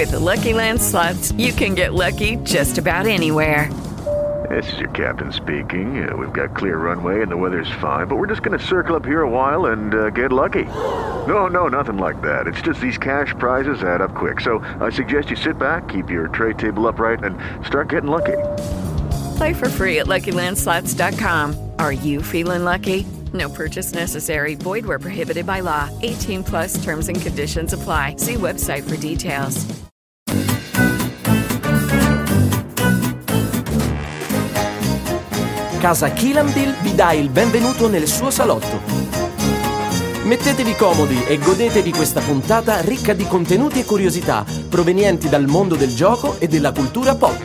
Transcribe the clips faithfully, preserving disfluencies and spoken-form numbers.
With the Lucky Land Slots, you can get lucky just about anywhere. This is your captain speaking. Uh, we've got clear runway and the weather's fine, but we're just going to circle up here a while and uh, get lucky. No, no, nothing like that. It's just these cash prizes add up quick. So I suggest you sit back, keep your tray table upright, and start getting lucky. Play for free at Lucky Land Slots dot com. Are you feeling lucky? No purchase necessary. Void where prohibited by law. eighteen plus terms and conditions apply. See website for details. Casa Kilambil vi dà il benvenuto nel suo salotto. Mettetevi comodi e godetevi questa puntata ricca di contenuti e curiosità provenienti dal mondo del gioco e della cultura pop.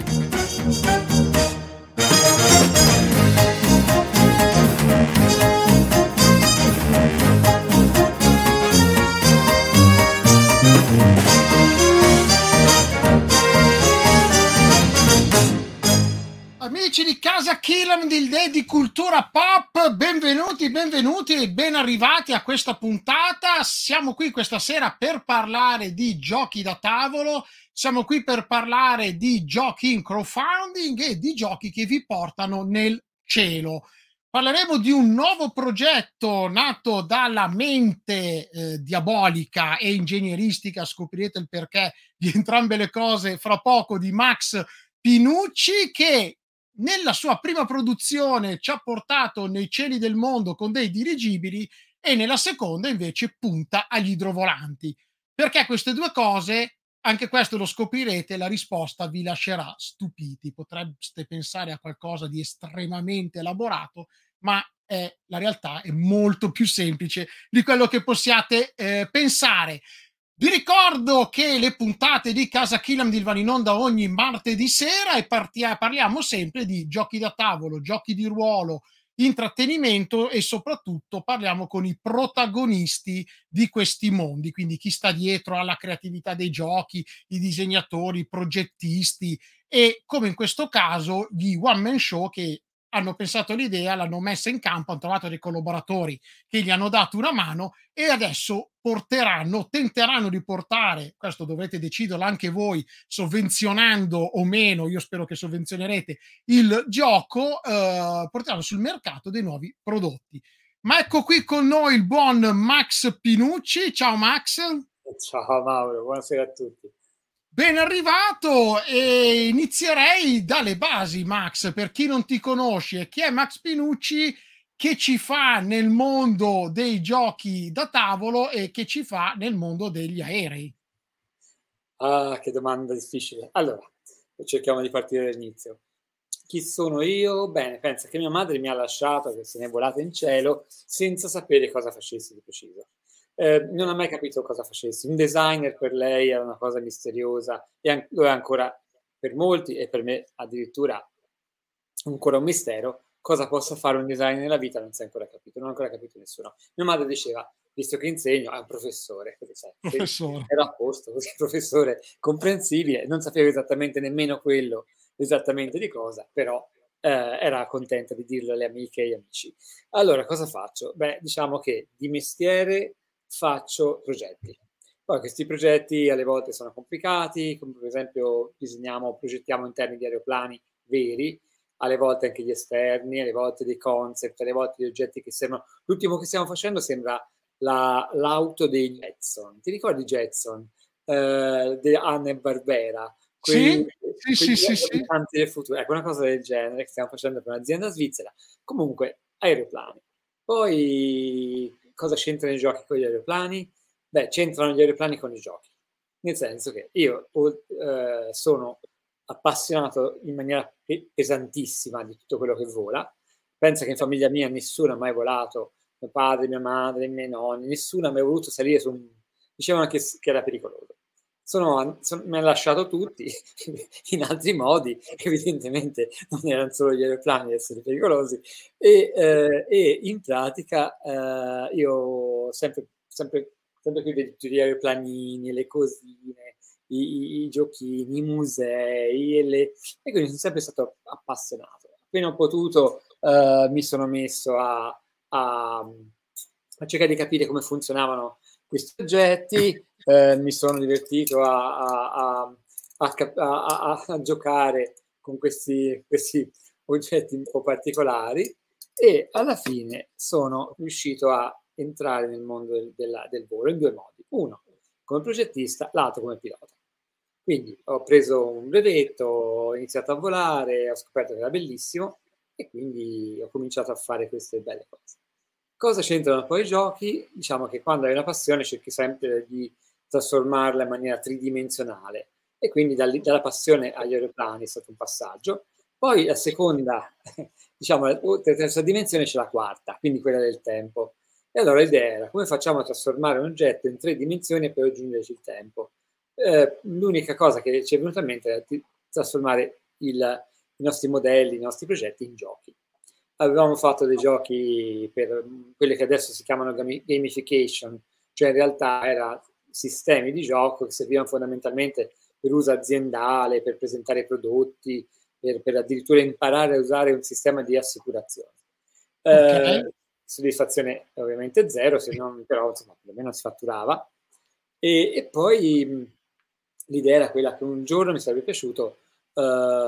Amici di Casa Kilambil di Cultura Pop, benvenuti, benvenuti e ben arrivati a questa puntata. Siamo qui questa sera per parlare di giochi da tavolo, siamo qui per parlare di giochi in crowdfunding e di giochi che vi portano nel cielo. Parleremo di un nuovo progetto nato dalla mente eh, diabolica e ingegneristica, scoprirete il perché di entrambe le cose fra poco, di Max Pinucci, che nella sua prima produzione ci ha portato nei cieli del mondo con dei dirigibili e nella seconda invece punta agli idrovolanti. Perché queste due cose? Anche questo lo scoprirete, la risposta vi lascerà stupiti. Potreste pensare a qualcosa di estremamente elaborato, ma è, la realtà è molto più semplice di quello che possiate eh, pensare. Vi ricordo che le puntate di Casa Kilambil vanno in onda ogni martedì sera e partia- parliamo sempre di giochi da tavolo, giochi di ruolo, intrattenimento e soprattutto parliamo con i protagonisti di questi mondi, quindi chi sta dietro alla creatività dei giochi, i disegnatori, i progettisti e, come in questo caso, gli one man show che hanno pensato l'idea, l'hanno messa in campo, hanno trovato dei collaboratori che gli hanno dato una mano e adesso porteranno, tenteranno di portare, questo dovrete deciderlo anche voi, sovvenzionando o meno, io spero che sovvenzionerete il gioco, eh, porteranno sul mercato dei nuovi prodotti. Ma ecco qui con noi il buon Max Pinucci. Ciao Max. Ciao Mauro, buonasera a tutti. Ben arrivato e inizierei dalle basi, Max, per chi non ti conosce. Chi è Max Pinucci? Che ci fa nel mondo dei giochi da tavolo e che ci fa nel mondo degli aerei? Ah, che domanda difficile. Allora, cerchiamo di partire dall'inizio. Chi sono io? Bene, pensa che mia madre mi ha lasciato, che se ne è volata in cielo, senza sapere cosa facessi di preciso. Eh, non ha mai capito cosa facessi. Un designer per lei era una cosa misteriosa e an- lo è ancora per molti e per me addirittura ancora un mistero. Cosa possa fare un designer nella vita non si è ancora capito, non ha ancora capito nessuno. Mia madre diceva, visto che insegno, è un professore, sai, Professore. era a posto, così professore comprensibile, non sapevo esattamente nemmeno quello, esattamente di cosa, però eh, era contenta di dirlo alle amiche e agli amici. Allora, cosa faccio? Beh, diciamo che di mestiere faccio progetti. Poi questi progetti alle volte sono complicati, come per esempio disegniamo, progettiamo interni di aeroplani veri, alle volte anche gli esterni, alle volte dei concept, alle volte degli oggetti che sembrano... L'ultimo che stiamo facendo sembra la, l'auto dei Jetson. Ti ricordi Jetson? Eh, di Hanna-Barbera? Sì, sì, sì, sì, sì. Del futuro. Ecco, una cosa del genere che stiamo facendo per un'azienda svizzera. Comunque, aeroplani. Poi, cosa c'entrano i giochi con gli aeroplani? Beh, c'entrano gli aeroplani con i giochi. Nel senso che io eh, sono appassionato in maniera pesantissima di tutto quello che vola. Pensa che in famiglia mia nessuno ha mai volato, mio padre, mia madre, i miei nonni, nessuno ha mai voluto salire su un... Dicevano che, che era pericoloso. Sono, sono, mi hanno lasciato tutti in altri modi, evidentemente non erano solo gli aeroplani ad essere pericolosi, e, eh, e in pratica eh, io sempre, sempre, sempre più vedo tutti gli aeroplanini, le cosine, I, i, i giochini, i musei, e, le... e quindi sono sempre stato appassionato. Appena ho potuto uh, mi sono messo a, a, a cercare di capire come funzionavano questi oggetti, eh, mi sono divertito a, a, a, a, a, a giocare con questi, questi oggetti un po' particolari e alla fine sono riuscito a entrare nel mondo del, della, del volo in due modi. Uno, come progettista, l'altro come pilota. Quindi ho preso un brevetto, ho iniziato a volare, ho scoperto che era bellissimo e quindi ho cominciato a fare queste belle cose. Cosa c'entrano poi i giochi? Diciamo che quando hai una passione cerchi sempre di trasformarla in maniera tridimensionale e quindi dal, dalla passione agli aeroplani è stato un passaggio. Poi la seconda, diciamo, la terza dimensione c'è la quarta, quindi quella del tempo. E allora l'idea era come facciamo a trasformare un oggetto in tre dimensioni e poi aggiungerci il tempo. Eh, l'unica cosa che ci è venuta in mente era di trasformare il, i nostri modelli, i nostri progetti in giochi. Avevamo fatto dei giochi per quelle che adesso si chiamano gamification, cioè in realtà erano sistemi di gioco che servivano fondamentalmente per uso aziendale, per presentare prodotti, per, per addirittura imparare a usare un sistema di assicurazione. Okay. Eh, soddisfazione ovviamente zero, se non, però insomma, perlomeno si fatturava. E, e poi l'idea era quella che un giorno mi sarebbe piaciuto eh,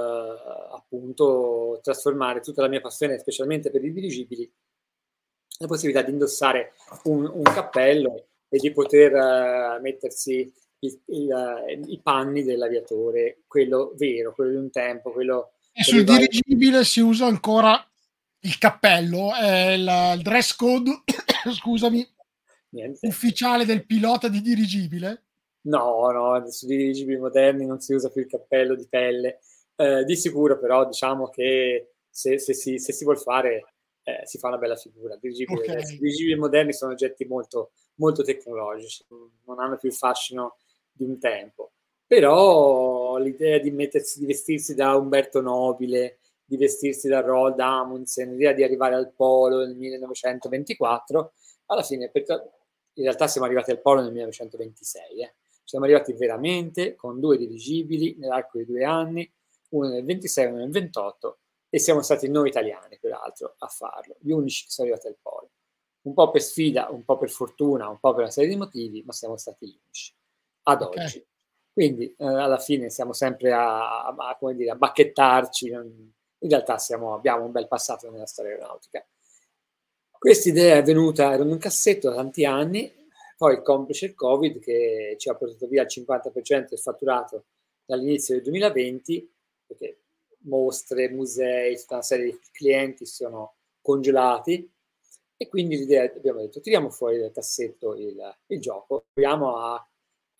appunto trasformare tutta la mia passione, specialmente per i dirigibili, la possibilità di indossare un, un cappello e di poter uh, mettersi il, il, i panni dell'aviatore, quello vero, quello di un tempo, quello... E sul dirigibile si usa ancora il cappello, è il, il dress code, scusami, Niente. ufficiale del pilota di dirigibile? No, no, sui dirigibili moderni non si usa più il cappello di pelle. Eh, di sicuro però diciamo che se, se, si, se si vuol fare eh, si fa una bella figura. I dirigibili, Okay. i dirigibili moderni sono oggetti molto, molto tecnologici, non hanno più il fascino di un tempo. Però l'idea di mettersi, di vestirsi da Umberto Nobile, di vestirsi da Roald Amundsen, l'idea di arrivare al polo nel millenovecentoventiquattro, alla fine, perché in realtà siamo arrivati al polo nel millenovecentoventisei, eh. Siamo arrivati veramente con due dirigibili nell'arco di due anni, uno nel ventisei e uno nel ventotto, e siamo stati noi italiani, peraltro, a farlo, gli unici che sono arrivati al polo. Un po' per sfida, un po' per fortuna, un po' per una serie di motivi, ma siamo stati gli unici, ad Okay. oggi. Quindi eh, alla fine siamo sempre a, a, a, come dire, a bacchettarci, in realtà siamo, abbiamo un bel passato nella storia aeronautica. Questa idea è venuta, era in un cassetto da tanti anni, poi complice il Covid che ci ha portato via il cinquanta per cento del fatturato dall'inizio del duemilaventi, perché mostre, musei, tutta una serie di clienti sono congelati e quindi l'idea, abbiamo detto, tiriamo fuori dal cassetto il, il gioco, proviamo a,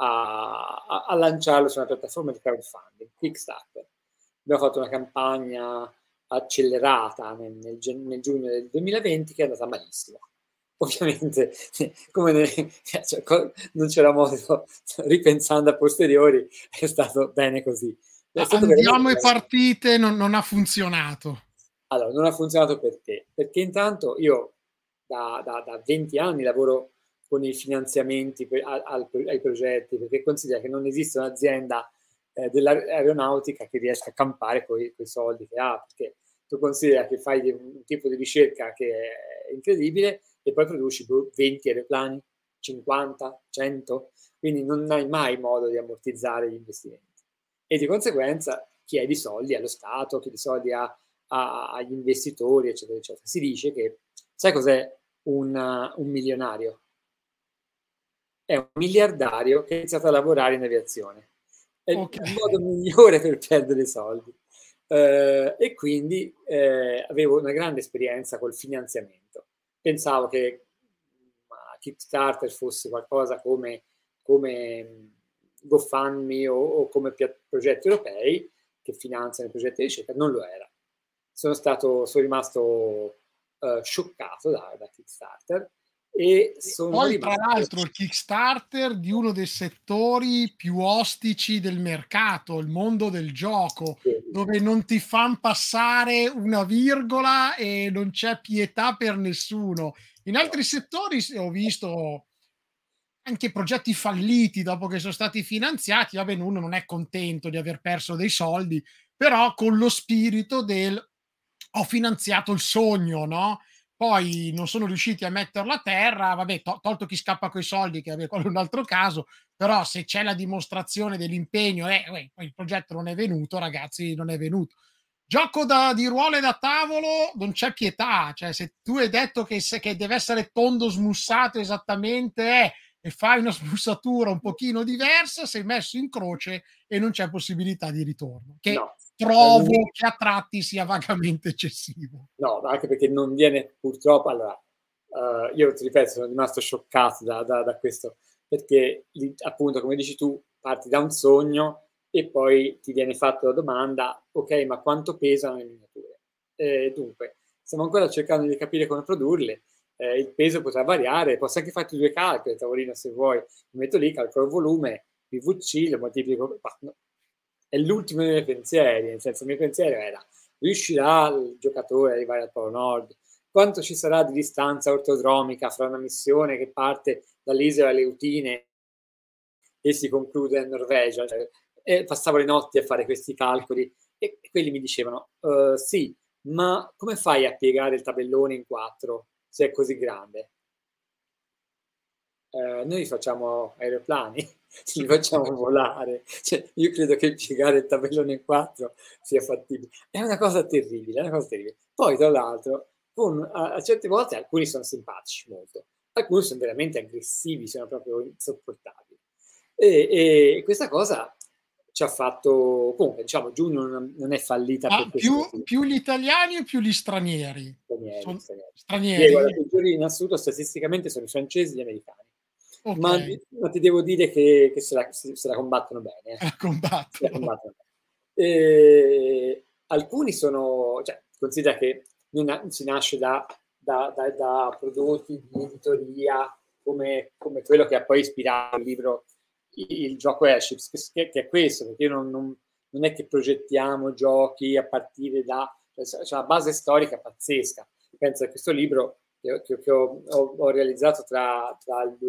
a, a lanciarlo su una piattaforma di crowdfunding, Kickstarter. Abbiamo fatto una campagna accelerata nel, nel, nel giugno del duemilaventi che è andata malissimo. Ovviamente, come ne, cioè, non c'era modo, ripensando a posteriori, è stato bene così. È stato Andiamo e partite, non, non ha funzionato. Allora, non ha funzionato perché? Perché intanto io da, da, da venti anni lavoro con i finanziamenti per, al, ai progetti, perché considera che non esiste un'azienda eh, dell'aeronautica che riesca a campare con i soldi che ha, perché tu considera che fai un tipo di ricerca che è incredibile e poi produci venti aeroplani, cinquanta, cento, quindi non hai mai modo di ammortizzare gli investimenti. E di conseguenza chiedi soldi allo Stato, chiedi soldi a, a, agli investitori, eccetera, eccetera. Si dice che, sai cos'è un, uh, un milionario? È un miliardario che ha iniziato a lavorare in aviazione. È okay. Il modo migliore per perdere soldi. Uh, e quindi eh, avevo una grande esperienza col finanziamento. Pensavo che uh, Kickstarter fosse qualcosa come, come GoFundMe o, o come progetti europei che finanziano i progetti di ricerca, non lo era. Sono stato, sono rimasto uh, scioccato da, da Kickstarter e sono poi rimasto... tra l'altro il Kickstarter di uno dei settori più ostici del mercato, il mondo del gioco, sì, dove non ti fanno passare una virgola e non c'è pietà per nessuno. In altri settori ho visto anche progetti falliti dopo che sono stati finanziati, vabbè, uno non è contento di aver perso dei soldi, però con lo spirito del ho finanziato il sogno, no? poi non sono riusciti a metterlo a terra, vabbè, to- tolto chi scappa coi soldi, che vabbè, quello è un altro caso, però se c'è la dimostrazione dell'impegno, eh, uè, poi il progetto non è venuto, ragazzi, non è venuto. Gioco da, di ruolo e da tavolo, non c'è pietà, cioè se tu hai detto che, se, che deve essere tondo smussato esattamente, eh, e fai una smussatura un pochino diversa, sei messo in croce e non c'è possibilità di ritorno, che No, trovo ehm, che a tratti sia vagamente eccessivo. no, anche perché non viene purtroppo, allora, eh, io ti ripeto, sono rimasto scioccato da, da- da questo, perché lì, appunto, come dici tu, parti da un sogno e poi ti viene fatta la domanda, ok, ma quanto pesano le miniature? Eh, dunque, stiamo ancora cercando di capire come produrle, eh, il peso potrà variare, posso anche farti due calcoli a tavolino se vuoi, mi metto lì, calcolo il volume, P V C, lo moltiplico, ma no, è l'ultimo dei miei pensieri, nel senso il mio pensiero era riuscirà il giocatore ad arrivare al Polo Nord? Quanto ci sarà di distanza ortodromica fra una missione che parte dall'isola Leutine e si conclude in Norvegia? Cioè, e passavo le notti a fare questi calcoli e quelli mi dicevano, uh, sì, ma come fai a piegare il tabellone in quattro se è così grande? Eh, noi facciamo aeroplani, li facciamo volare. Cioè, io credo che piegare il tabellone in quattro sia fattibile. È una cosa terribile, è una cosa terribile. Poi, tra l'altro, con, a, a certe volte alcuni sono simpatici molto, alcuni sono veramente aggressivi, sono proprio insopportabili. E, e questa cosa ci ha fatto, comunque, diciamo, giugno non, non è fallita Ma per questo più, motivo. più gli italiani o più gli stranieri? Stranieri, Son stranieri. Sì, guarda, stranieri? i peggiori in assoluto statisticamente sono i francesi e gli americani. Ok, Ma, ma ti devo dire che, che se, la, se, se la combattono bene. Eh. la Se la combattono. combattono bene. E alcuni sono, cioè, considera che non si nasce da, da, da, da prodotti di editoria come, come quello che ha poi ispirato il libro Il, il gioco Airships, che, che è questo, perché io non, non, non è che progettiamo giochi a partire da, cioè, c'è una base storica pazzesca. Penso a questo libro che, che, che ho, ho, ho, realizzato tra, tra il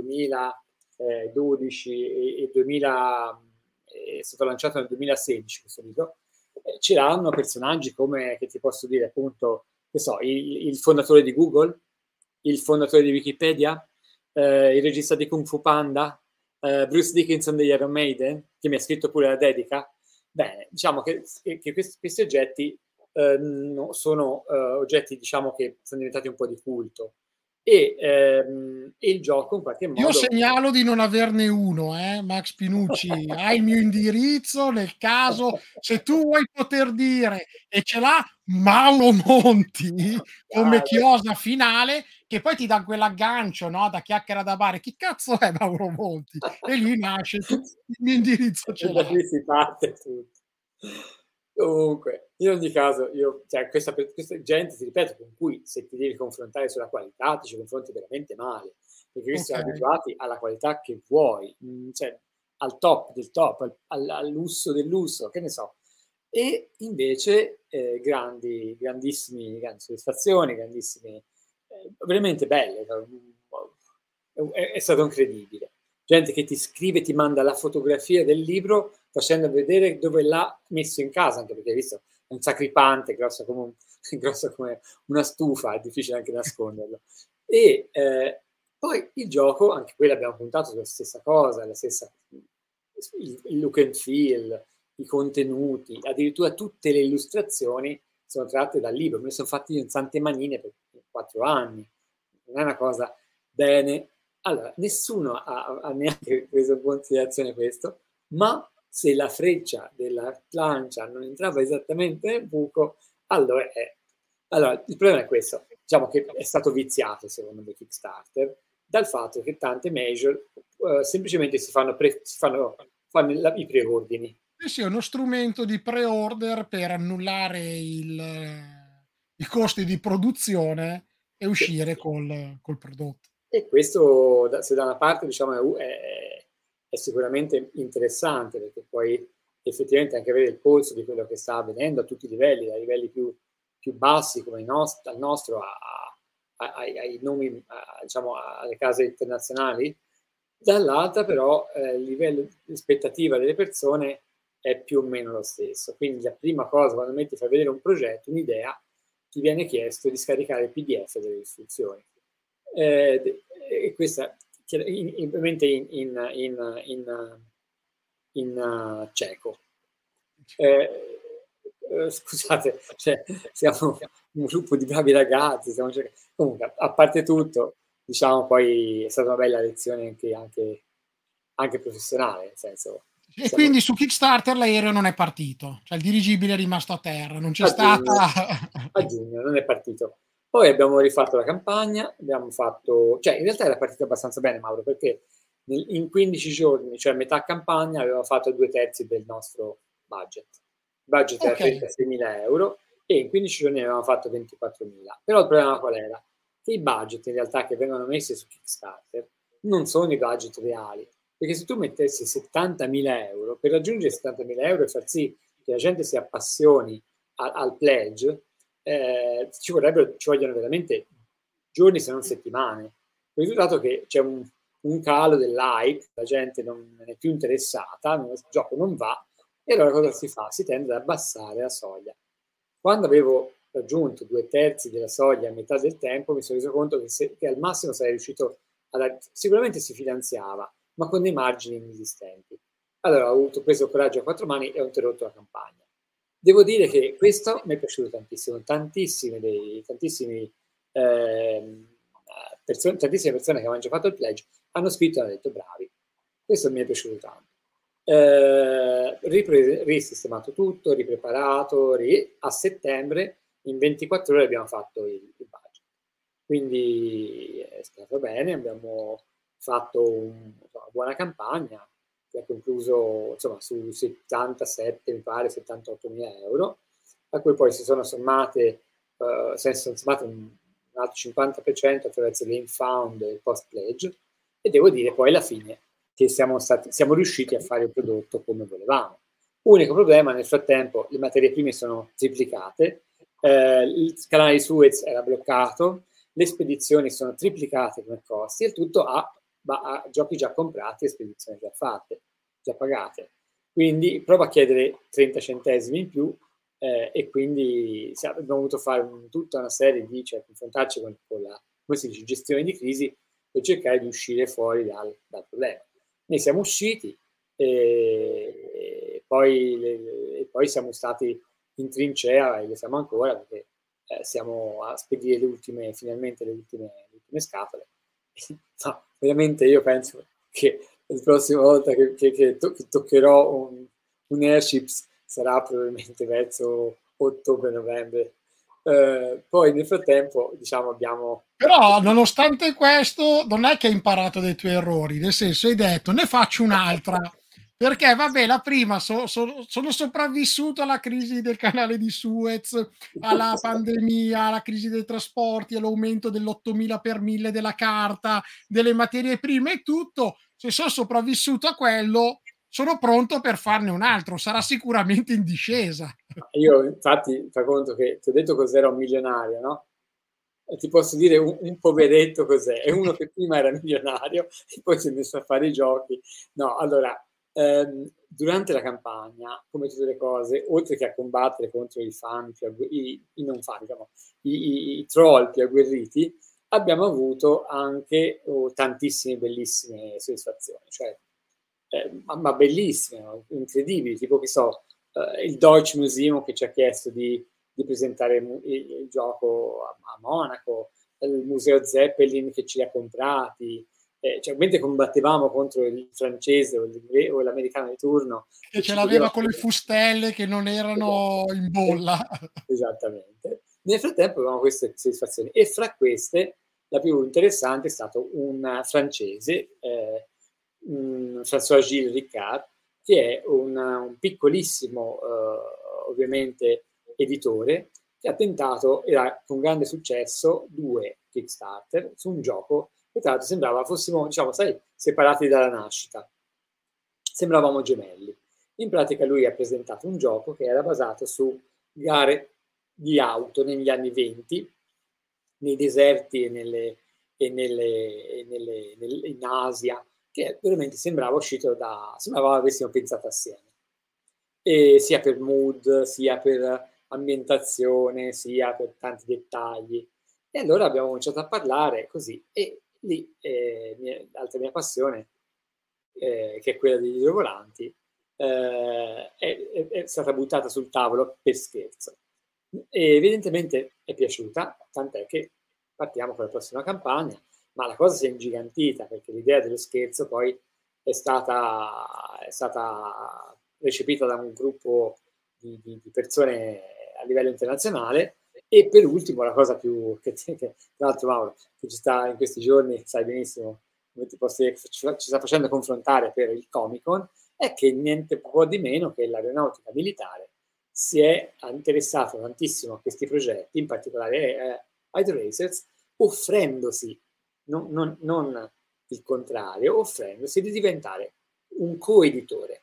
duemiladodici e il duemila, è stato lanciato nel duemilasedici questo libro, eh, c'erano personaggi come, che ti posso dire, appunto, che so, il, il fondatore di Google, il fondatore di Wikipedia, eh, il regista di Kung Fu Panda, eh, Bruce Dickinson degli Iron Maiden, che mi ha scritto pure la dedica. Bene, diciamo che, che questi, questi oggetti eh, no, sono eh, oggetti, diciamo, che sono diventati un po' di culto. E, ehm, e il gioco in qualche modo... Io segnalo di non averne uno, eh, Max Pinucci, hai il mio indirizzo nel caso, se tu vuoi poter dire, e ce l'ha Mauro Monti come chiosa finale, che poi ti dà quell'aggancio, no, da chiacchiera da bar, chi cazzo è Mauro Monti? E lì nasce tutto, il mio indirizzo ce E da l'ha. lì si parte tutto. Comunque, in ogni caso, io, cioè, questa, questa gente, ti ripeto, con cui se ti devi confrontare sulla qualità, ti ci confronti veramente male, perché questi sono Okay. abituati alla qualità che vuoi, mh, cioè al top del top, al, al, al lusso del lusso, che ne so. E invece eh, grandi, grandissimi, grandi soddisfazioni, grandissime, eh, veramente belle, è, è stato incredibile. Gente che ti scrive, ti manda la fotografia del libro facendo vedere dove l'ha messo in casa, anche perché hai visto è un sacripante grosso come, un, grosso come una stufa, è difficile anche nasconderlo. E eh, poi il gioco, anche qui l'abbiamo puntato sulla stessa cosa, la stessa, il, il look and feel, i contenuti, addirittura tutte le illustrazioni sono tratte dal libro, me ne sono fatti in sante manine per quattro anni, non è una cosa bene. Allora, nessuno ha, ha neanche preso in considerazione questo, ma se la freccia della lancia non entrava esattamente nel buco, allora è... Allora, il problema è questo, diciamo che è stato viziato, secondo me, Kickstarter, dal fatto che tante major uh, semplicemente si fanno, pre, si fanno, fanno la, i preordini. Sì, sì, è uno strumento di pre-order per annullare il, i costi di produzione e uscire col, col prodotto. E questo, se da una parte diciamo, è, è sicuramente interessante, perché puoi effettivamente anche avere il polso di quello che sta avvenendo a tutti i livelli, dai livelli più, più bassi come il nostro, al nostro, a, a, ai, ai nomi, a, diciamo, alle case internazionali. Dall'altra però eh, il livello di aspettativa delle persone è più o meno lo stesso. Quindi la prima cosa, quando metti a far vedere un progetto, un'idea, ti viene chiesto di scaricare il P D F delle istruzioni. Eh, e questa ovviamente in, in, in, in, in uh, ceco. Eh, eh, scusate, cioè, siamo un gruppo di bravi ragazzi, stiamo cercando... comunque, a parte tutto, diciamo, poi è stata una bella lezione anche, anche, anche professionale, nel senso... E siamo... quindi su Kickstarter l'aereo non è partito, cioè il dirigibile è rimasto a terra, non c'è a stata... Giugno, a giugno non è partito. Poi abbiamo rifatto la campagna, abbiamo fatto... Cioè, in realtà era partita abbastanza bene, Mauro, perché nel, in quindici giorni, cioè metà campagna, avevamo fatto due terzi del nostro budget. Il budget era Okay. trentaseimila euro e in quindici giorni avevamo fatto ventiquattromila. Però il problema qual era? Che i budget, in realtà, che vengono messi su Kickstarter non sono i budget reali. Perché se tu mettessi settantamila euro, per raggiungere settantamila euro e far sì che la gente si appassioni a, al pledge, eh, ci, vorrebbero, ci vogliono veramente giorni se non settimane. Il risultato è che c'è un, un calo dell'hype, la gente non è più interessata, il gioco non va, e allora cosa si fa? Si tende ad abbassare la soglia. Quando avevo raggiunto due terzi della soglia a metà del tempo, mi sono reso conto che, se, che al massimo sarei riuscito a... Sicuramente si finanziava, ma con dei margini inesistenti. Allora ho avuto, preso coraggio a quattro mani e ho interrotto la campagna. Devo dire che questo mi è piaciuto tantissimo, tantissime, dei, tantissimi, eh, persone, tantissime persone che avevano già fatto il pledge hanno scritto e hanno detto bravi. Questo mi è piaciuto tanto. Eh, ripre- risistemato tutto, ripreparato, ri- a settembre in ventiquattro ore abbiamo fatto il, il budget. Quindi è stato bene, abbiamo fatto un, una buona campagna che ha concluso insomma su settantasette, mi pare settantotto mila euro, a cui poi si sono sommate uh, si sono sommate un, un altro cinquanta per cento attraverso l'Infound e il post pledge, e devo dire poi alla fine che siamo, stati, siamo riusciti a fare il prodotto come volevamo. Unico problema, nel frattempo le materie prime sono triplicate, eh, il canale di Suez era bloccato, le spedizioni sono triplicate come costi, e il tutto a ma a giochi già comprati e spedizioni già fatte, già pagate. Quindi prova a chiedere trenta centesimi in più eh, e quindi abbiamo dovuto fare un, tutta una serie di, cioè confrontarci con, con la, come si dice, gestione di crisi per cercare di uscire fuori dal, dal problema. Noi siamo usciti e, e, poi, le, e poi siamo stati in trincea e lo siamo ancora perché eh, siamo a spedire le ultime, finalmente le ultime, le ultime scatole. No, veramente io penso che la prossima volta che, che, che, to- che toccherò un, un Airships sarà probabilmente verso ottobre-novembre. Eh, poi nel frattempo, diciamo, abbiamo... Però, nonostante questo, non è che hai imparato dai tuoi errori, nel senso hai detto, ne faccio un'altra. Perché, vabbè, la prima so, so, sono sopravvissuto alla crisi del canale di Suez, alla pandemia, alla crisi dei trasporti, all'aumento dell'ottomila per mille della carta, delle materie prime e tutto. Se sono sopravvissuto a quello, sono pronto per farne un altro. Sarà sicuramente in discesa. Io, infatti, fai conto che ti ho detto cos'era un milionario, no? E ti posso dire un, un poveretto cos'è. È uno che prima era milionario e poi si è messo a fare i giochi. No, allora... Um, durante la campagna, come tutte le cose, oltre che a combattere contro i fan, più aggu- i, i non fan, diciamo, i, i, i troll più agguerriti, abbiamo avuto anche oh, tantissime bellissime soddisfazioni, cioè, eh, ma, ma bellissime, no? Incredibili, tipo che so, eh, il Deutsche Museum che ci ha chiesto di, di presentare il, il, il gioco a, a Monaco, il Museo Zeppelin che ci li ha comprati. Eh, cioè, mentre combattevamo contro il francese o, il, o l'americano di turno che ce l'aveva con le fustelle che non erano esatto. in bolla. Esattamente. Nel frattempo avevamo queste soddisfazioni e fra queste la più interessante è stato un francese, eh, un François-Gilles Ricard, che è un, un piccolissimo eh, ovviamente editore che ha tentato, era con grande successo, due Kickstarter su un gioco che tra l'altro sembrava fossimo, diciamo, sai, separati dalla nascita. Sembravamo gemelli. In pratica lui ha presentato un gioco che era basato su gare di auto negli anni venti, nei deserti e, nelle, e, nelle, e nelle, nelle, in Asia, che veramente sembrava uscito da... sembrava avessimo pensato assieme. E sia per mood, sia per ambientazione, sia per tanti dettagli. E allora abbiamo cominciato a parlare così, e lì eh, mia, l'altra mia passione, eh, che è quella degli idrovolanti, eh, è, è, è stata buttata sul tavolo per scherzo. E evidentemente è piaciuta, tant'è che partiamo con la prossima campagna, ma la cosa si è ingigantita, perché l'idea dello scherzo poi è stata, è stata recepita da un gruppo di, di, di persone a livello internazionale. E per ultimo la cosa più che, che tra l'altro Mauro, che ci sta in questi giorni, sai benissimo, come ti posso dire, ci, ci sta facendo confrontare per il Comic Con, è che niente po' di meno che l'aeronautica militare si è interessato tantissimo a questi progetti, in particolare eh, ai Racers, offrendosi, non, non, non il contrario, offrendosi di diventare un coeditore.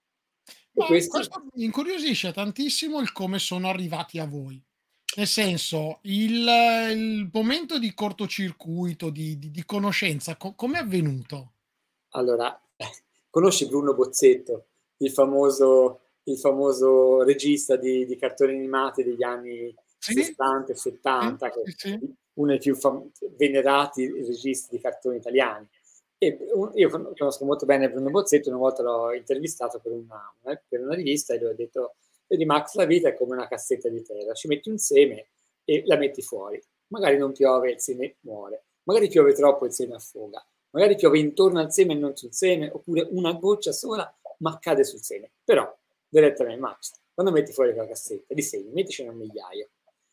Ma questo... questo mi incuriosisce tantissimo il come sono arrivati a voi. Nel senso, il, il momento di cortocircuito, di, di, di conoscenza, co- come è avvenuto? Allora, conosci Bruno Bozzetto, il famoso, il famoso regista di, di cartoni animati degli anni sì? sessanta e settanta, sì, sì, sì. Uno dei più fam- venerati registi di cartoni italiani. E io conosco molto bene Bruno Bozzetto, una volta l'ho intervistato per una, per una rivista e gli ho detto: vedi Max, la vita è come una cassetta di terra, ci metti un seme e la metti fuori. Magari non piove, il seme muore. Magari piove troppo, il seme affoga. Magari piove intorno al seme e non sul seme, oppure una goccia sola, ma cade sul seme. Però, direttamente, Max, quando metti fuori quella cassetta di semi, metticene un migliaio.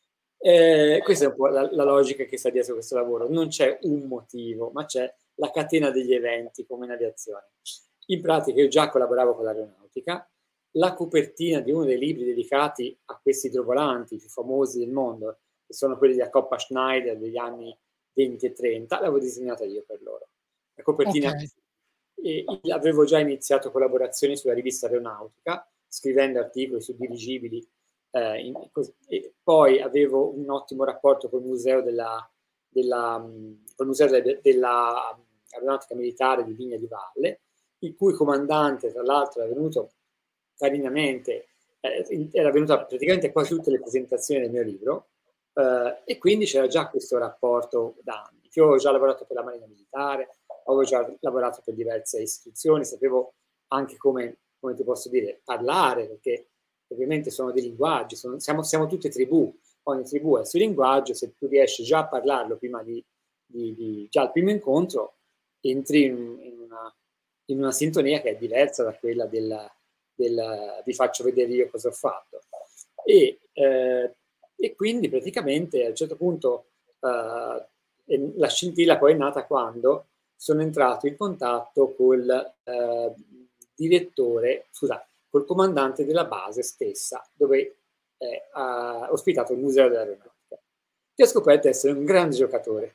Eh, questa è un po' la, la logica che sta dietro questo lavoro. Non c'è un motivo, ma c'è la catena degli eventi, come in aviazione. In pratica io già collaboravo con l'aeronautica. La copertina di uno dei libri dedicati a questi idrovolanti più famosi del mondo, che sono quelli di Coppa Schneider degli anni venti e trenta, l'avevo disegnata io per loro. La copertina, okay. E avevo già iniziato collaborazioni sulla rivista Aeronautica, scrivendo articoli su dirigibili, eh, in, e poi avevo un ottimo rapporto col museo della, della, col museo della, della Aeronautica Militare di Vigna di Valle, il cui comandante, tra l'altro, era venuto carinamente, eh, era venuta praticamente a quasi tutte le presentazioni del mio libro, eh, e quindi c'era già questo rapporto da anni. Io avevo già lavorato per la Marina Militare, avevo già lavorato per diverse istituzioni, sapevo anche come, come ti posso dire, parlare, perché ovviamente sono dei linguaggi, sono, siamo, siamo tutte tribù, ogni tribù ha il suo linguaggio, se tu riesci già a parlarlo prima di, di, di già al primo incontro, entri in, in, una, in una sintonia che è diversa da quella del, del vi faccio vedere io cosa ho fatto. E, eh, e quindi praticamente a un certo punto eh, la scintilla poi è nata quando sono entrato in contatto col eh, direttore, scusa, col comandante della base stessa, dove è ha ospitato il Museo dell'Aeronautica, che ho scoperto essere un grande giocatore,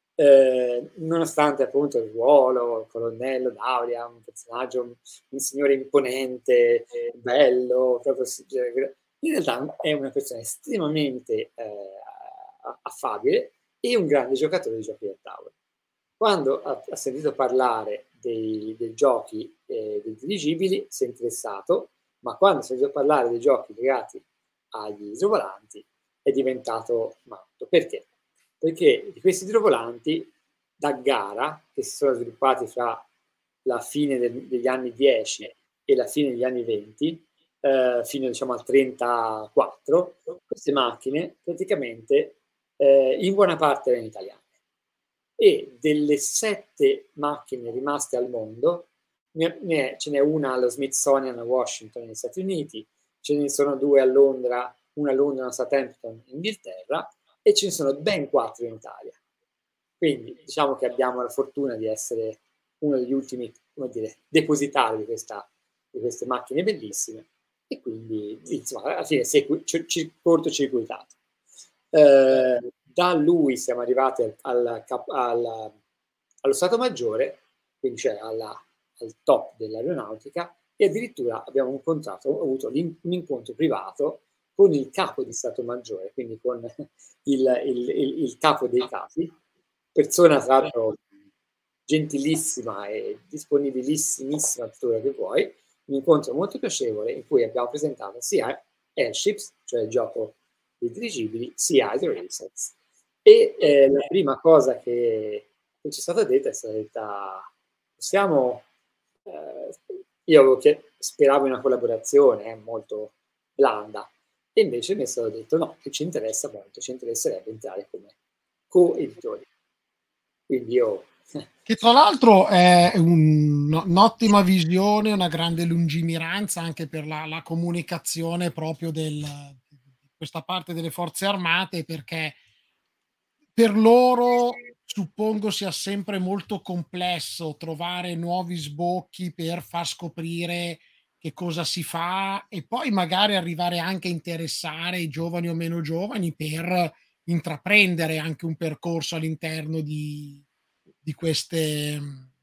eh, nonostante appunto il ruolo, il colonnello D'Auria, un personaggio, un, un signore imponente, bello, proprio, in realtà è una persona estremamente eh, affabile e un grande giocatore di giochi da tavolo. Quando ha, ha sentito parlare dei, dei giochi eh, dei dirigibili si è interessato, ma quando ha sentito parlare dei giochi legati agli idrovolanti è diventato matto. Perché? Perché di questi idrovolanti da gara, che si sono sviluppati fra la fine del, degli anni dieci e la fine degli anni venti, eh, fino diciamo al trentaquattro, queste macchine praticamente eh, in buona parte erano italiane. E delle sette macchine rimaste al mondo, ne è, ce n'è una allo Smithsonian a Washington negli Stati Uniti, ce ne sono due a Londra, una a Londra e una a Southampton in Inghilterra, e ce ne sono ben quattro in Italia. Quindi diciamo che abbiamo la fortuna di essere uno degli ultimi, come dire, depositari di, questa, di queste macchine bellissime, e quindi insomma alla fine si è cortocircuitato. Eh, da lui siamo arrivati al, al, al, allo Stato Maggiore, quindi cioè alla, al top dell'aeronautica, e addirittura abbiamo incontrato, avuto un incontro privato con il capo di Stato Maggiore, quindi con il, il, il, il capo dei capi, persona tra l'altro gentilissima e disponibilissimissima tutto quello che vuoi, un incontro molto piacevole in cui abbiamo presentato sia Airships, cioè il gioco dei dirigibili, sia The Racers. E eh, la prima cosa che, che ci è stata detta è stata detta, possiamo, eh, io avevo chied- speravo in una collaborazione eh, molto blanda, e invece mi è stato detto no, che ci interessa molto, ci interesserebbe entrare come co-editori. Quindi io... Che tra l'altro è un- un'ottima visione, una grande lungimiranza anche per la, la comunicazione proprio del, di questa parte delle forze armate, perché per loro suppongo sia sempre molto complesso trovare nuovi sbocchi per far scoprire che cosa si fa e poi magari arrivare anche a interessare i giovani o meno giovani per intraprendere anche un percorso all'interno di, di queste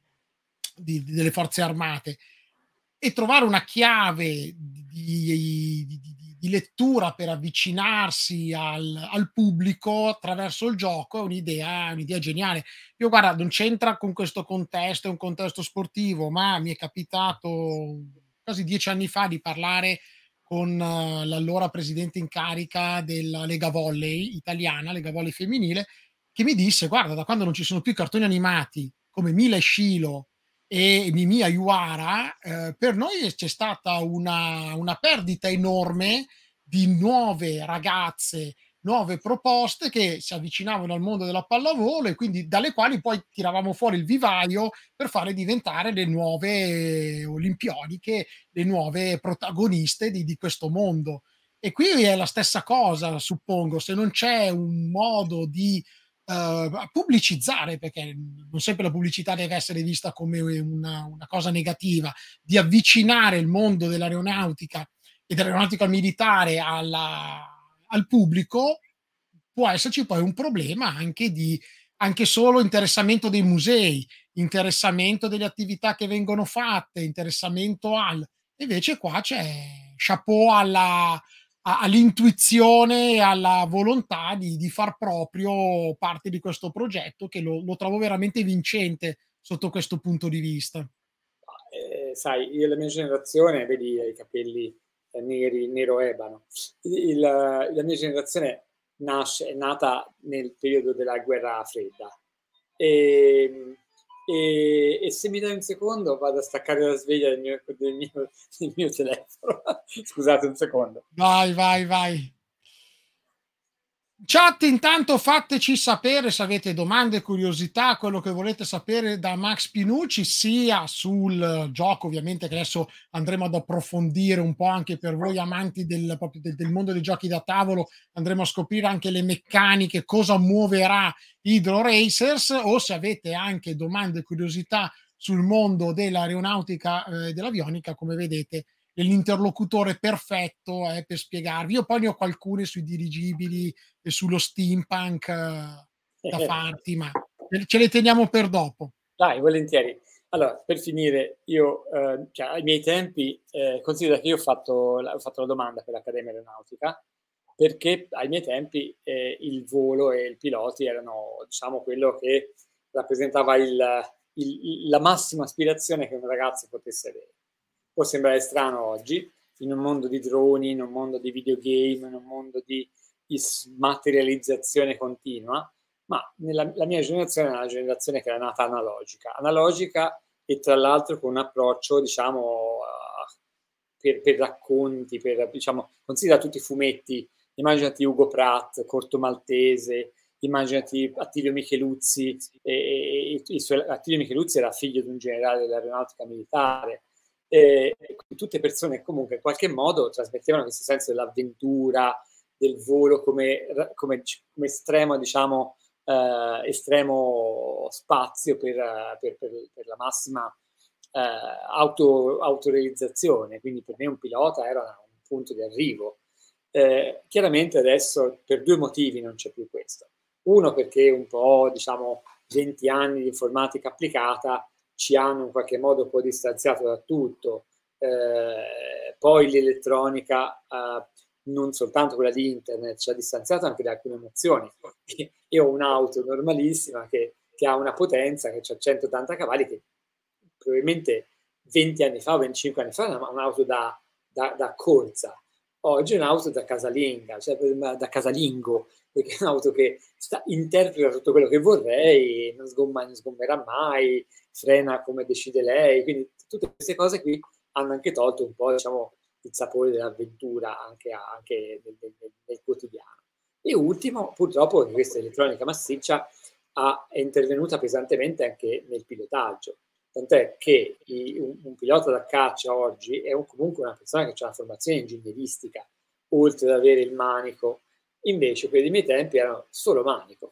di, di- delle forze armate e trovare una chiave di, di- di- di- di lettura per avvicinarsi al, al pubblico attraverso il gioco è un'idea, un'idea geniale. Io guarda, non c'entra con questo contesto, è un contesto sportivo, ma mi è capitato quasi dieci anni fa di parlare con eh, l'allora presidente in carica della Lega Volley italiana, Lega Volley femminile, che mi disse: guarda, da quando non ci sono più i cartoni animati come Mila e Shilo e Mimì Aiuara, eh, per noi c'è stata una, una perdita enorme di nuove ragazze, nuove proposte che si avvicinavano al mondo della pallavolo e quindi dalle quali poi tiravamo fuori il vivaio per fare diventare le nuove olimpioniche, le nuove protagoniste di, di questo mondo. E qui è la stessa cosa, suppongo, se non c'è un modo di uh, pubblicizzare, perché non sempre la pubblicità deve essere vista come una, una cosa negativa, di avvicinare il mondo dell'aeronautica e dell'aeronautica militare alla, al pubblico, può esserci poi un problema anche di anche solo interessamento dei musei, interessamento delle attività che vengono fatte, interessamento al... Invece qua c'è chapeau alla, a- all'intuizione e alla volontà di, di far proprio parte di questo progetto che lo, lo trovo veramente vincente sotto questo punto di vista. Eh, sai, io e la mia generazione, vedi i capelli eh, neri, nero ebano, il- la mia generazione nasce, è nata nel periodo della guerra fredda e, e- e se mi dai un secondo vado a staccare la sveglia del mio, del mio, del mio telefono. Scusate un secondo. Vai, vai, vai. Chat, intanto fateci sapere se avete domande, curiosità, quello che volete sapere da Max Pinucci, sia sul gioco ovviamente che adesso andremo ad approfondire un po' anche per voi amanti del, proprio del, del mondo dei giochi da tavolo, andremo a scoprire anche le meccaniche, cosa muoverà Hydro Racers, o se avete anche domande e curiosità sul mondo dell'aeronautica e eh, dell'avionica, come vedete l'interlocutore perfetto eh, per spiegarvi. Io poi ne ho qualcune sui dirigibili e sullo steampunk eh, da farti, ma ce le teniamo per dopo. Dai, volentieri. Allora, per finire, io eh, cioè, ai miei tempi, eh, considera che io ho fatto, la- ho fatto la domanda per l'Accademia Aeronautica, perché ai miei tempi eh, il volo e il piloti erano, diciamo, quello che rappresentava il, il- la massima aspirazione che un ragazzo potesse avere. Può sembrare strano oggi, in un mondo di droni, in un mondo di videogame, in un mondo di, di smaterializzazione continua, ma nella, la mia generazione è una generazione che era nata analogica, analogica e tra l'altro con un approccio, diciamo, uh, per, per racconti, per, diciamo, considera tutti i fumetti, immaginati Ugo Pratt, Corto Maltese, immaginati Attilio Micheluzzi, e, e, e suoi, Attilio Micheluzzi era figlio di un generale dell'aeronautica militare, e, e tutte persone che comunque in qualche modo trasmettevano questo senso dell'avventura, del volo come, come, come estremo, diciamo, eh, estremo spazio per, per, per, per la massima eh, auto, autorealizzazione. Quindi per me un pilota era un punto di arrivo. Eh, chiaramente adesso per due motivi non c'è più questo. Uno perché un po', diciamo, venti anni di informatica applicata ci hanno in qualche modo un po' distanziato da tutto. Eh, poi l'elettronica, eh, non soltanto quella di internet, ci ha distanziato anche da alcune emozioni. Io ho un'auto normalissima che, che ha una potenza, che ha centottanta cavalli, che probabilmente venti anni fa o venticinque anni fa era un'auto da, da, da corsa. Oggi è un'auto da casalinga, cioè da casalingo, perché è un'auto che sta, interpreta tutto quello che vorrei, non, sgomma, non sgommerà mai, frena come decide lei, quindi tutte queste cose qui hanno anche tolto un po', diciamo, il sapore dell'avventura anche, anche nel, nel, nel quotidiano. E ultimo, purtroppo, questa elettronica massiccia ha, è intervenuta pesantemente anche nel pilotaggio. Tant'è che i, un, un pilota da caccia oggi è un, comunque una persona che ha una formazione ingegneristica, oltre ad avere il manico. Invece quelli dei miei tempi erano solo manico.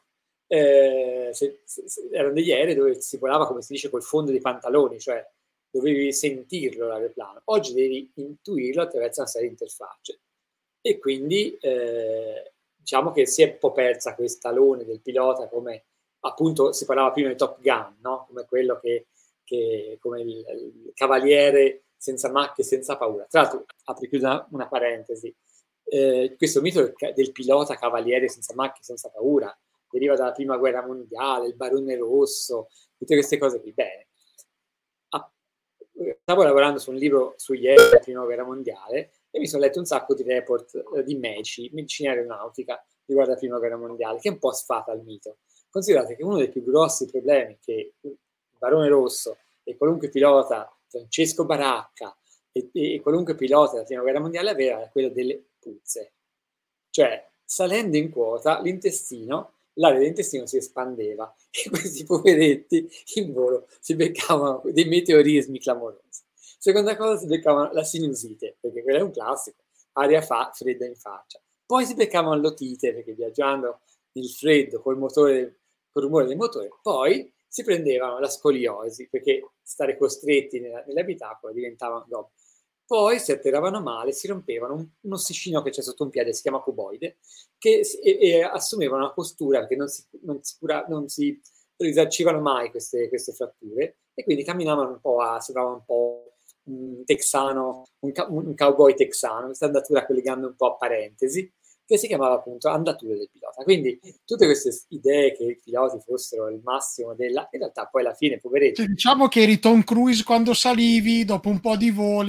Eh, se, se, se, erano degli aerei dove si volava, come si dice, col fondo dei pantaloni, cioè dovevi sentirlo l'aeroplano. Oggi devi intuirlo attraverso una serie di interfacce. E quindi eh, diciamo che si è un po' persa quel talone del pilota, come appunto si parlava prima di Top Gun, no? Come quello che che come il, il cavaliere senza macchie, senza paura. Tra l'altro, apri chiusa una, una parentesi, eh, questo mito del, del pilota cavaliere senza macchie, senza paura, deriva dalla prima guerra mondiale, il barone rosso, tutte queste cose qui. Bene, ah, stavo lavorando su un libro sugli aerei della prima guerra mondiale e mi sono letto un sacco di report eh, di medici, medicina aeronautica riguardo alla prima guerra mondiale, che un po' sfata il mito. Considerate che uno dei più grossi problemi che Barone Rosso e qualunque pilota, Francesco Baracca e, e qualunque pilota della prima guerra mondiale aveva era quello delle puzze. Cioè, salendo in quota, l'intestino, l'area dell'intestino si espandeva e questi poveretti in volo si beccavano dei meteorismi clamorosi. Seconda cosa, si beccavano la sinusite, perché quello è un classico, aria fa, fredda in faccia. Poi si beccavano l'otite, perché viaggiando nel freddo col motore, col rumore del motore, poi si prendevano la scoliosi, perché stare costretti nella, nell'abitacolo diventava dopo. Poi si atterravano male, si rompevano un, un ossicino che c'è sotto un piede, si chiama cuboide, che e, e assumevano una postura perché non si, non si, cura, non si risarcivano mai queste, queste fratture, e quindi camminavano un po' a, sembravano un po' un texano, un, un cowboy texano, questa andatura con le gambe un po' a parentesi, che si chiamava appunto andature del pilota. Quindi tutte queste idee che i piloti fossero il massimo della... in realtà poi alla fine, poveretti... Cioè, diciamo che eri Tom Cruise quando salivi, dopo un po' di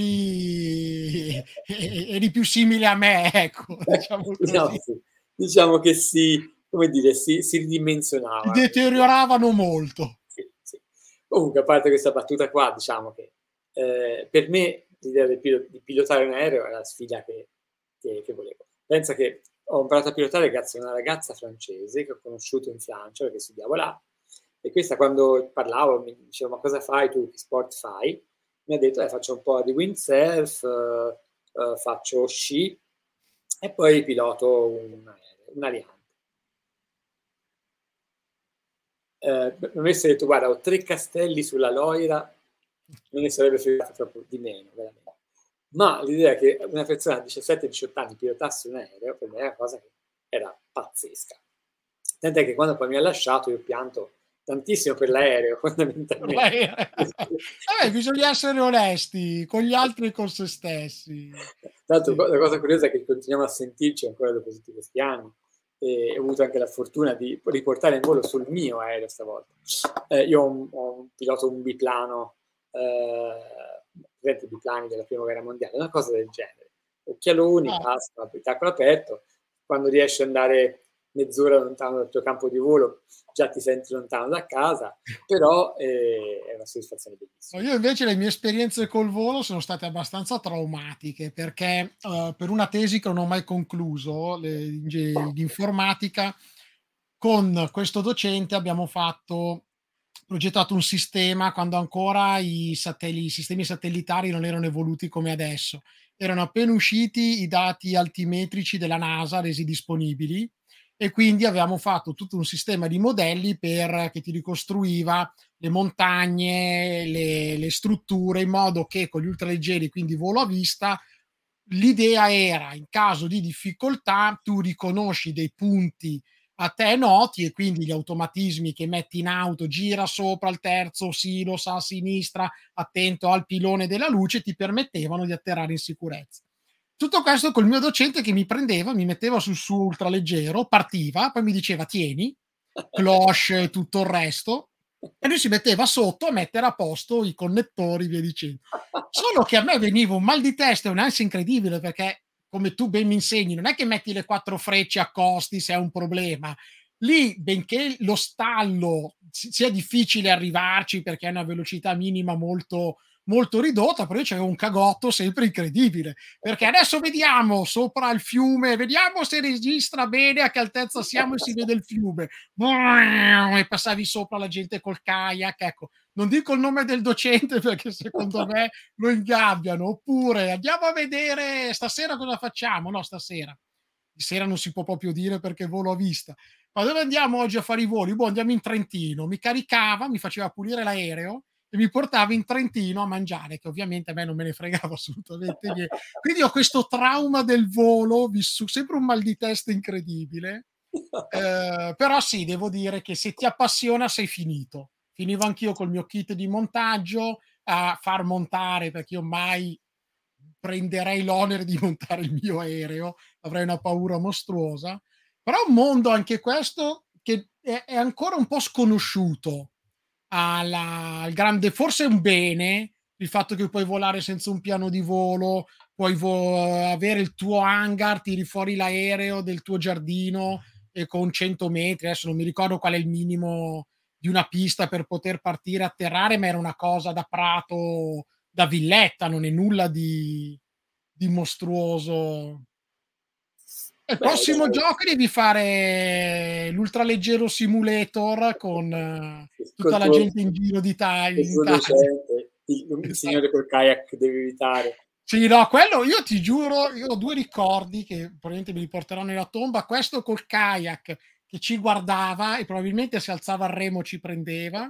voli eri più simile a me, ecco. Diciamo, diciamo, sì. Diciamo che si, come dire, si, si ridimensionava. Si deterioravano molto. Sì, sì. Comunque, a parte questa battuta qua, diciamo che eh, per me l'idea del pilot- di pilotare un aereo è la sfida che, che, che volevo. Pensa che ho imparato a pilotare grazie a una ragazza francese che ho conosciuto in Francia, perché studiavo là, e questa quando parlavo mi diceva: ma cosa fai tu, che sport fai? Mi ha detto: eh, faccio un po' di windsurf, uh, uh, faccio sci e poi piloto un aereo, un Ariane. Eh, mi avesse detto: guarda, ho tre castelli sulla Loira, non ne sarebbe fregato troppo di meno, veramente. Ma l'idea che una persona a diciassette diciotto anni pilotasse un aereo per me era una cosa che era pazzesca. Tant'è che quando poi mi ha lasciato io ho pianto tantissimo per l'aereo, fondamentalmente. Vabbè, bisogna essere onesti con gli altri e con se stessi. Tra l'altro, sì. La cosa curiosa è che continuiamo a sentirci ancora dopo tutti questi anni. E ho avuto anche la fortuna di riportare in volo sul mio aereo stavolta. Eh, io ho un, ho un piloto un biplano, eh, presente biplani della prima guerra mondiale, una cosa del genere. Occhialoni, ah. casco, abitacolo aperto. Quando riesci ad andare mezz'ora lontano dal tuo campo di volo, già ti senti lontano da casa, però eh, è una soddisfazione bellissima. Io invece le mie esperienze col volo sono state abbastanza traumatiche, perché uh, per una tesi che non ho mai concluso, le, di informatica, con questo docente abbiamo fatto progettato un sistema quando ancora i, satelliti, i sistemi satellitari non erano evoluti come adesso. Erano appena usciti i dati altimetrici della NASA resi disponibili, e quindi avevamo fatto tutto un sistema di modelli per, che ti ricostruiva le montagne, le, le strutture, in modo che con gli ultraleggeri, quindi volo a vista, l'idea era, in caso di difficoltà, tu riconosci dei punti a te noti, e quindi gli automatismi che metti in auto, gira sopra il terzo silos a sinistra, attento al pilone della luce, ti permettevano di atterrare in sicurezza. Tutto questo col mio docente che mi prendeva, mi metteva sul suo ultraleggero, partiva, poi mi diceva tieni, cloche e tutto il resto, e lui si metteva sotto a mettere a posto i connettori, via dicendo. Solo che a me veniva un mal di testa e un'ansia incredibile, perché come tu ben mi insegni, non è che metti le quattro frecce accosti se è un problema. Lì, benché lo stallo sia difficile arrivarci perché è una velocità minima molto, molto ridotta, però io c'avevo un cagotto sempre incredibile, perché adesso vediamo sopra il fiume, vediamo se registra bene a che altezza siamo e si vede il fiume, e passavi sopra la gente col kayak. Ecco, non dico il nome del docente perché secondo me lo ingabbiano. Oppure andiamo a vedere stasera cosa facciamo. No, stasera di sera non si può proprio dire perché volo a vista. Ma dove andiamo oggi a fare i voli? Boh, andiamo in Trentino. Mi caricava, mi faceva pulire l'aereo e mi portava in Trentino a mangiare, che ovviamente a me non me ne fregava assolutamente niente. Quindi ho questo trauma del volo, vissuto sempre un mal di testa incredibile. Eh, però sì, devo dire che se ti appassiona sei finito. Finivo anch'io col mio kit di montaggio a far montare, perché io mai prenderei l'onere di montare il mio aereo, avrei una paura mostruosa. Però è un mondo anche questo che è, è ancora un po' sconosciuto alla, al grande, forse è un bene il fatto che puoi volare senza un piano di volo, puoi vo- avere il tuo hangar, tiri fuori l'aereo del tuo giardino e con cento metri, adesso non mi ricordo qual è il minimo di una pista per poter partire e atterrare, ma era una cosa da prato, da villetta, non è nulla di, di mostruoso. Il Beh, prossimo dai, gioco devi fare l'ultraleggero simulator con eh, tutta col la tuo, gente in giro d'Italia, col in tuo Italia. docente, il, il Esatto. signore col kayak che devi evitare. Sì, no, quello io ti giuro, io ho due ricordi che probabilmente mi riporterò nella tomba. Questo col kayak che ci guardava e probabilmente si alzava al remo ci prendeva,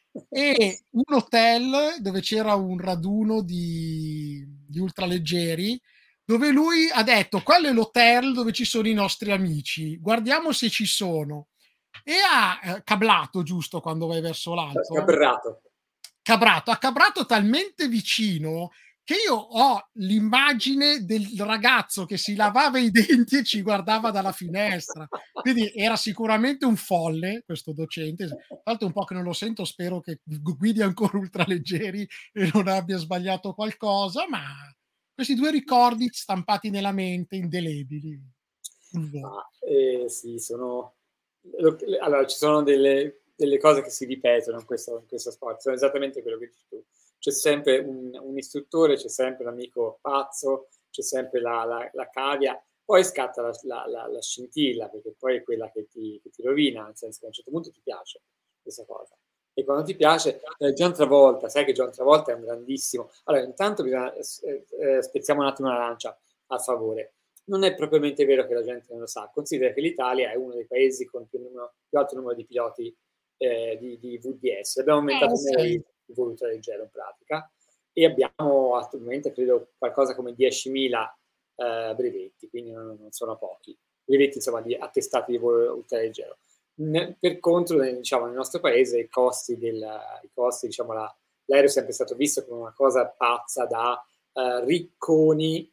e un hotel dove c'era un raduno di, di ultraleggeri, dove lui ha detto quello è l'hotel dove ci sono i nostri amici, guardiamo se ci sono, e ha eh, cablato giusto quando vai verso l'alto, Scaberrato. cabrato, ha cabrato talmente vicino che io ho l'immagine del ragazzo che si lavava i denti e ci guardava dalla finestra. Quindi era sicuramente un folle questo docente. Tra l'altro è un po' che non lo sento, spero che guidi ancora ultraleggeri e non abbia sbagliato qualcosa, ma questi due ricordi stampati nella mente, indelebili. Sul volo. Ma, eh, sì, sono... Allora, ci sono delle, delle cose che si ripetono in questo, in questo sport, sono esattamente quello che dici tu. C'è sempre un, un istruttore, c'è sempre l'amico pazzo, c'è sempre la, la, la cavia, poi scatta la, la, la, la scintilla, perché poi è quella che ti, che ti rovina, nel senso che a un certo punto ti piace questa cosa. E quando ti piace, eh, John Travolta, sai che John Travolta è un grandissimo... Allora, intanto bisogna, eh, eh, spezziamo un attimo una lancia a favore. Non è propriamente vero che la gente non lo sa. Considera che l'Italia è uno dei paesi con più, numero, più alto numero di piloti eh, di, di V D S. Abbiamo aumentato Eh, noi sì. il volo leggero in pratica e abbiamo attualmente credo qualcosa come diecimila eh, brevetti, quindi non, non sono pochi. Brevetti insomma di attestati di volo ultraleggero. Ne, per contro, diciamo, nel nostro paese i costi del, i costi, diciamo, la, l'aereo è sempre stato visto come una cosa pazza da uh, ricconi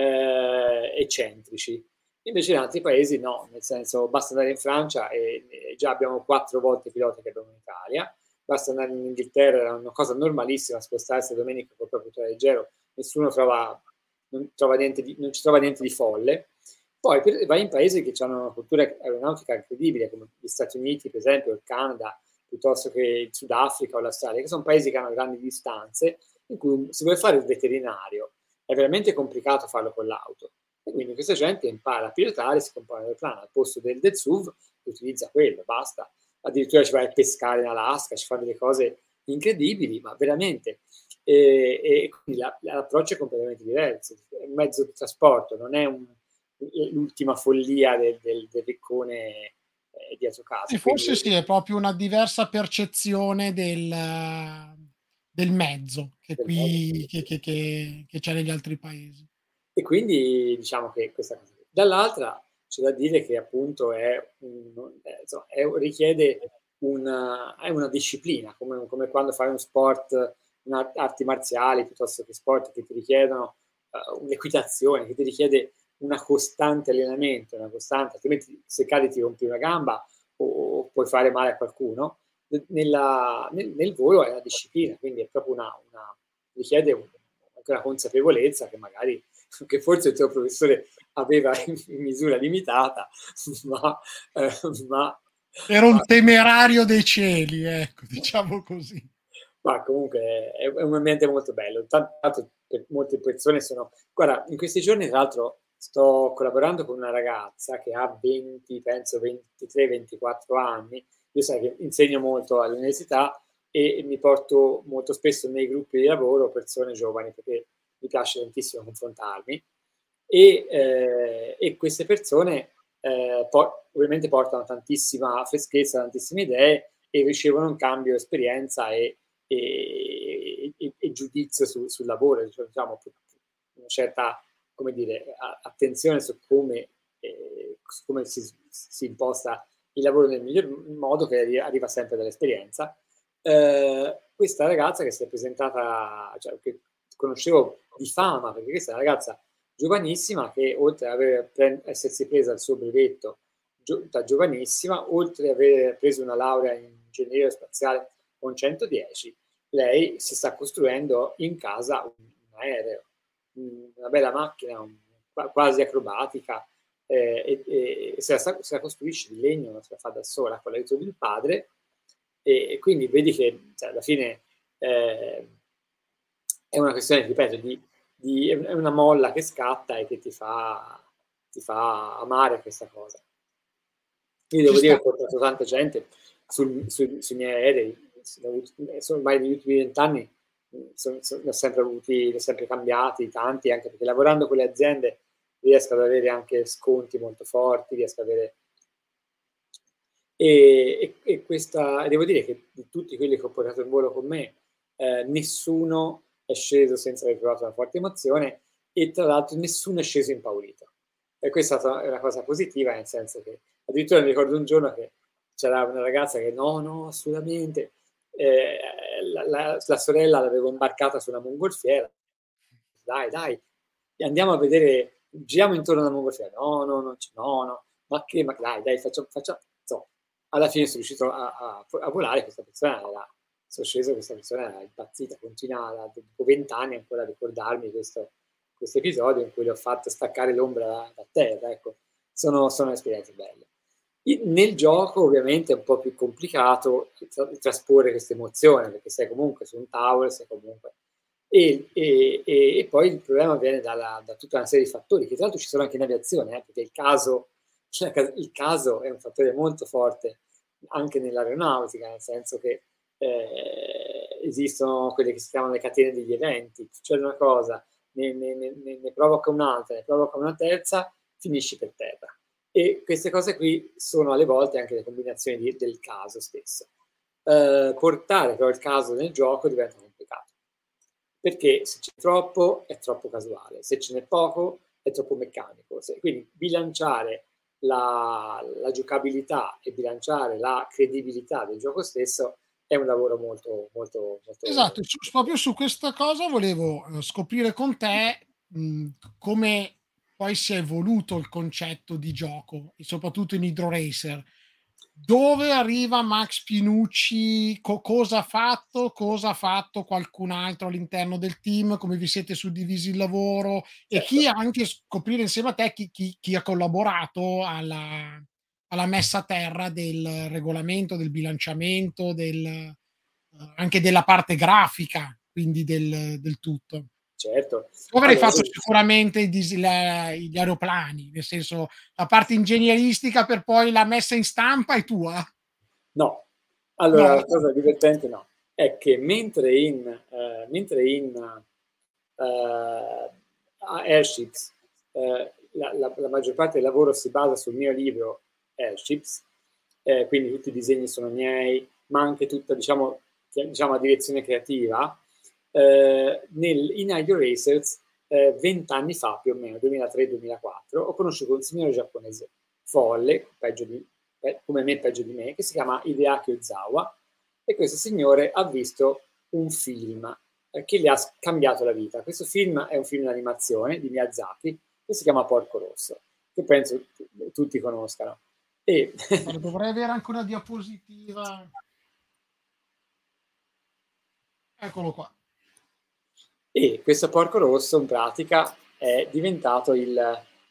eh, eccentrici. Invece in altri paesi no, nel senso basta andare in Francia e, e già abbiamo quattro volte i piloti che abbiamo in Italia, basta andare in Inghilterra, era una cosa normalissima spostarsi domenica col proprio leggero, nessuno trova, non, trova niente di, non ci trova niente di folle. Poi per, vai in paesi che hanno una cultura aeronautica incredibile, come gli Stati Uniti, per esempio, il Canada, piuttosto che il Sudafrica o l'Australia, che sono paesi che hanno grandi distanze, in cui se vuoi fare il veterinario è veramente complicato farlo con l'auto. E quindi questa gente impara a pilotare, si compra l'aeroplano al posto del, del S U V, utilizza quello, basta. Addirittura ci vai a pescare in Alaska, ci fa delle cose incredibili, ma veramente. E, e quindi la, l'approccio è completamente diverso. È un mezzo di trasporto, non è un l'ultima follia del, del, del riccone eh, dietro casa. Sì, forse quindi... sì, è proprio una diversa percezione del, del mezzo che del qui mezzo. Che, che, che, che c'è negli altri paesi. E quindi diciamo che questa cosa. Dall'altra c'è da dire che appunto è un, è, insomma, è, richiede una, è una disciplina, come, come quando fai un sport, una, arti marziali piuttosto che sport che ti richiedono uh, un'equitazione, che ti richiede una costante allenamento, una costante, altrimenti se cadi ti rompi una gamba o, o puoi fare male a qualcuno. Nella, nel, nel volo è una disciplina, quindi è proprio una, una richiede un, anche una consapevolezza che magari, che forse il tuo professore aveva in misura limitata, ma, eh, ma era un ma, temerario dei cieli, ecco, diciamo così. Ma comunque è, è un ambiente molto bello. Tanto per molte persone sono... Guarda, in questi giorni tra l'altro sto collaborando con una ragazza che ha venti, penso ventitré ventiquattro anni. Io sai che insegno molto all'università e mi porto molto spesso nei gruppi di lavoro persone giovani perché mi piace tantissimo confrontarmi e, eh, e queste persone eh, po- ovviamente portano tantissima freschezza, tantissime idee e ricevono un cambio di esperienza e, e, e, e giudizio su, sul lavoro, diciamo, una certa, come dire, attenzione su come, eh, su come si, si imposta il lavoro nel miglior modo, che arriva sempre dall'esperienza. Eh, questa ragazza che si è presentata, cioè, che conoscevo di fama, perché questa è una ragazza giovanissima che oltre ad aver pre- essersi presa il suo brevetto gio- da giovanissima, oltre ad aver preso una laurea in ingegneria spaziale con centodieci, lei si sta costruendo in casa un, un aereo, una bella macchina, un, quasi acrobatica, eh, e, e se, la sta, se la costruisce di legno, non se la fa da sola con l'aiuto del padre, e, e quindi vedi che cioè, alla fine eh, è una questione, ripeto, di, di, è una molla che scatta e che ti fa, ti fa amare questa cosa. Io devo dire che ho portato tanta gente sul, sul, sui miei aerei, sono ormai negli ultimi vent'anni, sono, sono, li ho sempre avuti, li ho sempre cambiati, tanti, anche perché lavorando con le aziende riesco ad avere anche sconti molto forti, riesco ad avere... E, e, e questa, devo dire che di tutti quelli che ho portato in volo con me, eh, nessuno è sceso senza aver provato una forte emozione e tra l'altro nessuno è sceso impaurito. E questa è stata una cosa positiva, nel senso che addirittura mi ricordo un giorno che c'era una ragazza che no, no, assolutamente, eh, la, la, la sorella l'avevo imbarcata su una mongolfiera, dai, dai, andiamo a vedere, giriamo intorno alla mongolfiera, no, no, no, no, no, ma che, ma dai, dai, facciamo, facciamo, insomma, alla fine sono riuscito a, a, a volare, questa persona era, sono sceso, questa persona era impazzita, continua dopo vent'anni ancora a ricordarmi questo, questo episodio in cui le ho fatto staccare l'ombra da, da terra, ecco, sono, sono esperienze belle. Nel gioco ovviamente è un po' più complicato trasporre questa emozione, perché sei comunque su un tavolo, sei comunque... E, e, e poi il problema viene dalla, da tutta una serie di fattori, che tra l'altro ci sono anche in aviazione, eh, perché il caso, il caso è un fattore molto forte anche nell'aeronautica, nel senso che eh, esistono quelle che si chiamano le catene degli eventi, succede una cosa, ne, ne, ne, ne provoca un'altra, ne provoca una terza, finisci per terra. E queste cose qui sono alle volte anche le combinazioni di, del caso stesso. Eh, portare però il caso nel gioco diventa complicato, perché se c'è troppo è troppo casuale, se ce n'è poco è troppo meccanico. Se, quindi bilanciare la, la giocabilità e bilanciare la credibilità del gioco stesso è un lavoro molto, molto, molto... Esatto, su, proprio su questa cosa volevo uh, scoprire con te mh, come poi si è evoluto il concetto di gioco, e soprattutto in Hydro Racer. Dove arriva Max Pinucci? Co- cosa ha fatto? Cosa ha fatto qualcun altro all'interno del team? Come vi siete suddivisi il lavoro? Certo. E chi anche scoprire insieme a te chi, chi, chi ha collaborato alla, alla messa a terra del regolamento, del bilanciamento, del, anche della parte grafica, quindi del, del tutto. Certo. Tu avrei allora, fatto sì. sicuramente gli aeroplani, nel senso la parte ingegneristica per poi la messa in stampa è tua? No. Allora, No. la cosa divertente no, è che mentre in, eh, mentre in uh, Airships eh, la, la, la maggior parte del lavoro si basa sul mio libro Airships, eh, quindi tutti i disegni sono miei, ma anche tutta, diciamo, diciamo la direzione creativa, eh, nel, in Hydro Racers vent'anni eh, fa, più o meno, duemilatré duemilaquattro, ho conosciuto un signore giapponese folle, peggio di, eh, come me, peggio di me, che si chiama Hideaki Ozawa, e questo signore ha visto un film eh, che gli ha cambiato la vita. Questo film è un film d'animazione di Miyazaki che si chiama Porco Rosso, che penso t- tutti conoscano. E allora, dovrei avere anche una diapositiva. Eccolo qua. E questo Porco Rosso in pratica è diventato il,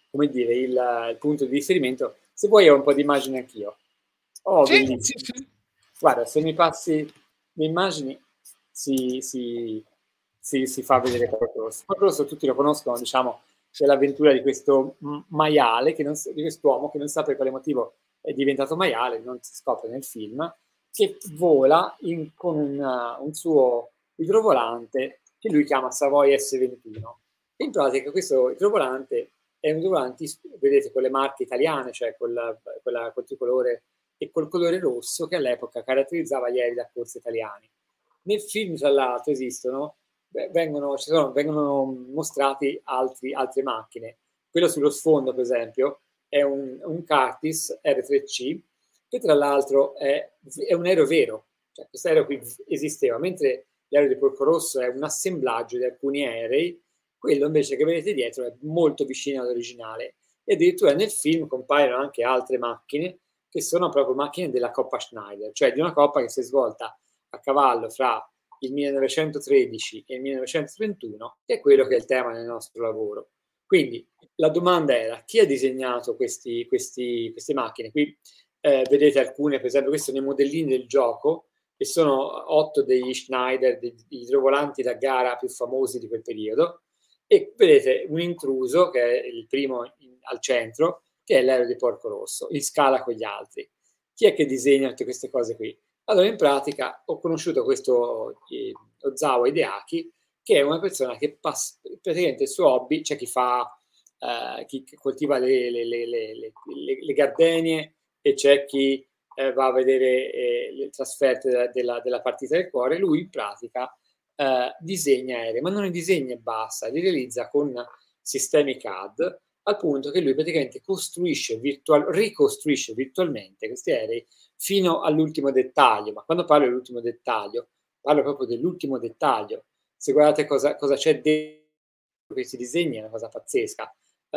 come dire, il, il punto di riferimento. Se vuoi ho un po' di immagini anch'io. Oh, Sì, bellissimo. sì, sì. Guarda, se mi passi le immagini si, si, si, si fa vedere Porco Rosso. Porco Rosso tutti lo conoscono, diciamo, c'è l'avventura di questo maiale, che non, di quest'uomo che non sa per quale motivo è diventato maiale, non si scopre nel film, che vola in, con una, un suo idrovolante che lui chiama Savoy S ventuno. E in pratica questo idrovolante è un idrovolante, vedete, con le marche italiane, cioè col, quella, col tricolore e col colore rosso che all'epoca caratterizzava gli aerei da corsa italiani. Nel film, tra l'altro, esistono, vengono, ci sono, vengono mostrati altri, altre macchine. Quello sullo sfondo, per esempio, è un, un Curtiss R tre C, che tra l'altro è, è un aereo vero, cioè questo aereo qui esisteva, mentre l'aereo di Porco Rosso è un assemblaggio di alcuni aerei, quello invece che vedete dietro è molto vicino all'originale. E addirittura nel film compaiono anche altre macchine, che sono proprio macchine della Coppa Schneider, cioè di una coppa che si è svolta a cavallo fra il millenovecentotredici e il millenovecentotrentuno, che è quello che è il tema del nostro lavoro. Quindi la domanda era: chi ha disegnato questi, questi, queste macchine? Qui eh, vedete alcune, per esempio, questi sono i modellini del gioco, e sono otto degli Schneider, degli idrovolanti da gara più famosi di quel periodo, e vedete un intruso, che è il primo in, al centro, che è l'aereo di Porco Rosso, in scala con gli altri. Chi è che disegna tutte queste cose qui? Allora, in pratica, ho conosciuto questo eh, Ozawa Hideaki, che è una persona che passa, praticamente il suo hobby, c'è chi fa, eh, chi coltiva le, le, le, le, le, le gardenie, e c'è chi eh, va a vedere eh, le trasferte della, della, della partita del cuore. Lui, in pratica, eh, disegna aerei, ma non li disegna e basta, li realizza con sistemi C A D, al punto che lui praticamente costruisce virtual, ricostruisce virtualmente questi aerei fino all'ultimo dettaglio. Ma quando parlo dell'ultimo dettaglio, parlo proprio dell'ultimo dettaglio. Se guardate cosa, cosa c'è dentro questi disegni, è una cosa pazzesca.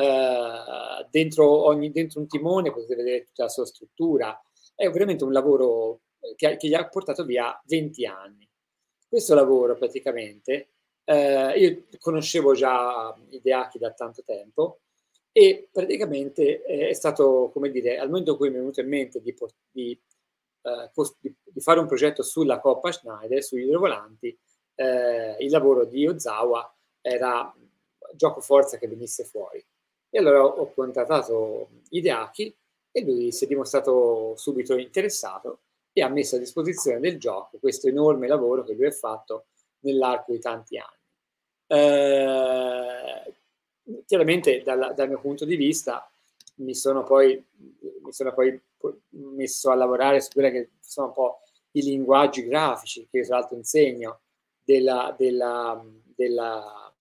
Uh, dentro, ogni, dentro un timone potete vedere tutta la sua struttura. È veramente un lavoro che, che gli ha portato via venti anni. Questo lavoro praticamente, uh, io conoscevo già Hideaki da tanto tempo, e praticamente è stato, come dire, al momento in cui mi è venuto in mente di, di, uh, di, di fare un progetto sulla Coppa Schneider, sugli idrovolanti, uh, il lavoro di Ozawa era gioco forza che venisse fuori. E allora ho contattato Hideaki, e lui si è dimostrato subito interessato e ha messo a disposizione del gioco questo enorme lavoro che lui ha fatto nell'arco di tanti anni. Eh, chiaramente dal, dal mio punto di vista mi sono poi, mi sono poi messo a lavorare su quelli che sono un po' i linguaggi grafici, che io tra l'altro insegno, della, della, della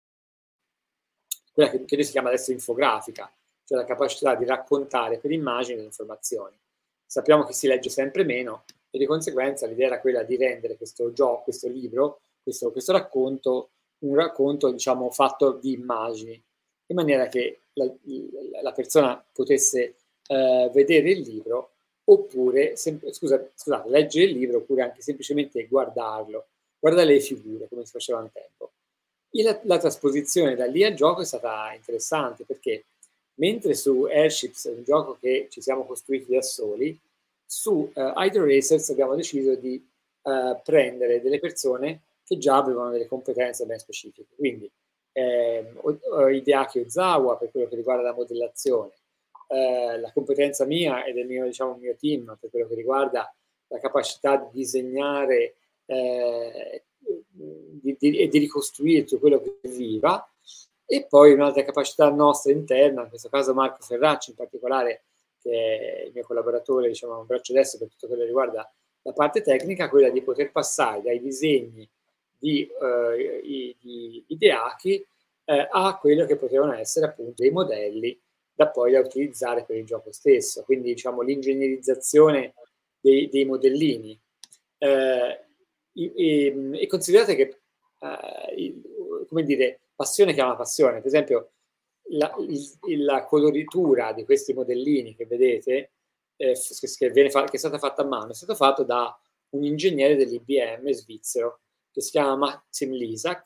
quella che, che si chiama adesso infografica, cioè la capacità di raccontare per immagini le informazioni. Sappiamo che si legge sempre meno, e di conseguenza l'idea era quella di rendere questo gioco, questo libro, questo, questo racconto, un racconto, diciamo, fatto di immagini, in maniera che la, la persona potesse eh, vedere il libro, oppure, sem- scusa, scusate, leggere il libro, oppure anche semplicemente guardarlo, guardare le figure, come si faceva un tempo. La, la trasposizione da lì al gioco è stata interessante, perché mentre su Airships è un gioco che ci siamo costruiti da soli, su uh, Hydro Racers abbiamo deciso di uh, prendere delle persone che già avevano delle competenze ben specifiche. Quindi eh, Hideaki Ozawa per quello che riguarda la modellazione, eh, la competenza mia e del mio, diciamo, mio team per quello che riguarda la capacità di disegnare eh, di, di, e di ricostruire tutto quello che viva, e poi un'altra capacità nostra interna, in questo caso Marco Ferracci in particolare, che è il mio collaboratore, diciamo un braccio destro per tutto quello che riguarda la parte tecnica, quella di poter passare dai disegni di, eh, di Hideaki eh, a quello che potevano essere appunto dei modelli da poi da utilizzare per il gioco stesso, quindi diciamo l'ingegnerizzazione dei, dei modellini. Eh, e, e considerate che eh, come dire, passione chiama passione. Per esempio la, il, la coloritura di questi modellini che vedete eh, che, viene fa- che è stata fatta a mano, è stato fatto da un ingegnere dell'I B M svizzero che si chiama Maxim Lisak,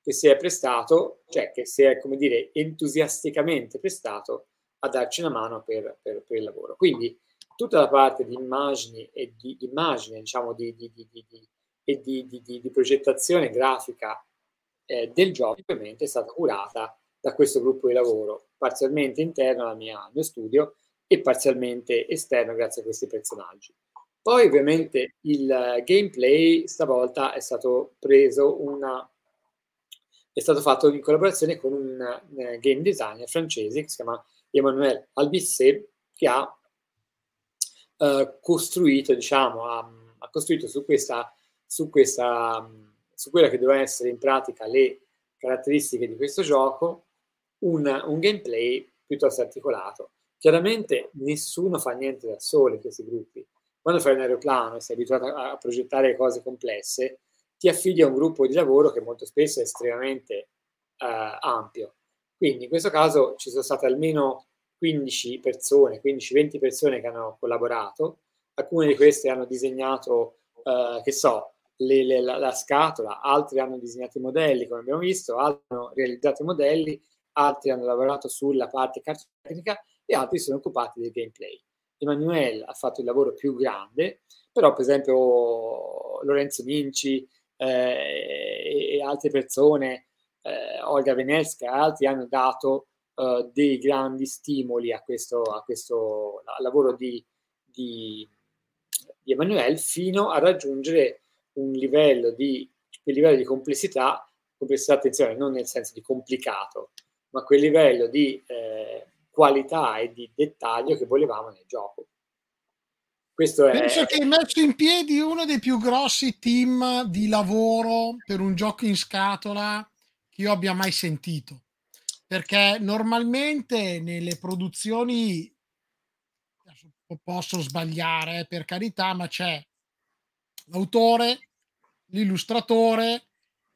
che si è prestato, cioè che si è, come dire, entusiasticamente prestato a darci una mano per, per, per il lavoro. Quindi tutta la parte di immagini e di, di immagine, diciamo, di, di, di, di, di, e di, di, di, di progettazione grafica eh, del gioco, ovviamente è stata curata da questo gruppo di lavoro, parzialmente interno alla mia, al mio studio e parzialmente esterno grazie a questi personaggi. Poi ovviamente il gameplay stavolta è stato preso una è stato fatto in collaborazione con un uh, game designer francese che si chiama Emmanuel Albisset, che ha uh, costruito, diciamo, ha, ha costruito su questa, su questa, um, su quella che doveva essere in pratica le caratteristiche di questo gioco, un, un gameplay piuttosto articolato. Chiaramente nessuno fa niente da solo in questi gruppi. Quando fai un aeroplano e sei abituato a, a progettare cose complesse, ti affidi a un gruppo di lavoro che molto spesso è estremamente eh, ampio. Quindi in questo caso ci sono state almeno quindici persone, quindici venti persone che hanno collaborato, alcune di queste hanno disegnato, eh, che so, le, le, la, la scatola, altri hanno disegnato i modelli, come abbiamo visto, altri hanno realizzato i modelli, altri hanno lavorato sulla parte cartocratica e altri si sono occupati del gameplay. Emanuele ha fatto il lavoro più grande, però per esempio Lorenzo Minci eh, e, e altre persone, eh, Olga Venesca e altri hanno dato eh, dei grandi stimoli a questo, a questo al lavoro di, di, di Emanuele fino a raggiungere un livello di, quel livello di complessità, complessità, attenzione, non nel senso di complicato, ma quel livello di eh, qualità e di dettaglio che volevamo nel gioco. Questo è... Penso che hai messo in piedi uno dei più grossi team di lavoro per un gioco in scatola che io abbia mai sentito, perché normalmente nelle produzioni, posso sbagliare eh, per carità, ma c'è l'autore, l'illustratore,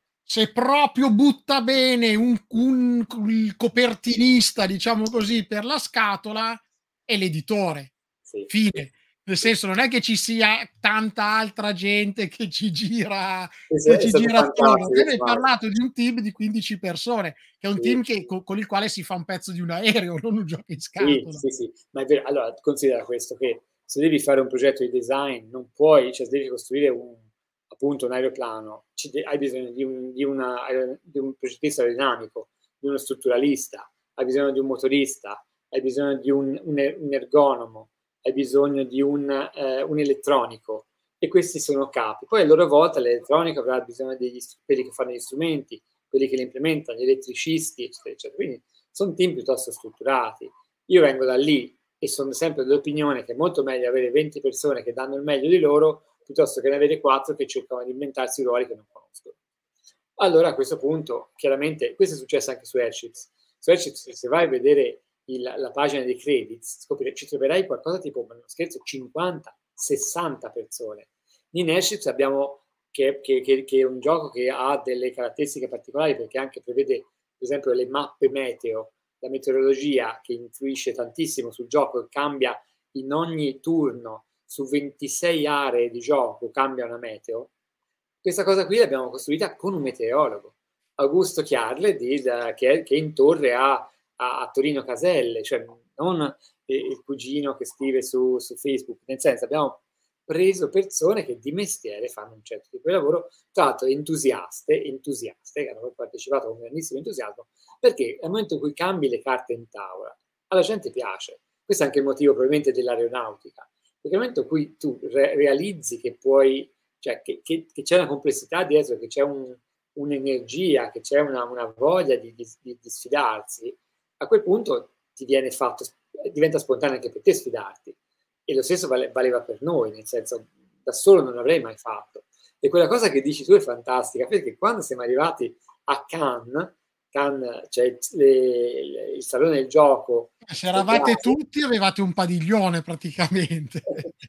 se proprio butta bene un, un, il copertinista, diciamo così, per la scatola, è l'editore. Sì, fine. Sì. Nel senso, non è che ci sia tanta altra gente che ci gira, Questo che è ci stato gira attorno. Te fantastico, mi hai ma- parlato di un team di quindici persone, che è un Sì. team che, con, con il quale si fa un pezzo di un aereo, non un gioco in Sì, scatola. sì, sì, ma è vero. Allora, considera questo, che se devi fare un progetto di design, non puoi, cioè se devi costruire un, appunto un aeroplano, ci de- hai bisogno di un, di, una, di un progettista aerodinamico, di uno strutturalista, hai bisogno di un motorista, hai bisogno di un, un, er- un ergonomo, hai bisogno di un, eh, un elettronico, e questi sono capi. Poi a loro volta l'elettronica avrà bisogno degli str- quelli che fanno gli strumenti, quelli che li implementano, gli elettricisti, eccetera, eccetera. Quindi sono team piuttosto strutturati. Io vengo da lì e sono sempre dell'opinione che è molto meglio avere venti persone che danno il meglio di loro piuttosto che ne avere quattro che cercano di inventarsi ruoli che non conoscono. Allora a questo punto, chiaramente, questo è successo anche su Airships. Su Airships, se vai a vedere il, la pagina dei credits, scopri, ci troverai qualcosa tipo, non scherzo, cinquanta sessanta persone. In Airships abbiamo, che, che, che, che è un gioco che ha delle caratteristiche particolari perché anche prevede, per esempio, le mappe meteo, la meteorologia che influisce tantissimo sul gioco e cambia in ogni turno su ventisei aree di gioco, cambia una meteo. Questa cosa qui l'abbiamo costruita con un meteorologo, Augusto Chiarle, di, da, che, è, che è in torre a, a, a Torino Caselle, cioè non il cugino che scrive su, su Facebook, nel senso abbiamo preso persone che di mestiere fanno un certo tipo di lavoro, tra l'altro entusiaste, entusiaste, che hanno partecipato con grandissimo entusiasmo, perché nel momento in cui cambi le carte in tavola, alla gente piace. Questo è anche il motivo probabilmente dell'aeronautica, perché nel momento in cui tu re- realizzi che puoi, cioè che, che, che c'è una complessità dietro, che c'è un, un'energia, che c'è una, una voglia di, di, di sfidarsi, a quel punto ti viene fatto, diventa spontaneo anche per te sfidarti. E lo stesso vale, valeva per noi, nel senso, da solo non l'avrei mai fatto. E quella cosa che dici tu è fantastica, perché quando siamo arrivati a Cannes, Cannes, cioè le, le, il salone del gioco... Se eravate tutti, avevate un padiglione praticamente.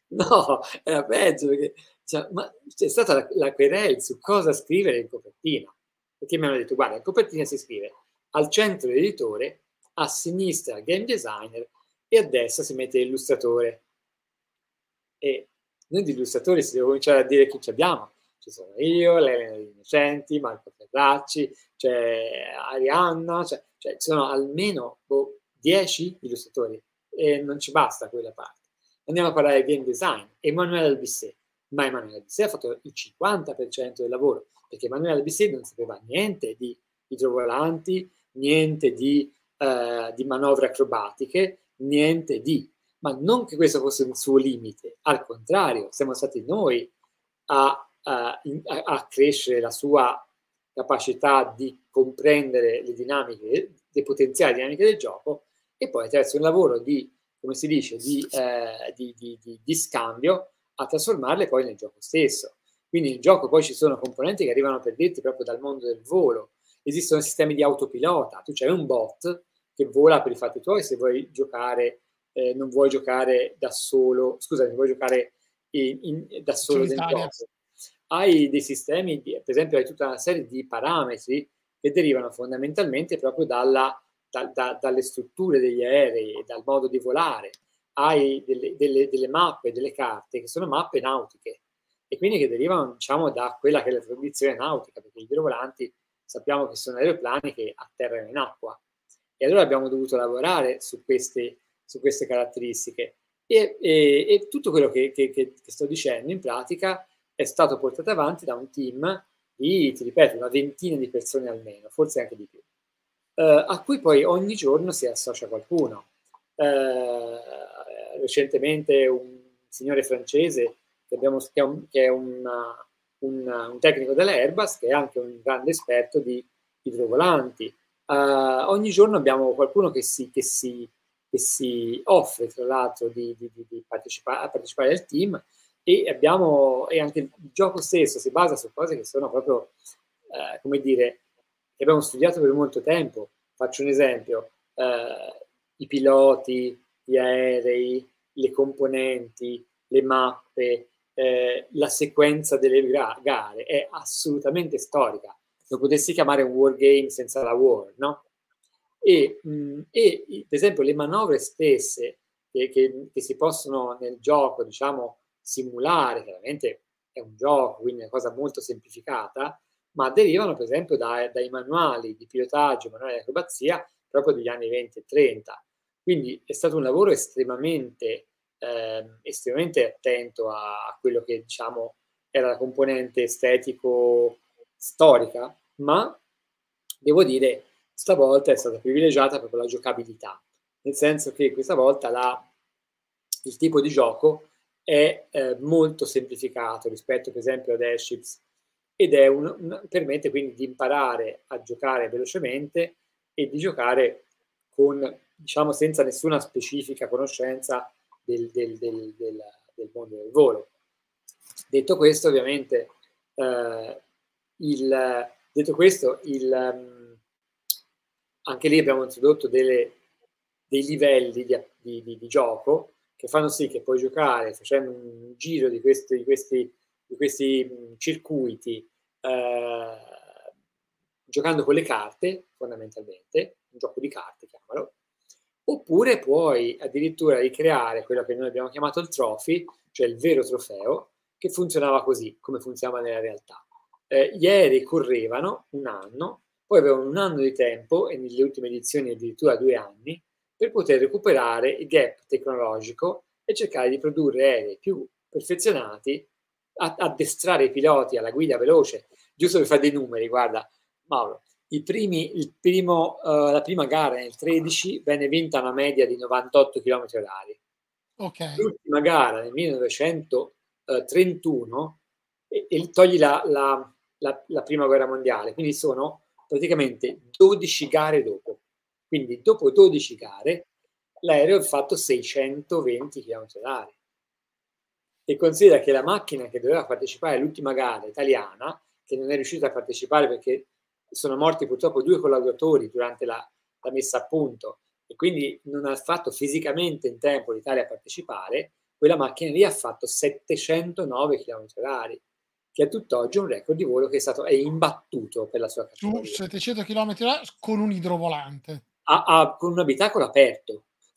No, era peggio, perché cioè, ma c'è stata la, la querela su cosa scrivere in copertina. Perché mi hanno detto, guarda, in copertina si scrive al centro l'editore, a sinistra il game designer e a destra si mette l'illustratore. E noi di illustratori si deve cominciare a dire chi ci abbiamo. Ci sono io, l'Elena Di Innocenti, Marco Ferracci, c'è Arianna, cioè, cioè ci sono almeno boh, dieci illustratori e non ci basta quella parte. Andiamo a parlare di game design. Emanuele Albisset, ma Emanuele Albisset ha fatto il cinquanta per cento del lavoro, perché Emanuele Albisset non sapeva niente di idrovolanti, niente di, eh, di manovre acrobatiche, niente di... Ma non che questo fosse un suo limite, al contrario, siamo stati noi a A, a crescere la sua capacità di comprendere le dinamiche, le potenziali dinamiche del gioco, e poi attraverso un lavoro di, come si dice, di, eh, di, di, di, di scambio, a trasformarle poi nel gioco stesso. Quindi nel gioco poi ci sono componenti che arrivano, per dirti, proprio dal mondo del volo. Esistono sistemi di autopilota, tu c'hai un bot che vola per i fatti tuoi se vuoi giocare, eh, non vuoi giocare da solo, scusa, non vuoi giocare in, in, da solo nel gioco. Hai dei sistemi, di, per esempio hai tutta una serie di parametri che derivano fondamentalmente proprio dalla, da, da, dalle strutture degli aerei, dal modo di volare. Hai delle, delle, delle mappe, delle carte che sono mappe nautiche e quindi che derivano, diciamo, da quella che è la tradizione nautica, perché gli idrovolanti sappiamo che sono aeroplani che atterrano in acqua. E allora abbiamo dovuto lavorare su queste, su queste caratteristiche. E, e, e tutto quello che, che, che sto dicendo in pratica è stato portato avanti da un team di, ti ripeto, una ventina di persone almeno, forse anche di più, eh, a cui poi ogni giorno si associa qualcuno. Eh, recentemente un signore francese che, abbiamo, che è, un, che è una, un, un tecnico dell'Airbus, che è anche un grande esperto di idrovolanti. Eh, ogni giorno abbiamo qualcuno che si, che si, che si offre, tra l'altro, di, di, di, di partecipa- a partecipare al team. E abbiamo, e anche il gioco stesso si basa su cose che sono proprio, eh, come dire, che abbiamo studiato per molto tempo. Faccio un esempio, eh, i piloti, gli aerei, le componenti, le mappe, eh, la sequenza delle gra- gare è assolutamente storica. Lo potessi chiamare un wargame senza la war, no? E, mh, e per esempio le manovre stesse che, che, che si possono nel gioco, diciamo, simulare, chiaramente è un gioco, quindi è una cosa molto semplificata, ma derivano per esempio da, dai manuali di pilotaggio, manuali di acrobazia proprio degli anni venti e trenta. Quindi è stato un lavoro estremamente, eh, estremamente attento a, a quello che, diciamo, era la componente estetico-storica, ma devo dire, stavolta è stata privilegiata proprio la giocabilità, nel senso che questa volta la, il tipo di gioco è eh, molto semplificato rispetto per esempio ad Airships ed è un, un, permette quindi di imparare a giocare velocemente e di giocare con, diciamo, senza nessuna specifica conoscenza del, del, del, del, del mondo del volo. Detto questo, ovviamente, eh, il, detto questo, il, um, anche lì abbiamo introdotto delle, dei livelli di, di, di, di gioco che fanno sì che puoi giocare facendo un giro di questi, di questi, di questi mh, circuiti, eh, giocando con le carte, fondamentalmente, un gioco di carte, chiamalo, oppure puoi addirittura ricreare quello che noi abbiamo chiamato il trophy, cioè il vero trofeo, che funzionava così, come funzionava nella realtà. Eh, gli aerei correvano un anno, poi avevano un anno di tempo, e nelle ultime edizioni addirittura due anni, per poter recuperare il gap tecnologico e cercare di produrre aerei più perfezionati, addestrare i piloti alla guida veloce. Giusto per fare dei numeri, guarda, Mauro, i primi, il primo, uh, la prima gara nel tredici venne vinta a una media di novantotto chilometri orari. Okay. L'ultima gara nel millenovecentotrentuno, e, e togli la, la, la, la prima guerra mondiale, quindi sono praticamente dodici gare dopo. Quindi dopo dodici gare l'aereo ha fatto seicentoventi chilometri orari. E considera che la macchina che doveva partecipare all'ultima gara italiana, che non è riuscita a partecipare perché sono morti purtroppo due collaboratori durante la, la messa a punto e quindi non ha fatto fisicamente in tempo l'Italia a partecipare, quella macchina lì ha fatto settecentonove chilometri orari, che è tutt'oggi un record di volo che è stato è imbattuto per la sua categoria. Su settecento chilometri orari con un idrovolante. A, a, con un abitacolo aperto.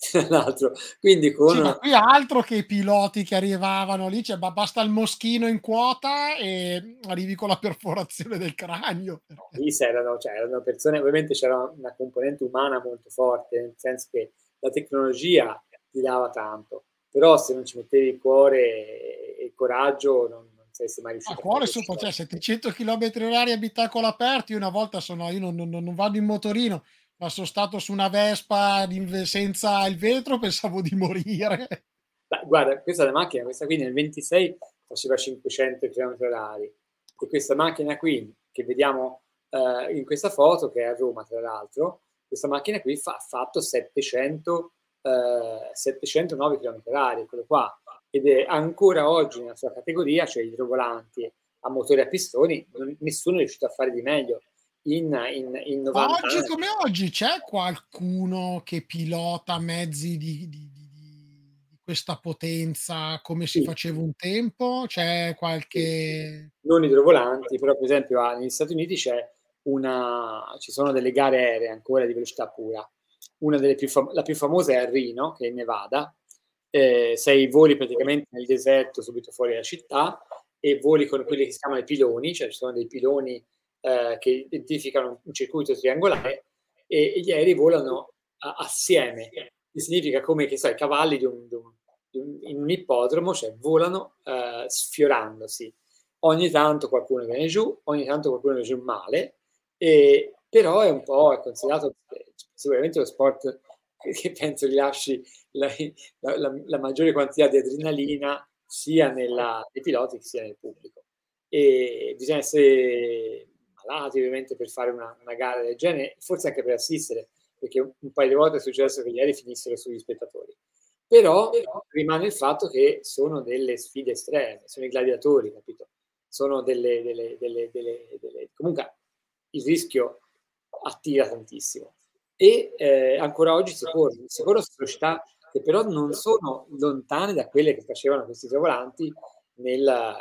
tra l'altro. Quindi con... Sì, ma qui altro che i piloti che arrivavano lì, cioè, ba- basta il moschino in quota e arrivi con la perforazione del cranio. Lì erano, cioè, erano persone, ovviamente c'era una componente umana molto forte, nel senso che la tecnologia ti dava tanto, però se non ci mettevi il cuore e il coraggio non, non saresti mai A riuscito a cuore fare sopra, questo. cioè settecento chilometri orari abitacolo aperto. Io una volta sono, io non, non- non vado in motorino, ma sono stato su una Vespa di- senza il vetro, pensavo di morire. Beh, guarda, questa è la macchina, questa qui nel ventisei faceva cinquecento chilometri orari e questa macchina qui che vediamo eh, in questa foto, che è a Roma tra l'altro, questa macchina qui fa, ha fatto settecento, eh, settecentonove chilometri orari, quello qua, ed è ancora oggi nella sua categoria, cioè idrovolanti a motore a pistoni, non- nessuno è riuscito a fare di meglio in, in, in Ma novanta oggi anni. come oggi c'è qualcuno che pilota mezzi di, di- di- di- di questa potenza come si Sì, faceva un tempo? C'è sì, qualche... non idrovolanti, però per esempio ah, negli Stati Uniti c'è una, ci sono delle gare aeree ancora di velocità pura. Una delle più fam- la più famosa è a Reno, che è in Nevada. Eh, sei voli praticamente nel deserto, subito fuori dalla città, e voli con quelli che si chiamano i piloni, cioè ci sono dei piloni eh, che identificano un circuito triangolare e, e gli aerei volano a- assieme. Che significa come che sai, i cavalli di un, di un- di un- in un ippodromo, cioè volano eh, sfiorandosi. Ogni tanto qualcuno viene giù, ogni tanto qualcuno viene giù male, e, però è un po' è considerato eh, sicuramente lo sport che, che penso rilasci la, la, la, la maggiore quantità di adrenalina sia nella, nei piloti che sia nel pubblico. E bisogna essere malati ovviamente per fare una, una gara del genere, forse anche per assistere, perché un, un paio di volte è successo che gli aerei finissero sugli spettatori. Però rimane il fatto che sono delle sfide estreme, sono i gladiatori, capito? Sono delle, delle, delle, delle, delle... comunque il rischio attira tantissimo e eh, ancora oggi si corrono, si corrono su velocità che però non sono lontane da quelle che facevano questi volanti nel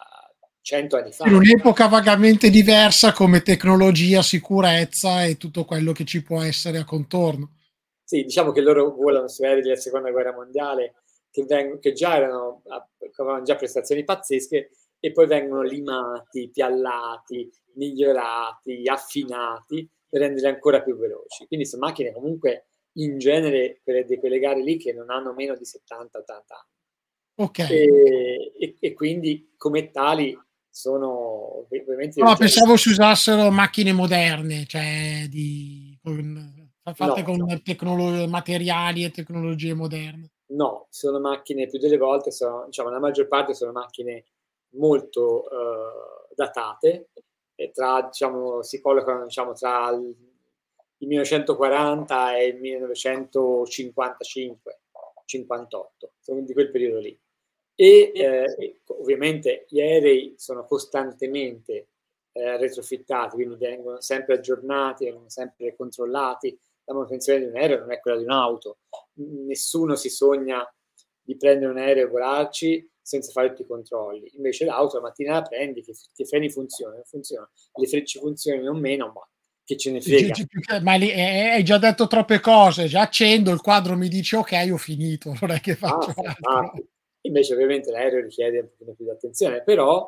cento anni fa. In un'epoca vagamente diversa come tecnologia, sicurezza e tutto quello che ci può essere a contorno. Sì, diciamo che loro volano su aerei della seconda guerra mondiale che, veng- che già erano, avevano già prestazioni pazzesche e poi vengono limati, piallati, migliorati, affinati per renderli ancora più veloci. Quindi sono macchine comunque in genere per di quelle gare lì che non hanno meno di settanta ottanta anni. Ok. E, e, e quindi come tali sono ovviamente No, leggeri. pensavo si usassero macchine moderne, cioè di, con, fatte No, con tecnolo- materiali e tecnologie moderne. no, sono macchine più delle volte, sono, diciamo, la maggior parte sono macchine molto eh, datate, e tra, diciamo, si collocano diciamo, tra il, il millenovecentoquaranta e il millenovecentocinquantacinque cinquantotto, sono di quel periodo lì. E eh, ovviamente gli aerei sono costantemente eh, retrofittati, quindi vengono sempre aggiornati, vengono sempre controllati. La manutenzione di un aereo non è quella di un'auto, nessuno si sogna di prendere un aereo e volarci senza fare tutti i controlli. Invece l'auto la mattina la prendi, che, che freni funzionano, funzionano, le frecce funzionano o meno, ma che ce ne frega. Ma lì eh, hai già detto troppe cose, già accendo il quadro, mi dice ok, ho finito, non è che faccio Ah, altro. invece ovviamente l'aereo richiede un pochino più di attenzione, però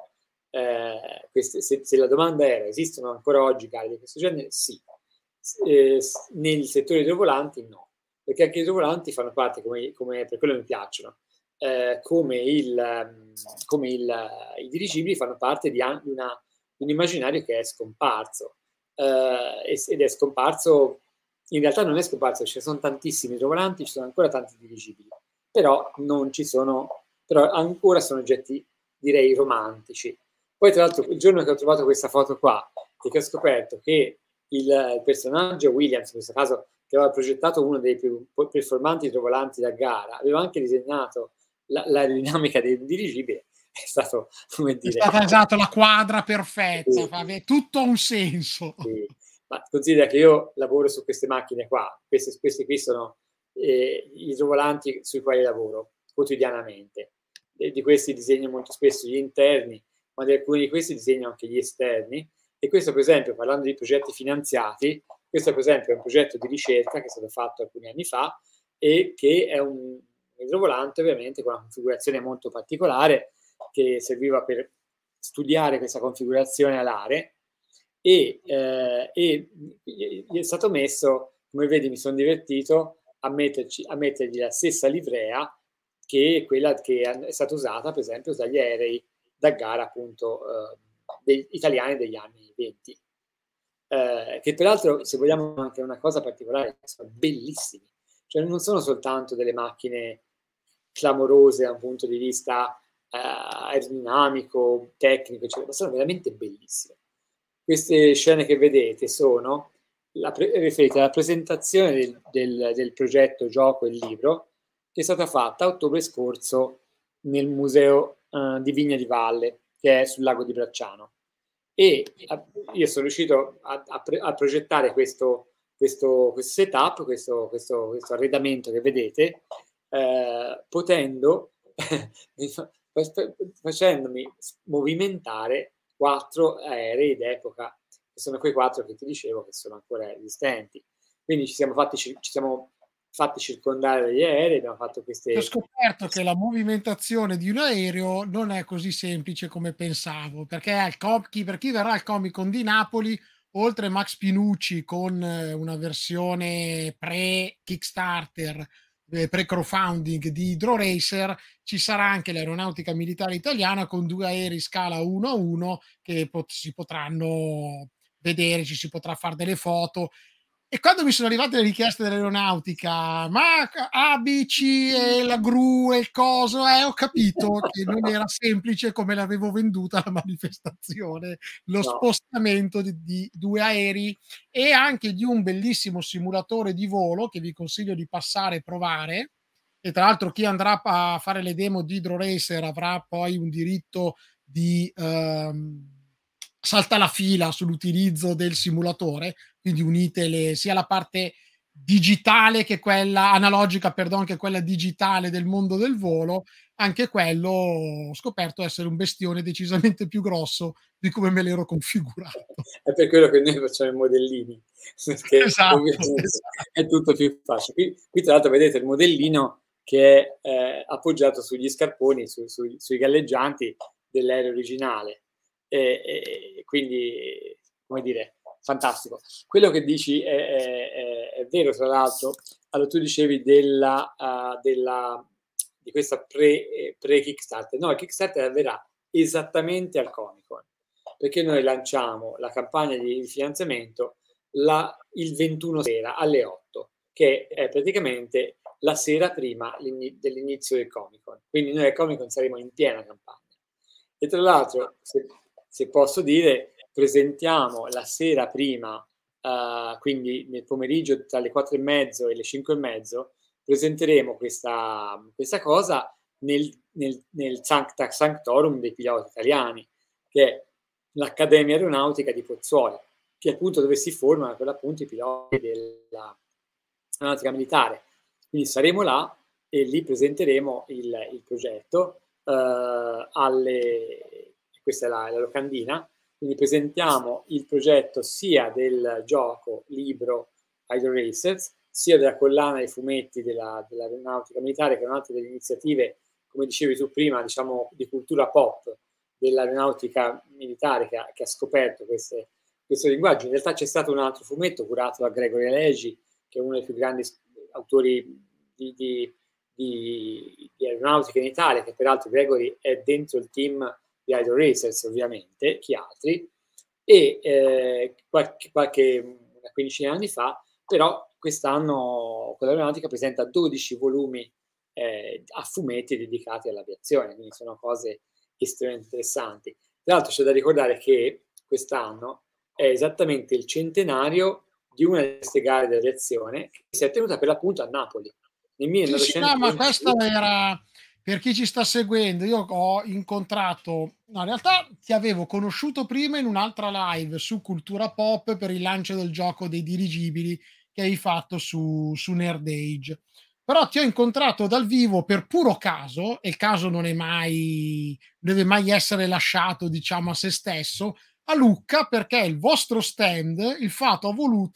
eh, queste, se, se la domanda era esistono ancora oggi gare di questo genere, sì. Eh, nel settore idrovolanti no, perché anche i idrovolanti fanno parte, come, come per quello mi piacciono, eh, come, il, come il, i dirigibili fanno parte di, una, di un immaginario che è scomparso eh, ed è scomparso, in realtà non è scomparso, ci sono tantissimi idrovolanti, ci sono ancora tanti dirigibili, però non ci sono, però ancora sono oggetti direi romantici. Poi tra l'altro il giorno che ho trovato questa foto qua e che ho scoperto che il personaggio Williams, in questo caso che aveva progettato uno dei più performanti idrovolanti da gara, aveva anche disegnato la, l'aerodinamica del dirigibile, è stato come dire... È stata esatto la quadra perfetta, sì, fa tutto un senso. sì. Ma considera che io lavoro su queste macchine qua, queste, questi qui sono eh, gli idrovolanti sui quali lavoro quotidianamente. E di questi disegno molto spesso gli interni, ma di alcuni di questi disegno anche gli esterni. E questo, per esempio, parlando di progetti finanziati, questo per esempio è un progetto di ricerca che è stato fatto alcuni anni fa, e che è un idrovolante ovviamente con una configurazione molto particolare che serviva per studiare questa configurazione alare e, eh, e gli è stato messo, come vedi mi sono divertito a, metterci, a mettergli la stessa livrea che quella che è stata usata per esempio dagli aerei da gara appunto eh, degli italiani degli anni venti, eh, che peraltro se vogliamo anche una cosa particolare sono bellissimi, cioè non sono soltanto delle macchine clamorose da un punto di vista eh, aerodinamico, tecnico, eccetera, ma sono veramente bellissime. Queste scene che vedete sono la pre- riferite alla presentazione del, del, del progetto gioco e libro che è stata fatta a ottobre scorso nel museo uh, di Vigna di Valle, che è sul lago di Bracciano. E a, io sono riuscito a, a, pre- a progettare questo, questo, questo setup, questo, questo, questo arredamento che vedete, eh, potendo, facendomi movimentare quattro aerei d'epoca, che sono quei quattro che ti dicevo che sono ancora esistenti. Quindi ci siamo fatti, ci siamo fatti circondare dagli aerei, abbiamo fatto queste... Ho scoperto che la movimentazione di un aereo non è così semplice come pensavo, perché al com- chi, per chi verrà al Comic Con di Napoli, oltre Max Pinucci con una versione pre-Kickstarter, eh, pre-crowdfunding di Hydro Racer, ci sarà anche l'aeronautica militare italiana con due aerei scala uno a uno che pot- si potranno vedere, ci si potrà fare delle foto. E quando mi sono arrivate le richieste dell'aeronautica, ma A, B, C e la gru e il coso, eh, ho capito che non era semplice come l'avevo venduta la manifestazione, lo No. spostamento di, di due aerei e anche di un bellissimo simulatore di volo che vi consiglio di passare e provare. E tra l'altro chi andrà a fare le demo di Hydro Racer avrà poi un diritto di ehm, salta la fila sull'utilizzo del simulatore, quindi unite le, sia la parte digitale che quella analogica, perdon, che quella digitale del mondo del volo. Anche quello ho scoperto essere un bestione decisamente più grosso di come me l'ero configurato. È per quello che noi facciamo i modellini, perché Esatto, ovviamente esatto. è tutto più facile. Qui, qui tra l'altro vedete il modellino che è eh, appoggiato sugli scarponi, su, su, sui galleggianti dell'aereo originale. E, e quindi, come dire, fantastico. Quello che dici è, è, è, è vero, tra l'altro. Allora, tu dicevi della, uh, della, di questa pre, pre-Kickstarter. No, il Kickstarter avverrà esattamente al Comic-Con, perché noi lanciamo la campagna di finanziamento la, il ventuno sera alle otto, che è praticamente la sera prima dell'inizio del Comic-Con. Quindi noi al Comic-Con saremo in piena campagna. E tra l'altro, se, se posso dire, presentiamo la sera prima, uh, quindi nel pomeriggio tra le quattro e mezzo e le cinque e mezzo, presenteremo questa, questa cosa nel, nel, nel Sancta Sanctorum dei piloti italiani, che è l'Accademia Aeronautica di Pozzuoli, che è appunto dove si formano per l'appunto i piloti dell'aeronautica militare. Quindi saremo là e lì presenteremo il, il progetto. Uh, alle, questa è la, la locandina, quindi presentiamo il progetto sia del gioco libro Hydro Racers, sia della collana dei fumetti della, dell'aeronautica militare, che è un'altra delle iniziative, come dicevi tu prima, diciamo di cultura pop dell'aeronautica militare che ha, che ha scoperto queste, questo linguaggio. In realtà c'è stato un altro fumetto curato da Gregory Alegi, che è uno dei più grandi autori di, di Di, di aeronautica in Italia, che peraltro Gregory è dentro il team di Hydro Racers, ovviamente, chi altri, e eh, qualche, qualche una quindicina di anni fa, però quest'anno quell'aeronautica presenta dodici volumi eh, a fumetti dedicati all'aviazione, quindi sono cose estremamente interessanti. Tra l'altro c'è da ricordare che quest'anno è esattamente il centenario di una di queste gare di aviazione che si è tenuta per l'appunto a Napoli. Sì, sì, no, ma questo era per chi ci sta seguendo. Io ho incontrato, no, in realtà ti avevo conosciuto prima in un'altra live su Cultura Pop per il lancio del gioco dei dirigibili che hai fatto su, su Nerd Age. Però ti ho incontrato dal vivo per puro caso, e il caso non è mai, deve mai essere lasciato, diciamo, a se stesso, a Lucca, perché il vostro stand, il Fato ha voluto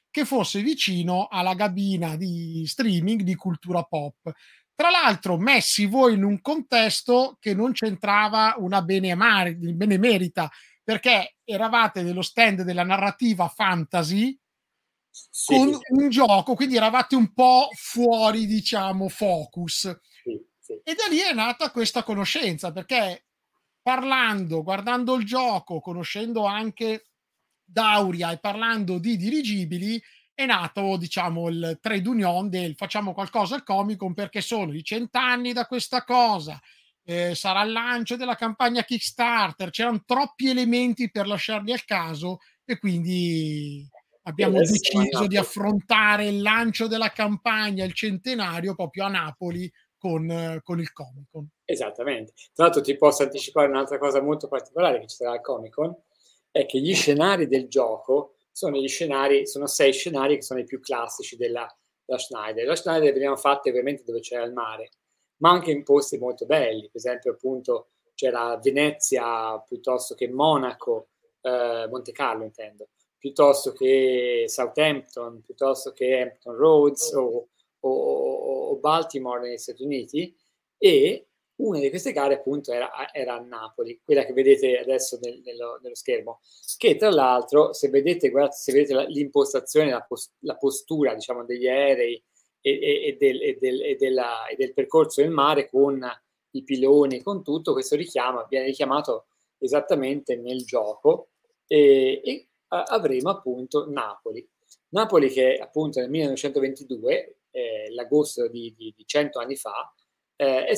che fosse vicino alla cabina di streaming di Cultura Pop. Tra l'altro messi voi in un contesto che non c'entrava una benemari benemerita, perché eravate nello stand della narrativa fantasy Sì, con sì, un gioco, quindi eravate un po' fuori, diciamo, focus. sì, sì. E da lì è nata questa conoscenza, perché parlando, guardando il gioco, conoscendo anche Dauria e parlando di dirigibili, è nato, diciamo, il trade union del facciamo qualcosa al Comic Con perché sono i cent'anni da questa cosa, eh, sarà il lancio della campagna Kickstarter, c'erano troppi elementi per lasciarli al caso e quindi E abbiamo adesso siamo a deciso di Napoli. affrontare il lancio della campagna, il centenario, proprio a Napoli con, con il Comic Con. Esattamente. Tra l'altro ti posso anticipare un'altra cosa molto particolare che ci sarà al Comic Con, è che gli scenari del gioco sono gli scenari, sono sei scenari che sono i più classici della, della Schneider. La Schneider le abbiamo fatte ovviamente dove c'era il mare, ma anche in posti molto belli, per esempio appunto c'era Venezia piuttosto che Monaco, eh, Monte Carlo intendo, piuttosto che Southampton, piuttosto che Hampton Roads o, o, o Baltimore negli Stati Uniti, e una di queste gare appunto era, era a Napoli, quella che vedete adesso nel, nello, nello schermo, che tra l'altro se vedete, guardate, se vedete la, l'impostazione, la, post, la postura diciamo degli aerei e, e, e, del, e, del, e, della, e del percorso del mare con i piloni, con tutto questo richiama, viene richiamato esattamente nel gioco e, e avremo appunto Napoli. Napoli che appunto nel millenovecentoventidue, eh, l'agosto di, di, di cento anni fa, eh,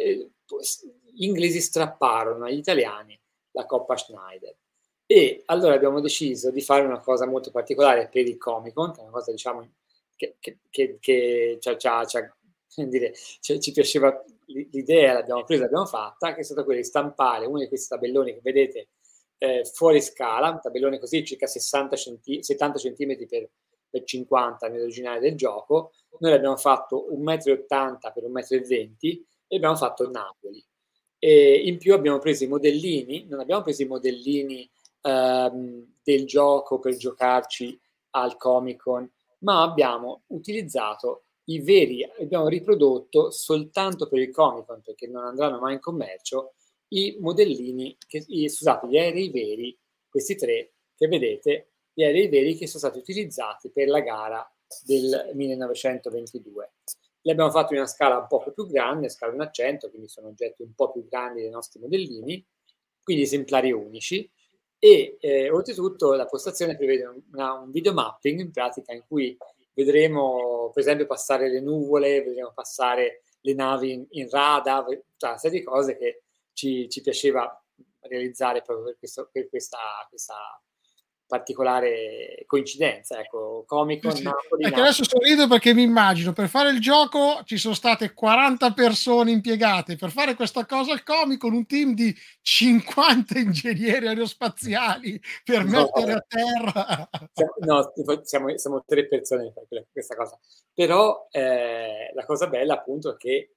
gli inglesi strapparono agli italiani la Coppa Schneider. E allora abbiamo deciso di fare una cosa molto particolare per il Comic Con, che è una cosa diciamo che, che, che, che c'ha, c'ha, c'ha, dire, ci piaceva l'idea, l'abbiamo presa, l'abbiamo fatta, che è stata quella di stampare uno di questi tabelloni che vedete eh, fuori scala, un tabellone così circa sessanta centi- settanta centimetri per, per cinquanta nell'originale del gioco. Noi l'abbiamo fatto un metro e ottanta per un metro e venti e abbiamo fatto Napoli. E in più abbiamo preso i modellini, non abbiamo preso i modellini ehm, del gioco per giocarci al Comic Con, ma abbiamo utilizzato i veri, abbiamo riprodotto soltanto per il Comic Con, perché non andranno mai in commercio, i modellini, che, i, scusate, gli aerei veri, questi tre che vedete, gli aerei veri che sono stati utilizzati per la gara del millenovecentoventidue. Li abbiamo fatti in una scala un po' più grande, scala uno a cento, quindi sono oggetti un po' più grandi dei nostri modellini, quindi esemplari unici, e eh, oltretutto la postazione prevede una, un video mapping in pratica in cui vedremo per esempio passare le nuvole, vedremo passare le navi in, in radar, tutta una serie di cose che ci, ci piaceva realizzare proprio per, questo, per questa, questa particolare coincidenza, ecco, Comic Con, Sì, sì. Napoli, Ecco, Napoli. adesso sorrido perché mi immagino, per fare il gioco ci sono state quaranta persone impiegate, per fare questa cosa al Comic Con un team di cinquanta ingegneri aerospaziali per No, mettere a terra. siamo, no, siamo, siamo tre persone per questa cosa, però eh, la cosa bella appunto è che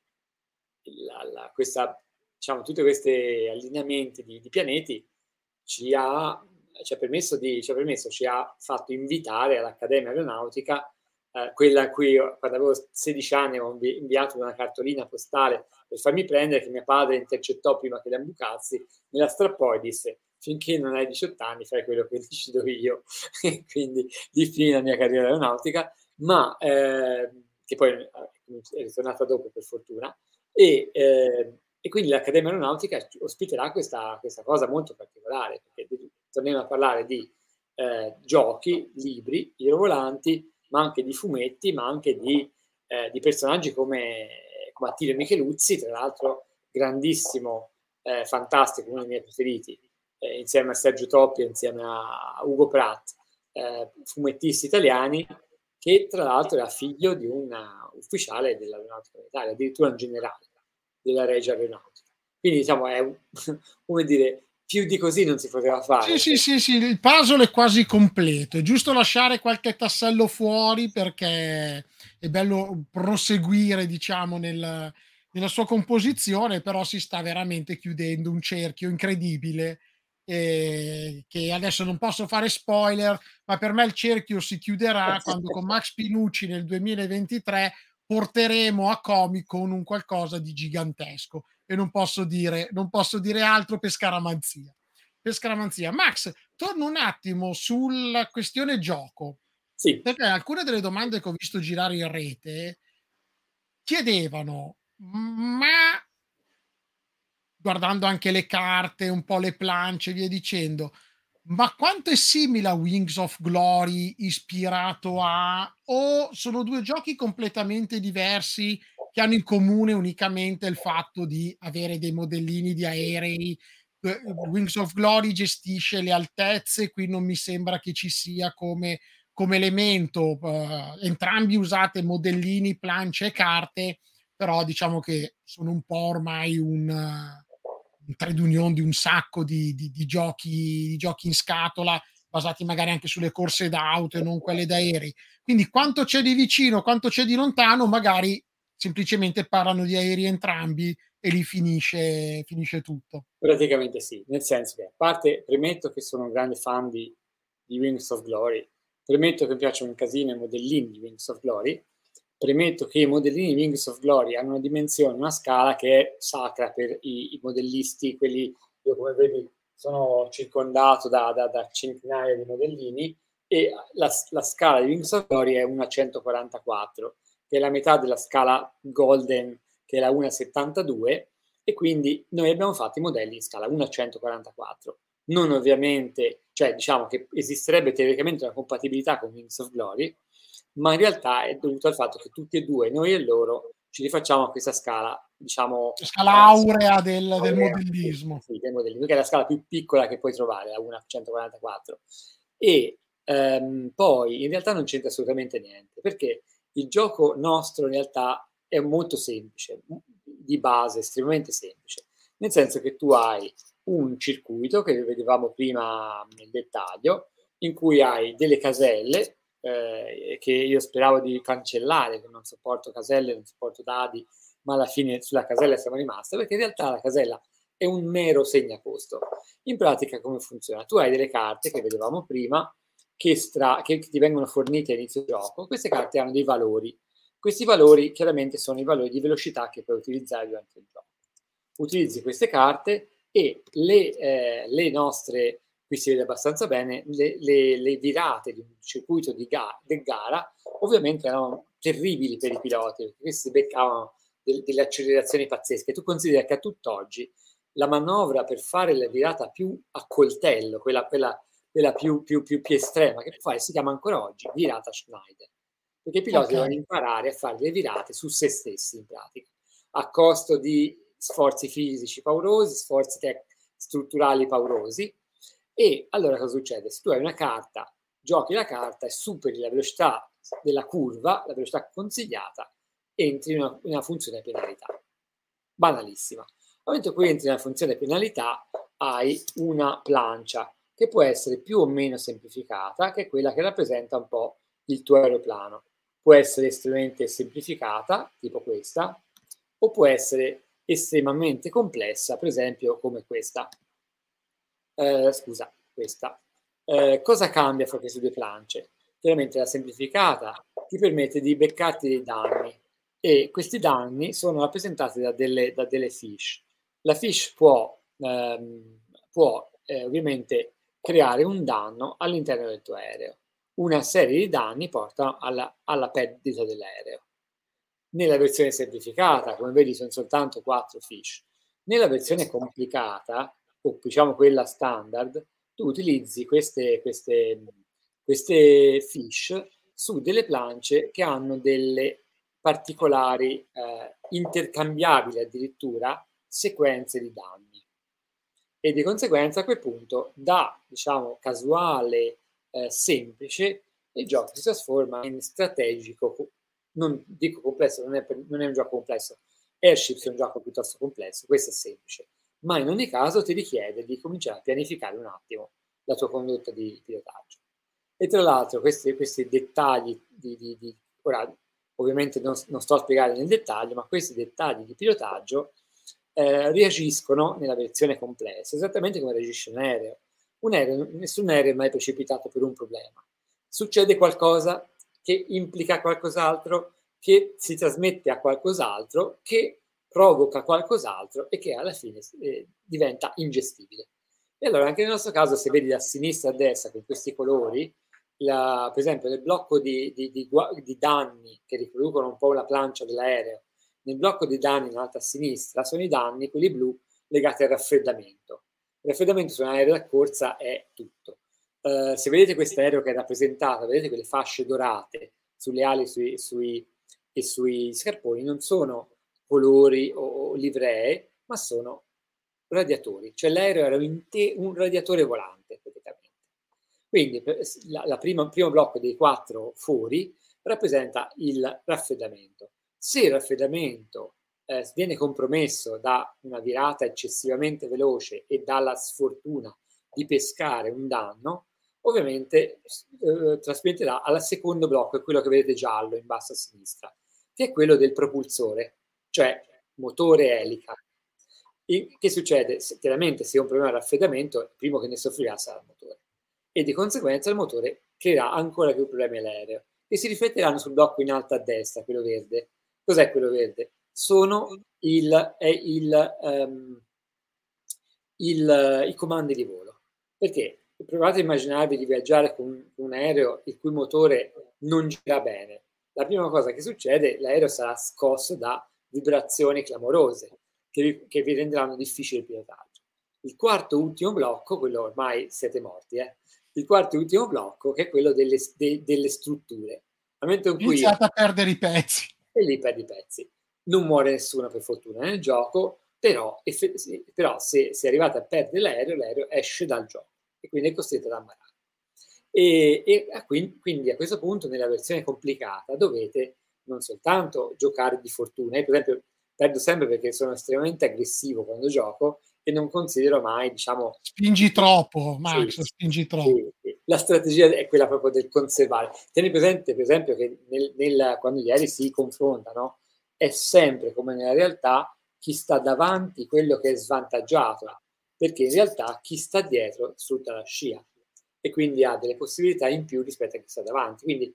la, la, questa, diciamo, tutti questi allineamenti di, di pianeti ci ha, ci ha permesso di, ci ha permesso, ci ha fatto invitare all'Accademia Aeronautica, eh, quella a cui io, quando avevo sedici anni ho inviato una cartolina postale per farmi prendere, che mio padre intercettò prima che la imbucassi, me la strappò e disse: finché non hai diciotto anni fai quello che decido io. E quindi di finire la mia carriera aeronautica, ma eh, che poi è ritornata dopo per fortuna. E, eh, e quindi l'Accademia Aeronautica ospiterà questa, questa cosa molto particolare, perché torniamo a parlare di eh, giochi, libri, idrovolanti, ma anche di fumetti, ma anche di, eh, di personaggi come, come Attilio Micheluzzi, tra l'altro grandissimo, eh, fantastico, uno dei miei preferiti, eh, insieme a Sergio Toppi, insieme a Ugo Pratt, eh, fumettisti italiani, che tra l'altro era figlio di un ufficiale dell'aeronautica militare, addirittura un generale della Regia Aeronautica. Quindi diciamo è un, come dire, più di così non si poteva fare. Sì, sì, sì, sì, il puzzle è quasi completo, è giusto lasciare qualche tassello fuori perché è bello proseguire, diciamo, nel, nella sua composizione, però si sta veramente chiudendo un cerchio incredibile eh, che adesso non posso fare spoiler, ma per me il cerchio si chiuderà quando con Max Pinucci nel duemilaventitré porteremo a Comic Con un qualcosa di gigantesco, e non posso dire, non posso dire altro per scaramanzia. Per scaramanzia. Max, torno un attimo sulla questione gioco, Sì. perché alcune delle domande che ho visto girare in rete chiedevano, ma guardando anche le carte, un po' le planche e via dicendo, ma quanto è simile a Wings of Glory, ispirato a, o sono due giochi completamente diversi che hanno in comune unicamente il fatto di avere dei modellini di aerei? Eh, Wings of Glory gestisce le altezze, qui non mi sembra che ci sia come, come elemento, eh, entrambi usate modellini, planche e carte, però diciamo che sono un po' ormai un, uh, un trade union di un sacco di, di, di, giochi, di giochi in scatola, basati magari anche sulle corse d'auto e non quelle d'aerei. Quindi quanto c'è di vicino, quanto c'è di lontano, magari semplicemente parlano di aerei entrambi e lì finisce, finisce tutto. Praticamente sì, nel senso che, a parte, premetto che sono un grande fan di, di Wings of Glory, premetto che mi piacciono un casino i modellini di Wings of Glory, premetto che i modellini di Wings of Glory hanno una dimensione, una scala che è sacra per i, i modellisti, quelli, io come vedi sono circondato da, da, da centinaia di modellini, e la, la scala di Wings of Glory è uno a centoquarantaquattro, che è la metà della scala Golden, che è la uno a settantadue, e quindi noi abbiamo fatto i modelli in scala uno a centoquarantaquattro. Non ovviamente, cioè diciamo che esisterebbe teoricamente una compatibilità con Wings of Glory, ma in realtà è dovuto al fatto che tutti e due, noi e loro, ci rifacciamo a questa scala, diciamo... Scala aurea del, del modellismo. Sì, del modellismo, che è la scala più piccola che puoi trovare, la uno a centoquarantaquattro. E ehm, poi in realtà non c'entra assolutamente niente, perché il gioco nostro in realtà è molto semplice, di base, estremamente semplice, nel senso che tu hai un circuito che vedevamo prima nel dettaglio, in cui hai delle caselle eh, che io speravo di cancellare, che non sopporto caselle, non sopporto dadi, ma alla fine sulla casella siamo rimasti, perché in realtà la casella è un mero segnacosto. In pratica come funziona? Tu hai delle carte che vedevamo prima, che, stra- che ti vengono fornite all'inizio del gioco. Queste carte hanno dei valori. Questi valori chiaramente sono i valori di velocità che puoi utilizzare durante il gioco. Utilizzi queste carte e le, eh, le nostre, qui si vede abbastanza bene, le, le, le virate di un circuito di, ga- di gara ovviamente erano terribili per i piloti, perché questi si beccavano del, delle accelerazioni pazzesche. Tu consideri che a tutt'oggi la manovra per fare la virata più a coltello, quella, quella, quella più, più, più, più estrema che puoi fare, si chiama ancora oggi virata Schneider, perché i piloti okay. devono imparare a fare le virate su se stessi in pratica, a costo di sforzi fisici paurosi, sforzi tec- strutturali paurosi. E allora cosa succede? Se tu hai una carta, giochi la carta e superi la velocità della curva, la velocità consigliata, entri in una, in una funzione penalità. Banalissima. Nel momento in cui entri nella funzione penalità, hai una plancia che può essere più o meno semplificata, che è quella che rappresenta un po' il tuo aeroplano. Può essere estremamente semplificata, tipo questa, o può essere estremamente complessa, per esempio come questa. Eh, scusa, questa. Eh, cosa cambia fra queste due plance? Chiaramente la semplificata ti permette di beccarti dei danni, e questi danni sono rappresentati da delle, da delle fish. La fish può, ehm, può eh, ovviamente creare un danno all'interno del tuo aereo. Una serie di danni porta alla, alla perdita dell'aereo. Nella versione semplificata, come vedi, sono soltanto quattro fish. Nella versione complicata, o diciamo quella standard, tu utilizzi queste, queste, queste fish su delle planche che hanno delle particolari, eh, intercambiabili addirittura, sequenze di danni. E di conseguenza a quel punto, da diciamo casuale, eh, semplice, il gioco si trasforma in strategico. Non dico complesso, non è, non è un gioco complesso. Airships è un gioco piuttosto complesso, questo è semplice, ma in ogni caso ti richiede di cominciare a pianificare un attimo la tua condotta di pilotaggio. E tra l'altro questi, questi dettagli di, di, di ora ovviamente non, non sto a spiegare nel dettaglio, ma questi dettagli di pilotaggio eh, reagiscono nella versione complessa, esattamente come reagisce un aereo. Un aereo, nessun aereo è mai precipitato per un problema. Succede qualcosa che implica qualcos'altro, che si trasmette a qualcos'altro, che provoca qualcos'altro e che alla fine eh, diventa ingestibile. E allora anche nel nostro caso, se vedi da sinistra a destra con questi colori, la, per esempio nel blocco di, di, di, di danni che riproducono un po' la plancia dell'aereo, nel blocco di danni in alto a sinistra sono i danni, quelli blu, legati al raffreddamento. Il raffreddamento su un aereo da corsa è tutto. Uh, se vedete quest'aereo che è rappresentato, vedete quelle fasce dorate sulle ali sui, sui, e sui scarponi, non sono colori o livree, ma sono radiatori. Cioè l'aereo era un, un radiatore volante, praticamente. Quindi la, la prima, il primo blocco dei quattro fori rappresenta il raffreddamento. Se il raffreddamento eh, viene compromesso da una virata eccessivamente veloce e dalla sfortuna di pescare un danno, ovviamente eh, trasmetterà al secondo blocco, è quello che vedete giallo in basso a sinistra, che è quello del propulsore, cioè motore elica. E che succede? Se, chiaramente se è un problema di raffreddamento, il primo che ne soffrirà sarà il motore. E di conseguenza il motore creerà ancora più problemi all'aereo, che si rifletteranno sul blocco in alto a destra, quello verde. Cos'è quello verde? Sono il, è il, um, il, i comandi di volo. Perché? Provate a immaginarvi di viaggiare con un aereo il cui motore non gira bene. La prima cosa che succede, l'aereo sarà scosso da vibrazioni clamorose che vi, che vi renderanno difficile il pilotaggio. Il quarto ultimo blocco, quello ormai siete morti, eh? Il quarto ultimo blocco che è quello delle, de, delle strutture. Momento in cui iniziate a perdere i pezzi. E lì perdi i pezzi. Non muore nessuno per fortuna nel gioco, però, però se, se arrivate a perdere l'aereo, l'aereo esce dal gioco e quindi è costretto ad ammarrare. E, e quindi, quindi a questo punto nella versione complicata dovete non soltanto giocare di fortuna. Io per esempio perdo sempre perché sono estremamente aggressivo quando gioco e non considero mai, diciamo... Spingi troppo, Max, sì, spingi troppo. Sì, sì. La strategia è quella proprio del conservare. Tieni presente, per esempio, che nel, nel, quando gli aerei si confrontano, è sempre, come nella realtà, chi sta davanti quello che è svantaggiato, perché in realtà chi sta dietro sfrutta la scia e quindi ha delle possibilità in più rispetto a chi sta davanti. Quindi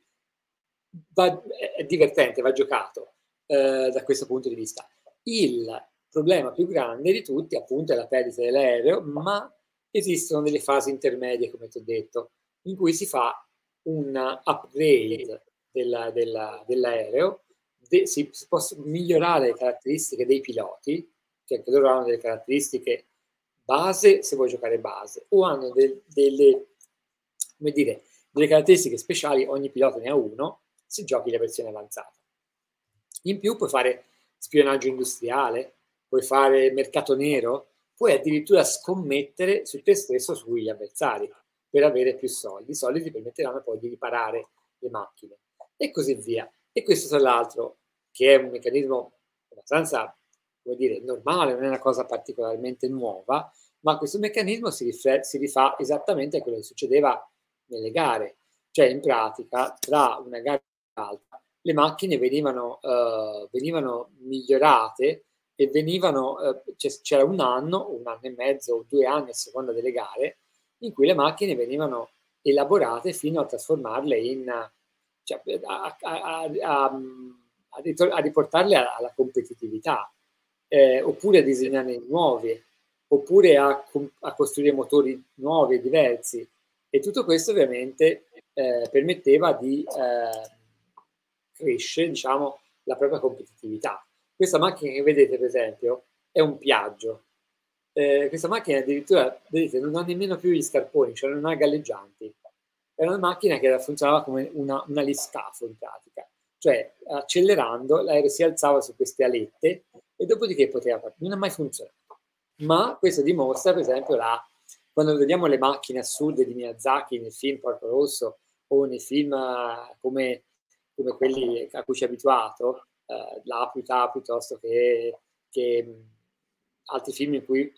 va, è divertente, va giocato eh, da questo punto di vista. Il problema più grande di tutti, appunto, è la perdita dell'aereo, ma esistono delle fasi intermedie, come ti ho detto, in cui si fa un upgrade della, della, dell'aereo, de, si, si possono migliorare le caratteristiche dei piloti, che anche loro hanno delle caratteristiche base se vuoi giocare base, o hanno del, delle, come dire, delle caratteristiche speciali, ogni pilota ne ha uno, se giochi la versione avanzata. In più puoi fare spionaggio industriale, puoi fare mercato nero, puoi addirittura scommettere su te stesso, sugli avversari, per avere più soldi. I soldi ti permetteranno poi di riparare le macchine e così via. E questo tra l'altro, che è un meccanismo abbastanza, come dire, normale, non è una cosa particolarmente nuova, ma questo meccanismo si, rifà, si rifà esattamente a quello che succedeva nelle gare. Cioè, in pratica, tra una gara e l'altra, le macchine venivano, uh, venivano migliorate e venivano, uh, c'era un anno, un anno e mezzo o due anni a seconda delle gare, in cui le macchine venivano elaborate fino a trasformarle in, cioè, a, a, a, a riportarle alla competitività, eh, oppure a disegnarne nuove, oppure a, a costruire motori nuovi e diversi. E tutto questo ovviamente eh, permetteva di eh, crescere, diciamo, la propria competitività. Questa macchina che vedete, per esempio, è un Piaggio. Eh, questa macchina addirittura, vedete, non ha nemmeno più gli scarponi, cioè non ha galleggianti. Era una macchina che funzionava come una, un aliscafo in pratica. Cioè, accelerando, l'aereo si alzava su queste alette e dopodiché poteva partire. Non ha mai funzionato. Ma questo dimostra, per esempio, la, quando vediamo le macchine assurde di Miyazaki nel film Porco Rosso o nei film uh, come, come quelli a cui ci è abituato, uh, l'Aputa piuttosto che, che mh, altri film in cui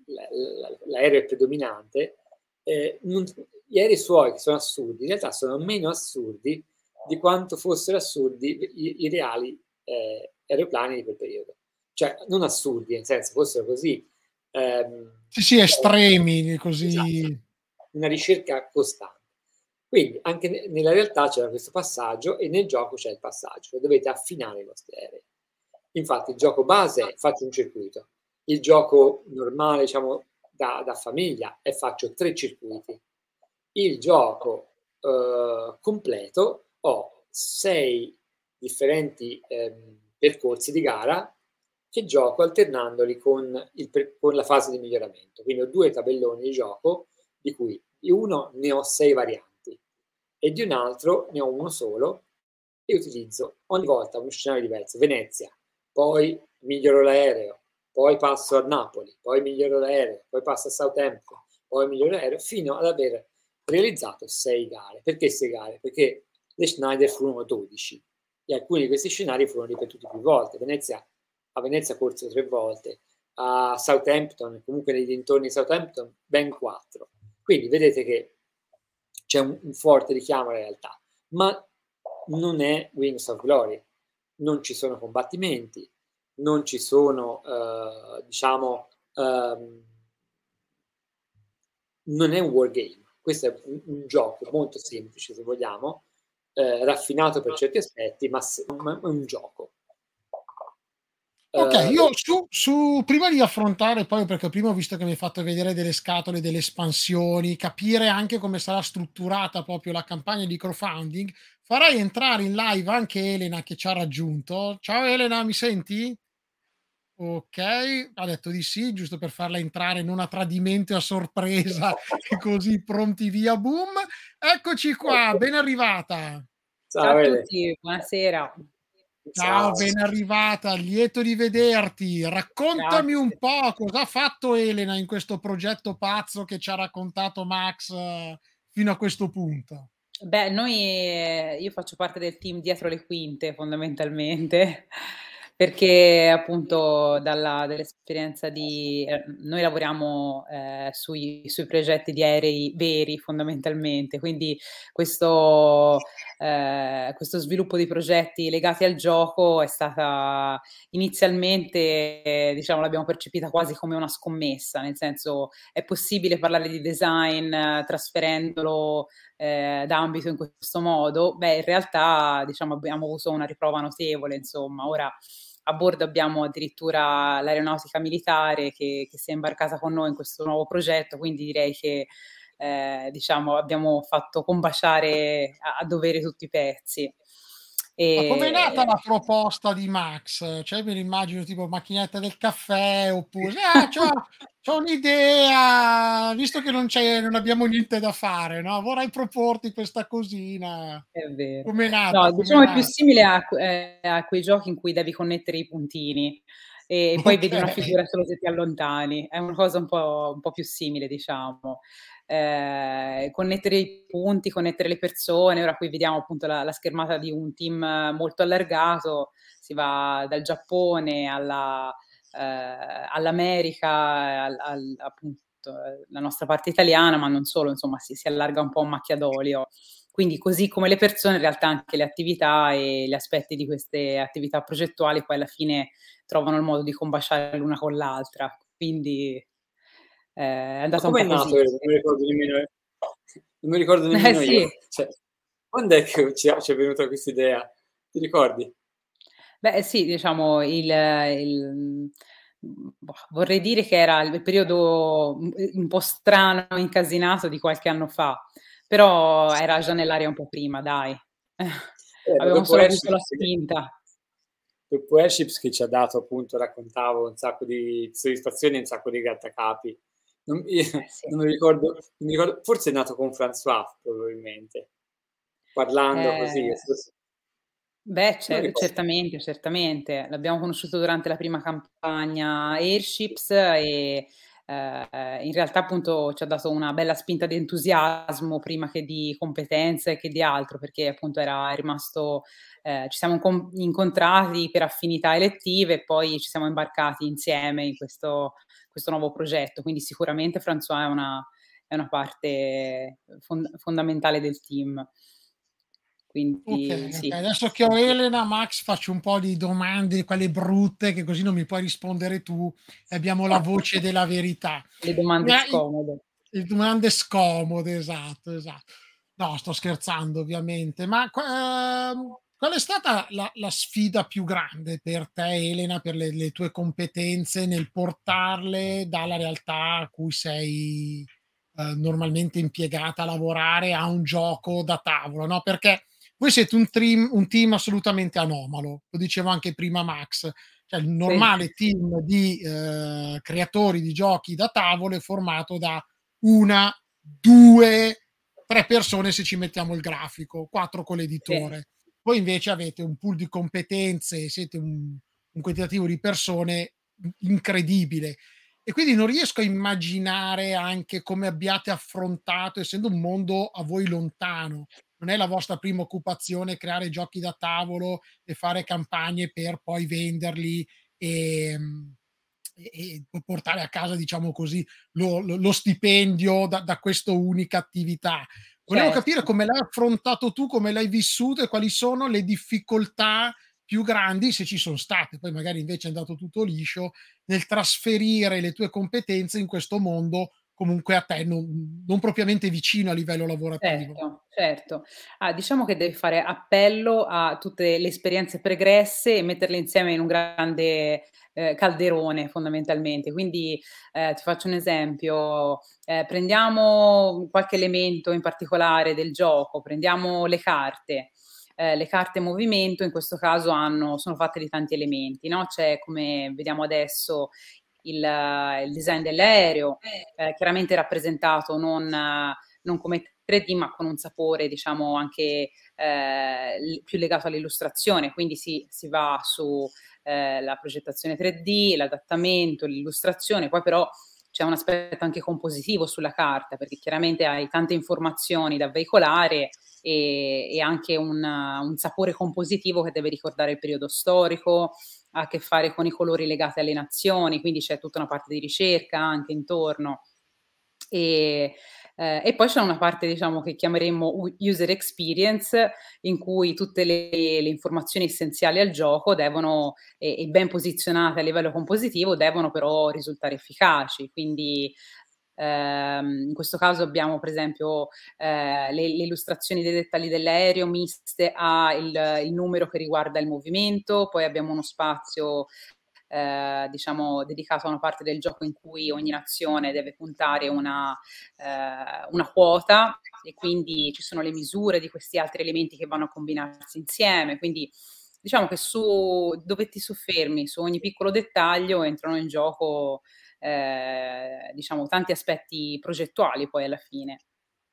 l'aereo è predominante, eh, non, gli aerei suoi che sono assurdi in realtà sono meno assurdi di quanto fossero assurdi i, i reali eh, aeroplani di quel periodo. cioè non assurdi, nel senso fossero così. Ehm, sì, sì, estremi, così. Esatto. Una ricerca costante. Quindi anche ne- nella realtà c'era questo passaggio e nel gioco c'è il passaggio, cioè dovete affinare i vostri aerei. Infatti il gioco base è faccio un circuito, il gioco normale, diciamo, da, da famiglia è faccio tre circuiti. Il gioco eh, completo ho sei differenti ehm, percorsi di gara che gioco alternandoli con, il per- con la fase di miglioramento. Quindi ho due tabelloni di gioco, di cui di uno ne ho sei varianti e di un altro ne ho uno solo e utilizzo ogni volta uno scenario diverso. Venezia, poi miglioro l'aereo, poi passo a Napoli, poi miglioro l'aereo, poi passo a Southampton, poi miglioro l'aereo, fino ad aver realizzato sei gare. Perché sei gare? Perché le Schneider furono dodici e alcuni di questi scenari furono ripetuti più volte. Venezia, a Venezia corso tre volte, a Southampton, comunque nei dintorni di Southampton, ben quattro. Quindi vedete che c'è un, un forte richiamo alla realtà, ma non è Wings of Glory, non ci sono combattimenti, non ci sono, eh, diciamo, ehm, non è un wargame, questo è un, un gioco molto semplice, se vogliamo, eh, raffinato per certi aspetti, ma se, ma è un gioco. Ok, Eh, io su, su- prima di affrontare poi, perché prima ho visto che mi hai fatto vedere delle scatole, delle espansioni, capire anche come sarà strutturata proprio la campagna di crowdfunding, farai entrare in live anche Elena che ci ha raggiunto. Ciao Elena, mi senti? Ok, ha detto di sì, giusto per farla entrare non a tradimento e a sorpresa, e così pronti via, boom. Eccoci qua, ben arrivata. ciao, Ciao a Ele. tutti, buonasera. Ciao, Ciao. ben arrivata, lieto di vederti. Raccontami un Grazie. po' cosa ha fatto Elena in questo progetto pazzo che ci ha raccontato Max eh, fino a questo punto. Beh, noi, eh, io faccio parte del team dietro le quinte fondamentalmente, perché appunto dalla, dall'esperienza di... eh, noi lavoriamo eh, sui, sui progetti di aerei veri fondamentalmente, quindi questo, eh, questo sviluppo di progetti legati al gioco è stata inizialmente, eh, diciamo, l'abbiamo percepita quasi come una scommessa, nel senso è possibile parlare di design eh, trasferendolo eh, d'ambito in questo modo. Beh, in realtà diciamo abbiamo avuto una riprova notevole, insomma, ora a bordo abbiamo addirittura l'aeronautica militare che, che si è imbarcata con noi in questo nuovo progetto, quindi direi che eh, diciamo abbiamo fatto combaciare a, a dovere tutti i pezzi. Ma com'è nata E... la proposta di Max? Cioè, me l'immagino tipo macchinetta del caffè oppure ah, c'ho, c'ho un'idea, visto che non, c'è, non abbiamo niente da fare, no? Vorrei proporti questa cosina. È vero. Com'è nata? No, Com'è diciamo è più nata? simile a, eh, a quei giochi in cui devi connettere i puntini e poi Ok. vedi una figura solo se ti allontani. È una cosa un po', un po' più simile, diciamo. Eh, connettere i punti, connettere le persone. Ora qui vediamo appunto la, la schermata di un team molto allargato. Si va dal Giappone alla, eh, all'America, al, al- appunto eh, la nostra parte italiana, ma non solo, insomma, si, si allarga un po' un macchia d'olio. Quindi così come le persone, in realtà anche le attività e gli aspetti di queste attività progettuali poi alla fine trovano il modo di combaciare l'una con l'altra. Quindi eh, è Ma andata un come è po' così. nato? Non mi ricordo nemmeno, non mi ricordo Eh nemmeno io. sì, Cioè, quando è che ci, ci è venuta questa idea? Ti ricordi? beh sì, diciamo il, il- boh, vorrei dire che era il periodo un un po' strano, incasinato di qualche anno fa, però era già nell'aria un po' prima, dai. Era Avevamo dopo solo avuto la Airships, spinta. dopo Airships che ci ha dato, appunto, raccontavo un sacco di soddisfazioni e un sacco di grattacapi. Non, io Eh sì. non mi ricordo, non mi ricordo, forse è nato con François, probabilmente, parlando così. Eh, forse- Beh, non cer- ricordo. certamente, certamente. L'abbiamo conosciuto durante la prima campagna Airships e eh, in realtà appunto ci ha dato una bella spinta di entusiasmo prima che di competenze che di altro, perché appunto era rimasto, eh, ci siamo incon- incontrati per affinità elettive e poi ci siamo imbarcati insieme in questo, questo nuovo progetto. Quindi sicuramente François è una, è una parte fond- fondamentale del team. Quindi Ok, ok. sì. Adesso che ho Elena, Max, faccio un po' di domande, quelle brutte, che così non mi puoi rispondere tu e abbiamo la voce della verità. Le domande Ma i- scomode. le domande scomode, esatto, esatto. No, sto scherzando ovviamente, ma qua- ehm, qual è stata la, la sfida più grande per te, Elena, per le, le tue competenze nel portarle dalla realtà a cui sei eh, normalmente impiegata a lavorare a un gioco da tavolo, no? Perché voi siete un team, un team assolutamente anomalo, lo dicevo anche prima Max, cioè il Sì, normale team di eh, creatori di giochi da tavolo è formato da una, due, tre persone se ci mettiamo il grafico, quattro con sì, l'editore. Voi invece avete un pool di competenze, siete un, un quantitativo di persone incredibile. E quindi non riesco a immaginare anche come abbiate affrontato, essendo un mondo a voi lontano, non è la vostra prima occupazione creare giochi da tavolo e fare campagne per poi venderli e, e, e portare a casa, diciamo così, lo, lo, lo stipendio da, da questa unica attività. Volevo capire certo. come l'hai affrontato tu, come l'hai vissuto e quali sono le difficoltà più grandi, se ci sono state, poi magari invece è andato tutto liscio, nel trasferire le tue competenze in questo mondo comunque a te non, non propriamente vicino a livello lavorativo. Certo, certo. Ah, diciamo che devi fare appello a tutte le esperienze pregresse e metterle insieme in un grande, ehm, calderone fondamentalmente. Quindi, ehm, ti faccio un esempio: ehm, prendiamo qualche elemento in particolare del gioco, prendiamo le carte. Ehm, le carte movimento in questo caso hanno sono fatte di tanti elementi, no, c'è, come vediamo adesso, il il design dell'aereo, ehm, chiaramente rappresentato non non come tre D, ma con un sapore diciamo anche ehm, l più legato all'illustrazione, quindi si si va su, ehm, la progettazione tre D, l'adattamento, l'illustrazione, poi però c'è un aspetto anche compositivo sulla carta, perché chiaramente hai tante informazioni da veicolare e e anche un un sapore compositivo che deve ricordare il periodo storico, ha a che fare con i colori legati alle nazioni, quindi c'è tutta una parte di ricerca anche intorno. E, ehm, e poi c'è una parte diciamo che chiameremmo u user experience, in cui tutte le le informazioni essenziali al gioco devono e e ben posizionate a livello compositivo, devono però risultare efficaci. Quindi, ehm, in questo caso abbiamo per esempio, ehm, le le illustrazioni dei dettagli dell'aereo miste a il il numero che riguarda il movimento, poi abbiamo uno spazio ehm, diciamo dedicato a una parte del gioco in cui ogni nazione deve puntare una ehm, una quota e quindi ci sono le misure di questi altri elementi che vanno a combinarsi insieme. Quindi diciamo che su dove ti soffermi, su ogni piccolo dettaglio entrano in gioco, ehm, diciamo tanti aspetti progettuali poi alla fine.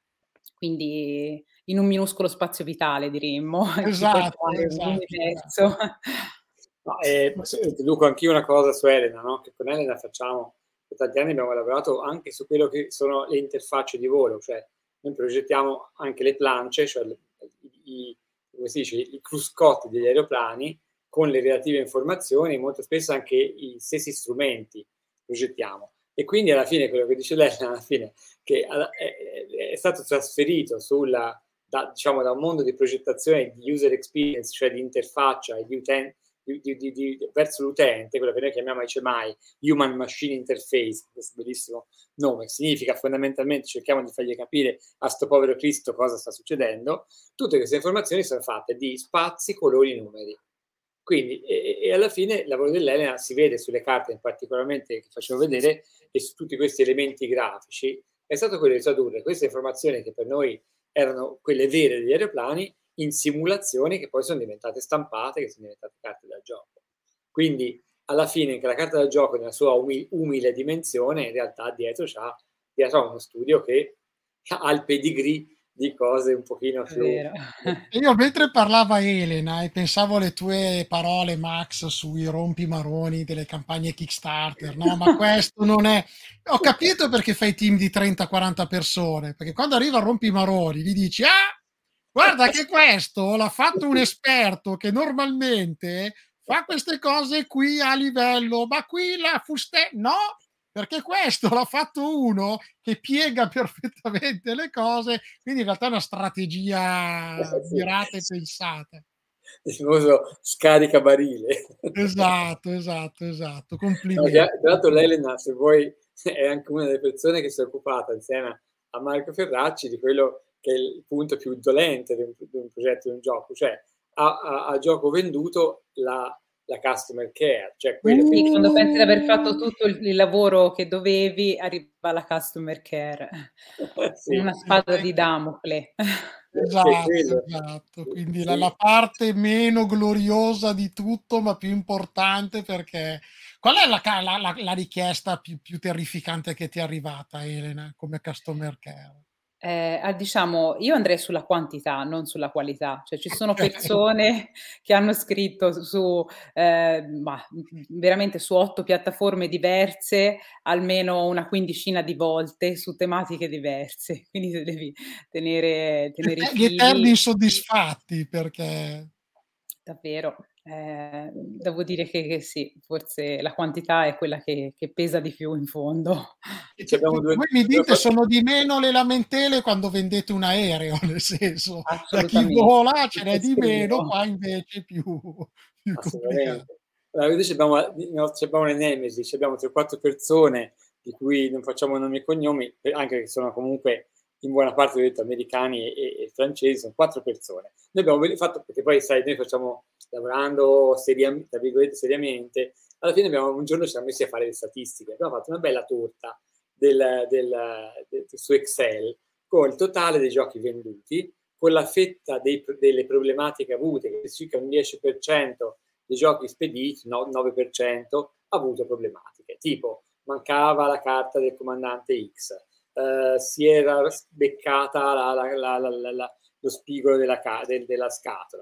Quindi in un minuscolo spazio vitale diremmo, si può Esatto, trovare un esatto, esatto. universo. No, eh, se- ti dico anch'io una cosa su Elena, no? Che con Elena facciamo, per tanti anni abbiamo lavorato anche su quello che sono le interfacce di volo, cioè noi progettiamo anche le plance, cioè le- i, come si dice, i cruscotti degli aeroplani con le relative informazioni, molto spesso anche i stessi strumenti progettiamo. E quindi alla fine quello che dice Elena, alla fine, che alla- è, è- è stato trasferito sulla, da, diciamo, da un mondo di progettazione di user experience, cioè di interfaccia e di utente, di, di, di, di, verso l'utente, quello che noi chiamiamo H M I, Human Machine Interface, questo bellissimo nome, significa fondamentalmente cerchiamo di fargli capire a sto povero Cristo cosa sta succedendo. Tutte queste informazioni sono fatte di spazi, colori e numeri. Quindi, e, e alla fine il lavoro dell'Elena si vede sulle carte, in particolarmente che facevo vedere, e su tutti questi elementi grafici, è stato quello di tradurre queste informazioni che per noi erano quelle vere degli aeroplani in simulazioni che poi sono diventate stampate, che sono diventate carte da gioco. Quindi alla fine anche la carta da gioco nella sua umi- umile dimensione in realtà dietro c'ha, dietro ha uno studio che ha il pedigree di cose un pochino È più... vero. Io mentre parlava Elena e pensavo alle tue parole, Max, sui rompimaroni delle campagne Kickstarter, no? Ma questo non è... Ho capito perché fai team di trenta quaranta persone, perché quando arriva il rompimaroni gli dici, ah, guarda che questo l'ha fatto un esperto che normalmente fa queste cose qui a livello, ma qui la fuste... No, perché questo l'ha fatto uno che piega perfettamente le cose, quindi in realtà è una strategia Sì. mirata e pensata. Il famoso scaricabarile. Esatto, esatto, esatto. No, che- Complimenti. tra l'altro l'Elena, se vuoi, è anche una delle persone che si è occupata insieme a Marco Ferracci di quello che è il punto più dolente di un, di un progetto, di un gioco, cioè a, a- a gioco venduto la, la customer care, cioè quello che... Sì, quando pensi di aver fatto Uh, tutto il il lavoro che dovevi, arriva la customer care. sì, Una spada eh, di Damocle. che è esatto, quello. esatto. Quindi la, Sì. la parte meno gloriosa di tutto, ma più importante, perché qual è la, ca- la- la- la richiesta più, più terrificante che ti è arrivata, Elena, come customer care? Ehm, ah, diciamo, io andrei sulla quantità, non sulla qualità. Cioè, ci sono Ok. persone che hanno scritto su su, ehm, mah, mhmm, veramente su otto piattaforme diverse, almeno una quindicina di volte su tematiche diverse. Quindi te devi tenere Gli tenere i ete- gli eterni fili. insoddisfatti, perché Davvero. Ehm, devo dire che che sì, forse la quantità è quella che che pesa di più in fondo. E ci P- abbiamo p- due, voi mi due dite cose- sono di meno le lamentele quando vendete un aereo, nel senso, da chi Assolutamente. vola ce n'è di Questo è meno, vero. qua invece è più, più complicato. Assolutamente. Allora, invece abbiamo, no, ci abbiamo le nemesi, ci abbiamo tre o quattro persone di cui non facciamo nomi e cognomi, eh, anche che sono comunque in buona parte detto americani e, e francesi, sono quattro persone. Noi abbiamo ve- fatto, perché poi sai, noi facciamo lavorando seriamente, tra virgolette, seriamente, alla fine abbiamo, un giorno ci siamo messi a fare le statistiche, abbiamo fatto una bella torta del, del, del, su Excel con il totale dei giochi venduti, con la fetta dei, delle problematiche avute, che è circa un dieci per cento dei giochi spediti, no, nove per cento, ha avuto problematiche, tipo mancava la carta del comandante X, eh, si era beccata la, la, la, la, lo spigolo della, del, della scatola,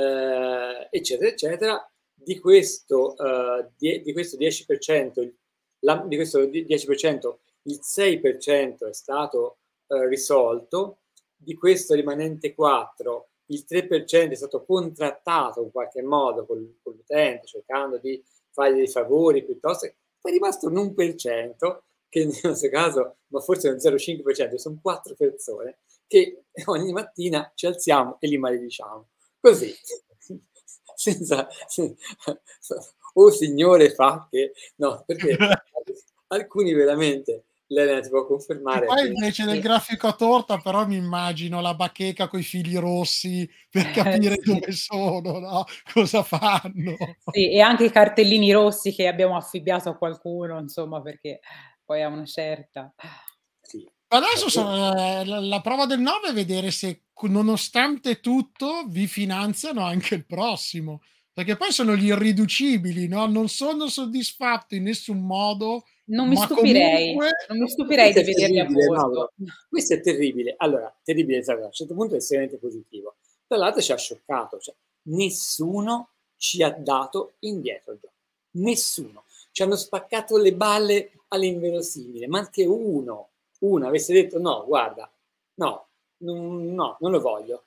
eh, eccetera, eccetera. Di questo, eh, di, di questo dieci per cento, la, di questo dieci per cento il sei per cento è stato eh, risolto, di questo rimanente quattro il tre per cento è stato contrattato in qualche modo con, con l'utente, cercando di fargli dei favori piuttosto che è rimasto un uno per cento che nel nostro caso, ma forse un zero virgola cinque per cento, sono quattro persone che ogni mattina ci alziamo e li malediciamo. Così, senza, senza oh signore fa che, no, perché alcuni veramente, l'Elena ti può E confermare poi che invece del grafico a torta, però mi immagino la bacheca coi fili rossi per Eh, capire sì. dove sono, no? Cosa fanno. Sì, e anche i cartellini rossi che abbiamo affibbiato a qualcuno, insomma, perché poi a una certa. sì, Adesso so- eh, la, la prova del nove è vedere se, co- nonostante tutto, vi finanziano anche il prossimo. Perché poi sono gli irriducibili, no? Non sono soddisfatto in nessun modo, Non mi ma stupirei, comunque non mi stupirei questo di è vederli a terribile, bordo. Mauro. Questo è terribile. Allora, terribile, sai, a un certo punto è estremamente positivo. Tra l'altro ci ha scioccato, cioè, nessuno ci ha dato indietro il gioco. Nessuno. Ci hanno spaccato le balle all'inverosimile, ma anche uno, uno avesse detto no, guarda, no, non, no, non lo voglio.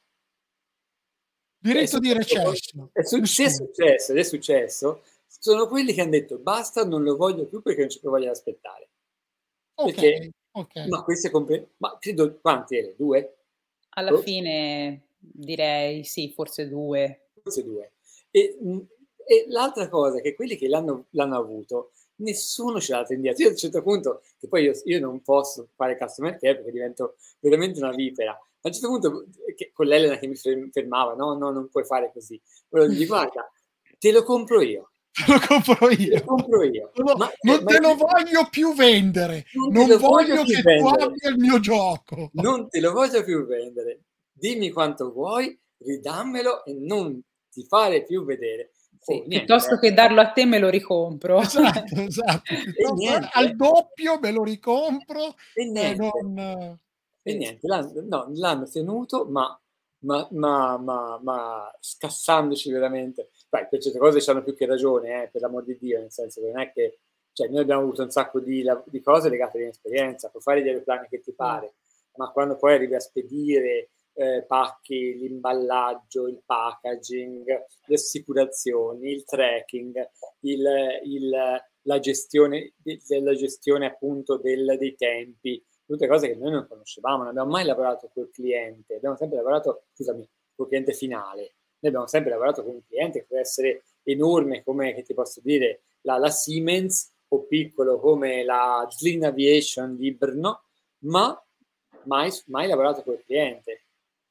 Cioè, è diritto di successo, recesso. è su- se è Nessuno. successo ed è successo, sono quelli che hanno detto basta, non lo voglio più perché non ci voglio aspettare. Ok, Perché, ok. ma queste compre- ma credo quanti ere? Due? Alla Oh, fine direi sì, forse due. forse due. E, mh, e l'altra cosa è che quelli che l'hanno, l'hanno avuto, nessuno ce l'ha dato indietro. Io a un certo punto, che poi io, io non posso fare customer care perché divento veramente una vipera. A un certo punto, che, con l'Elena che mi fermava, no, no, non puoi fare così. Allora gli guarda, te lo compro io, Lo compro te lo io. compro io. Non, lo- Ma, cioè, non ma te lo voglio più vendere. non te Non lo voglio voglio più che tu vendere. abbia il mio gioco. Non te lo voglio più vendere. Dimmi quanto vuoi, ridammelo e non ti fare più vedere. Oh, Sì, niente, piuttosto eh. che darlo a te me lo ricompro. Esatto, esatto. E Piuttosto niente, al eh. doppio me lo ricompro E e niente. non... E Sì. niente, l'hanno, no, l'hanno tenuto, ma, ma, ma, ma, ma scassandoci veramente. Beh, per certe cose c'hanno più che ragione, eh, per l'amor di Dio, nel senso che non è che... Cioè, noi abbiamo avuto un sacco di, di cose legate all'inesperienza, puoi fare gli aeroplani che ti pare, ma quando poi arrivi a spedire eh, pacchi, l'imballaggio, il packaging, le assicurazioni, il tracking, il, il, la gestione, la gestione appunto del, dei tempi, tutte cose che noi non conoscevamo, non abbiamo mai lavorato col cliente, abbiamo sempre lavorato, scusami, col cliente finale, noi abbiamo sempre lavorato con un cliente che può essere enorme come, che ti posso dire, la, la Siemens, o piccolo come la Zlin Aviation di Brno, ma mai, mai lavorato col cliente.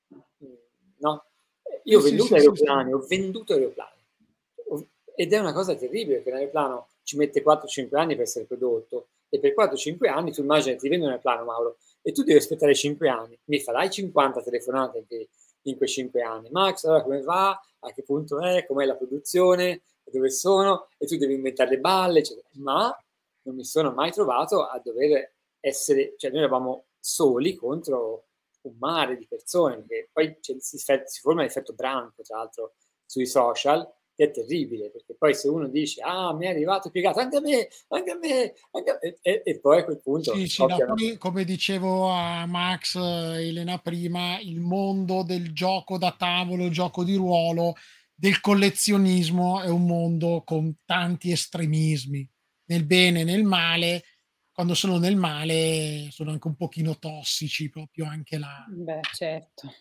No? Io ho Sì, venduto sì, sì, aeroplani, sì. ho venduto aeroplani. Ed è una cosa terribile, perché un aeroplano ci mette quattro cinque anni per essere prodotto, e per quattro cinque anni tu immagini ti vendi un aeroplano, Mauro, e tu devi aspettare cinque anni, mi farai cinquanta telefonate in quei cinque anni. Max, allora come va? A che punto è? Com'è la produzione? Dove sono? E tu devi inventare le balle, eccetera. Ma non mi sono mai trovato a dover essere, cioè noi eravamo soli contro un mare di persone, perché poi si, si forma l'effetto branco, tra l'altro, sui social, che è terribile, perché poi se uno dice ah mi è arrivato piegato, anche a me, anche a me, anche a me, e, e poi a quel punto sì, sì, no, poi, come dicevo a Max e Elena prima, il mondo del gioco da tavolo, gioco di ruolo, del collezionismo è un mondo con tanti estremismi, nel bene e nel male. Quando sono nel male sono anche un pochino tossici, proprio anche la... Beh, certo.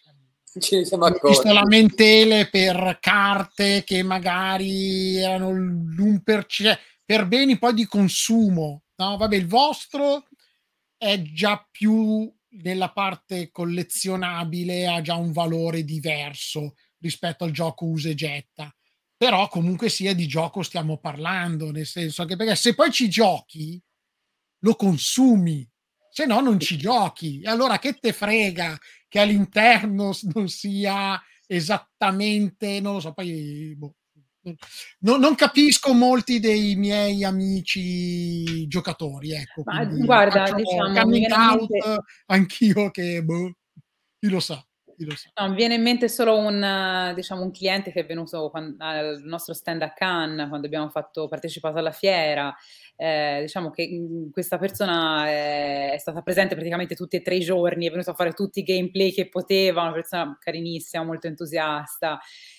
ci siamo Ho visto accorti. lamentele per carte che magari erano l'uno per cento per beni poi di consumo. No, vabbè, il vostro è già più nella parte collezionabile, ha già un valore diverso rispetto al gioco usa e getta. Però comunque sia di gioco stiamo parlando, nel senso che perché se poi ci giochi lo consumi, se no non ci giochi. E allora che te frega che all'interno non sia esattamente, non lo so, poi boh, no, non capisco molti dei miei amici giocatori, ecco, Ma quindi guarda, faccio diciamo, mi coming viene in out mente anch'io che boh, chi lo sa, chi lo sa. No, mi viene in mente solo un, diciamo, un cliente che è venuto quan- al nostro stand a Cannes quando abbiamo fatto, partecipato alla fiera. Eh, diciamo che mh, questa persona è, è stata presente praticamente tutti e tre i giorni, è venuta a fare tutti i gameplay che poteva, una persona carinissima, molto entusiasta.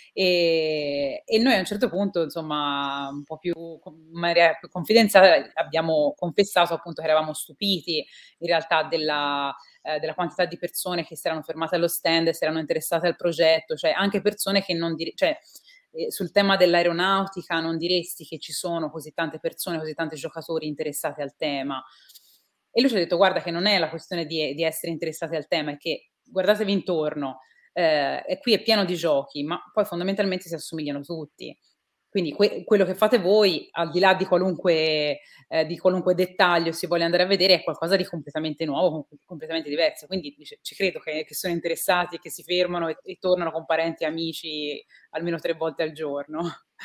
E, e noi a un certo punto, insomma, un po' più in maniera più confidenziale, abbiamo confessato appunto che eravamo stupiti in realtà della eh, della quantità di persone che si erano fermate allo stand e si erano interessate al progetto, cioè anche persone che non dire, cioè, eh, sul tema dell'aeronautica non diresti che ci sono così tante persone, così tanti giocatori interessati al tema. E lui ci ha detto guarda che non è la questione di, di essere interessati al tema, è che guardatevi intorno, eh, e qui è pieno di giochi, ma poi fondamentalmente si assomigliano tutti. Quindi que- quello che fate voi, al di là di qualunque, eh, di qualunque dettaglio si voglia andare a vedere, è qualcosa di completamente nuovo, com- completamente diverso. Quindi dice, ci credo che, che sono interessati, che si fermano e, e tornano con parenti e amici almeno tre volte al giorno.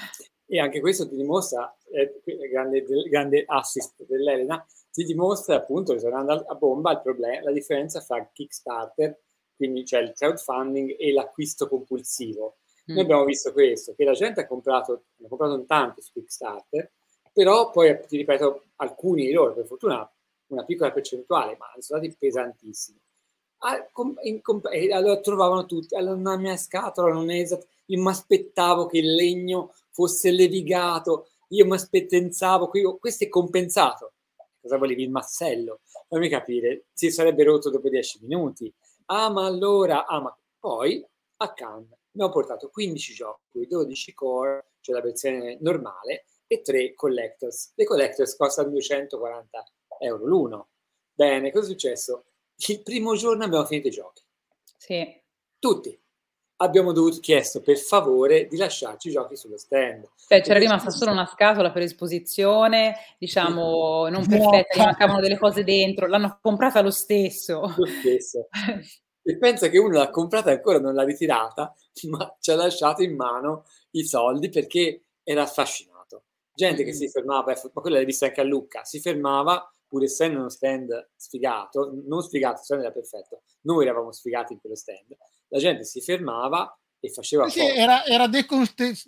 E anche questo ti dimostra, eh, grande, grande assist dell'Elena, ti dimostra appunto, ritornando a bomba, il problema, la differenza fra Kickstarter, quindi cioè il crowdfunding, e l'acquisto compulsivo. Mm. Noi abbiamo visto questo, che la gente ha comprato, ha comprato in tanti su Kickstarter, però poi, ti ripeto, alcuni di loro, per fortuna una piccola percentuale, ma sono stati pesantissimi. Ah, com- in comp- e allora trovavano tutti, allora la mia scatola non è esatta, io mi aspettavo che il legno fosse levigato, io mi aspettavo, questo è compensato. Cosa volevi, il massello? Fammi capire, si sarebbe rotto dopo dieci minuti. Ah, ma allora, ah, ma poi a Cannes abbiamo portato quindici giochi, dodici core, cioè la versione normale, e tre collectors. Le collectors costano duecentoquaranta euro l'uno. Bene, cosa è successo? Il primo giorno abbiamo finito i giochi. Sì. Tutti. Abbiamo dovuto chiesto per favore di lasciarci i giochi sullo stand. Cioè, c'era rimasta solo una scatola per esposizione, diciamo, non perfetta, gli mancavano delle cose dentro, l'hanno comprata lo stesso. Lo stesso. E pensa che uno l'ha comprata e ancora non l'ha ritirata, ma ci ha lasciato in mano i soldi perché era affascinato. Gente mm-hmm. che si fermava, ma quella l'hai vista anche a Lucca, si fermava, pur essendo uno stand sfigato, non sfigato, il stand era perfetto, noi eravamo sfigati in quello stand, la gente si fermava e faceva sì, era, era deconte-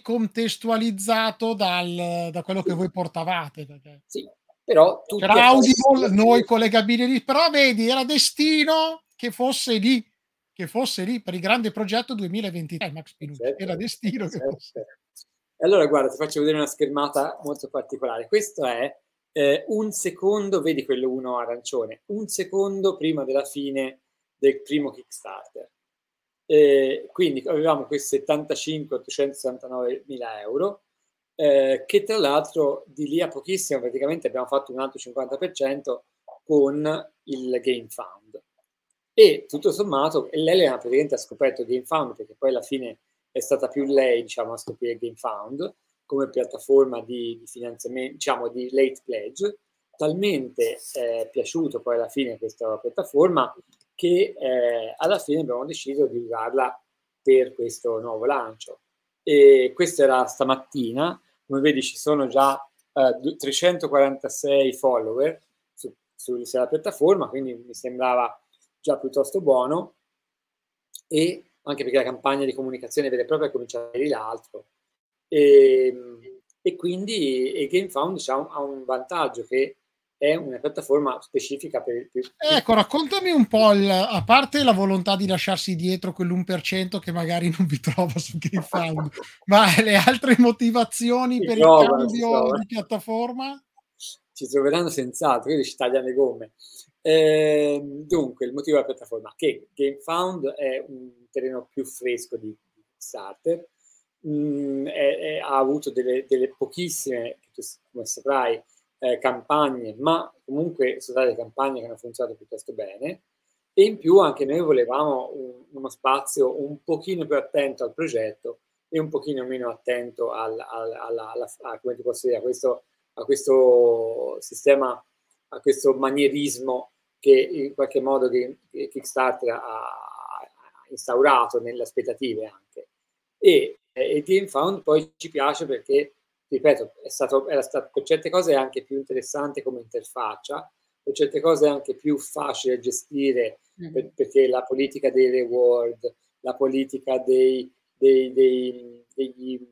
decontestualizzato dal, da quello sì. che voi portavate. Perché... Sì, però c'era Audible, noi collegabili lì, però vedi, era destino che fosse lì, che fosse lì per il grande progetto duemilaventitré, Max Pinucci, Certo, era destino che certo, fosse. certo. E allora guarda, ti faccio vedere una schermata molto particolare. Questo è eh, un secondo, vedi quello uno arancione, un secondo prima della fine del primo Kickstarter. Eh, quindi avevamo questi settantacinque ottocentosessantanove mila euro, eh, che tra l'altro di lì a pochissimo praticamente abbiamo fatto un altro cinquanta per cento con il Game Fund. E tutto sommato, e lei praticamente ha scoperto Game Fund, perché poi alla fine è stata più lei, diciamo, a scoprire Game Fund come piattaforma di, di finanziamento, diciamo, di late pledge. Talmente è piaciuto poi alla fine questa piattaforma che eh, alla fine abbiamo deciso di usarla per questo nuovo lancio. E questo era stamattina, come vedi ci sono già eh, trecentoquarantasei follower su, su, sulla piattaforma, quindi mi sembrava già piuttosto buono, e anche perché la campagna di comunicazione vera e propria comincia a l'altro. E, e quindi e GameFound, diciamo, ha un vantaggio, che è una piattaforma specifica per, per ecco, raccontami un po', il, a parte la volontà di lasciarsi dietro quell'uno per cento che magari non vi trova su GameFound, ma le altre motivazioni si per trovano, il si cambio trovano. di piattaforma? Ci troveranno senz'altro, quindi ci tagliano le gomme. Eh, dunque, il motivo della piattaforma, che GameFound è un terreno più fresco di Kickstarter, mm, è, è, ha avuto delle, delle pochissime, come saprai, eh, campagne, ma comunque sono state campagne che hanno funzionato piuttosto bene, e in più anche noi volevamo un, uno spazio un pochino più attento al progetto e un pochino meno attento al, al, alla, alla, a, come ti posso dire, a questo, a questo sistema, a questo manierismo che in qualche modo che, che Kickstarter ha, ha instaurato nelle aspettative anche. E, e GameFound poi ci piace perché, ripeto, è stato, era stato, per certe cose è anche più interessante come interfaccia, per certe cose è anche più facile da gestire, mm-hmm. per, perché la politica dei reward, la politica dei, dei, dei, degli,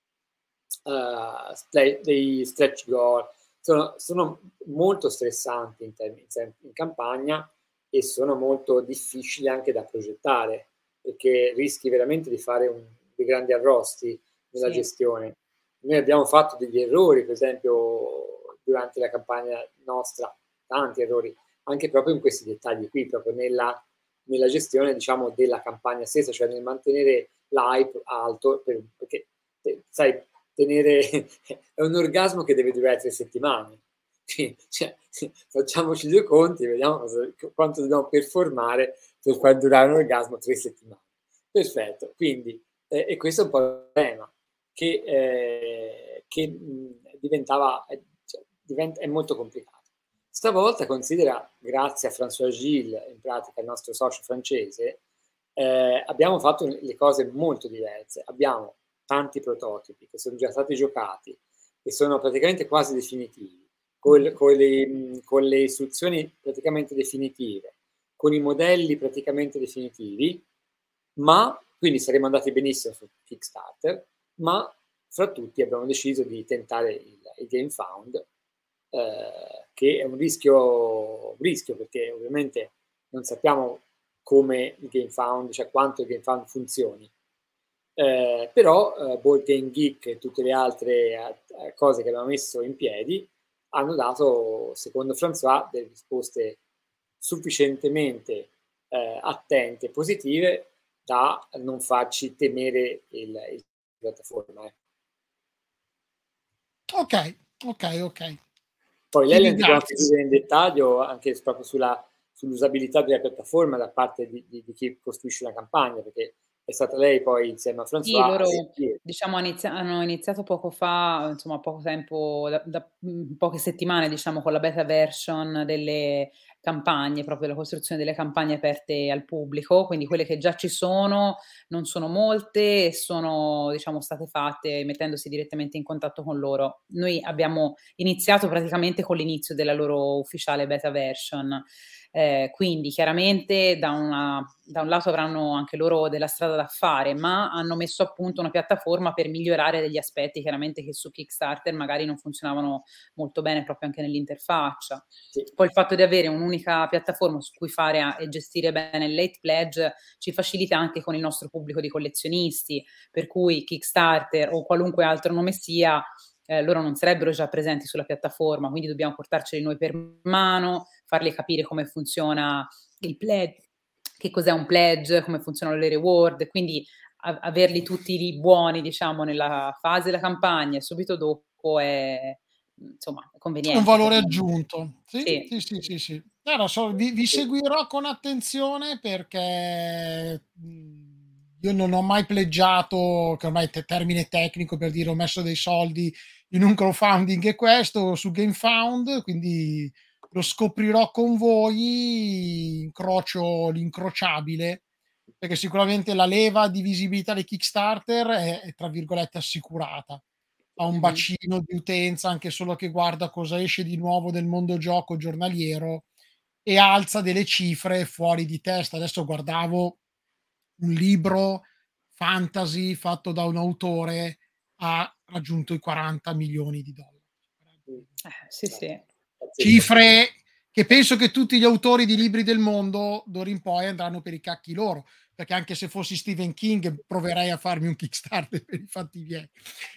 uh, dei stretch goal, sono, sono molto stressanti in, termini, in campagna, e sono molto difficili anche da progettare, perché rischi veramente di fare un, dei grandi arrosti nella sì. gestione. Noi abbiamo fatto degli errori, per esempio, durante la campagna nostra, tanti errori, anche proprio in questi dettagli qui, proprio nella, nella gestione, diciamo, della campagna stessa, cioè nel mantenere l'hype alto, per, perché, sai, tenere è un orgasmo che deve durare tre settimane. Cioè, facciamoci due conti, vediamo cosa, quanto dobbiamo performare per far durare un orgasmo tre settimane. Perfetto, quindi, eh, e questo è un po' il problema, che, eh, che mh, diventava, eh, cioè, diventa, è molto complicato. Stavolta considera, grazie a François Gilles, in pratica il nostro socio francese, eh, abbiamo fatto le cose molto diverse. Abbiamo tanti prototipi che sono già stati giocati, che sono praticamente quasi definitivi, con, con, le, con le istruzioni praticamente definitive, con i modelli praticamente definitivi, ma quindi saremmo andati benissimo su Kickstarter, ma fra tutti abbiamo deciso di tentare il, il GameFound, eh, che è un rischio, un rischio perché ovviamente non sappiamo come il GameFound, cioè quanto il GameFound funzioni. Eh, però eh, Board Game Geek e tutte le altre eh, cose che abbiamo messo in piedi hanno dato, secondo François, delle risposte sufficientemente eh, attente e positive da non farci temere il, il piattaforma. Eh. Ok, ok, ok. Poi lei le può anche dire in dettaglio anche proprio sulla, sull'usabilità della piattaforma da parte di, di, di chi costruisce la campagna, perché è stata lei poi insieme a François. Sì, loro diciamo inizia- hanno iniziato poco fa, insomma poco tempo, da, da poche settimane diciamo con la beta version delle campagne, proprio la costruzione delle campagne aperte al pubblico, quindi quelle che già ci sono non sono molte e sono diciamo state fatte mettendosi direttamente in contatto con loro. Noi abbiamo iniziato praticamente con l'inizio della loro ufficiale beta version. Eh, quindi chiaramente da, una, da un lato avranno anche loro della strada da fare, ma hanno messo a punto una piattaforma per migliorare degli aspetti chiaramente che su Kickstarter magari non funzionavano molto bene proprio anche nell'interfaccia. Sì. Poi il fatto di avere un'unica piattaforma su cui fare a, e gestire bene il late pledge ci facilita anche con il nostro pubblico di collezionisti, per cui Kickstarter o qualunque altro nome sia, eh, loro non sarebbero già presenti sulla piattaforma, quindi dobbiamo portarceli noi per mano, farli capire come funziona il pledge, che cos'è un pledge, come funzionano le reward, quindi a- averli tutti lì buoni, diciamo, nella fase della campagna e subito dopo è, insomma, è conveniente. Un valore per noi. aggiunto. Sì, Sì. sì, sì, sì, sì. No, no, so, vi, vi seguirò con attenzione perché mh, io non ho mai pleggiato, che ormai è termine tecnico per dire ho messo dei soldi in un crowdfunding e questo su GameFound, quindi lo scoprirò con voi, incrocio l'incrociabile, perché sicuramente la leva di visibilità del Kickstarter è, è tra virgolette assicurata. Ha un Mhm. bacino di utenza anche solo che guarda cosa esce di nuovo del mondo gioco giornaliero e alza delle cifre fuori di testa. Adesso guardavo un libro fantasy fatto da un autore, ha raggiunto i quaranta milioni di dollari. Mm. Eh, sì, sì. Cifre che penso che tutti gli autori di libri del mondo d'ora in poi andranno per i cacchi loro, perché anche se fossi Stephen King proverei a farmi un Kickstarter per i fatti miei.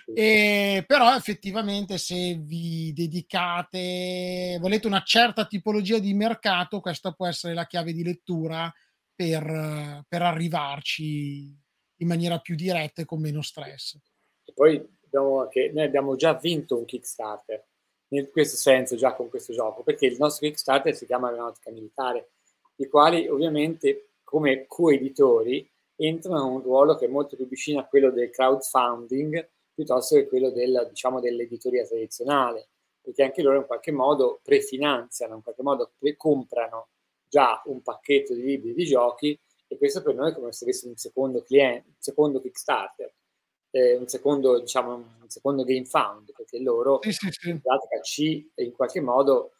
E, però effettivamente se vi dedicate, volete una certa tipologia di mercato, questa può essere la chiave di lettura per, per arrivarci in maniera più diretta e con meno stress. E poi abbiamo anche, noi abbiamo già vinto un Kickstarter in questo senso già con questo gioco, perché il nostro Kickstarter si chiama Aeronautica Militare, i quali ovviamente come coeditori entrano in un ruolo che è molto più vicino a quello del crowdfunding piuttosto che quello del, diciamo, dell'editoria tradizionale, perché anche loro in qualche modo prefinanziano, in qualche modo pre-comprano già un pacchetto di libri di giochi, e questo per noi è come se avessimo un secondo cliente, un secondo Kickstarter. Eh, un secondo, diciamo, un secondo GameFound, perché loro Sì, sì, sì. in pratica ci in qualche modo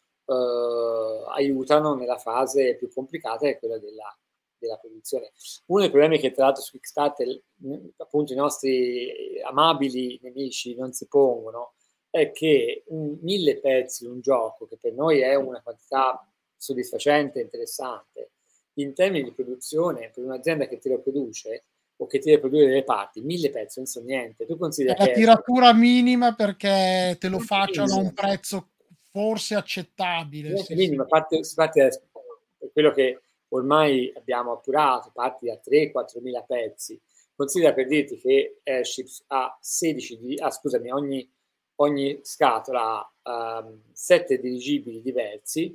eh, aiutano nella fase più complicata, che è quella della, della produzione. Uno dei problemi che tra l'altro su Kickstarter appunto i nostri amabili nemici non si pongono è che un, mille pezzi un gioco, che per noi è una quantità soddisfacente e interessante, in termini di produzione per un'azienda che te lo produce o che ti deve produrre delle parti, mille pezzi non sono niente. Tu consideri è la che tiratura minima perché te lo è facciano a un minimo. prezzo forse accettabile. Sì, Minimo, sì. parte, si parte da, per quello che ormai abbiamo appurato, parti da tre quattro mila pezzi. Considera, per dirti, che Airships ha sedici, di, ah, scusami, ogni, ogni scatola ha um, sette dirigibili diversi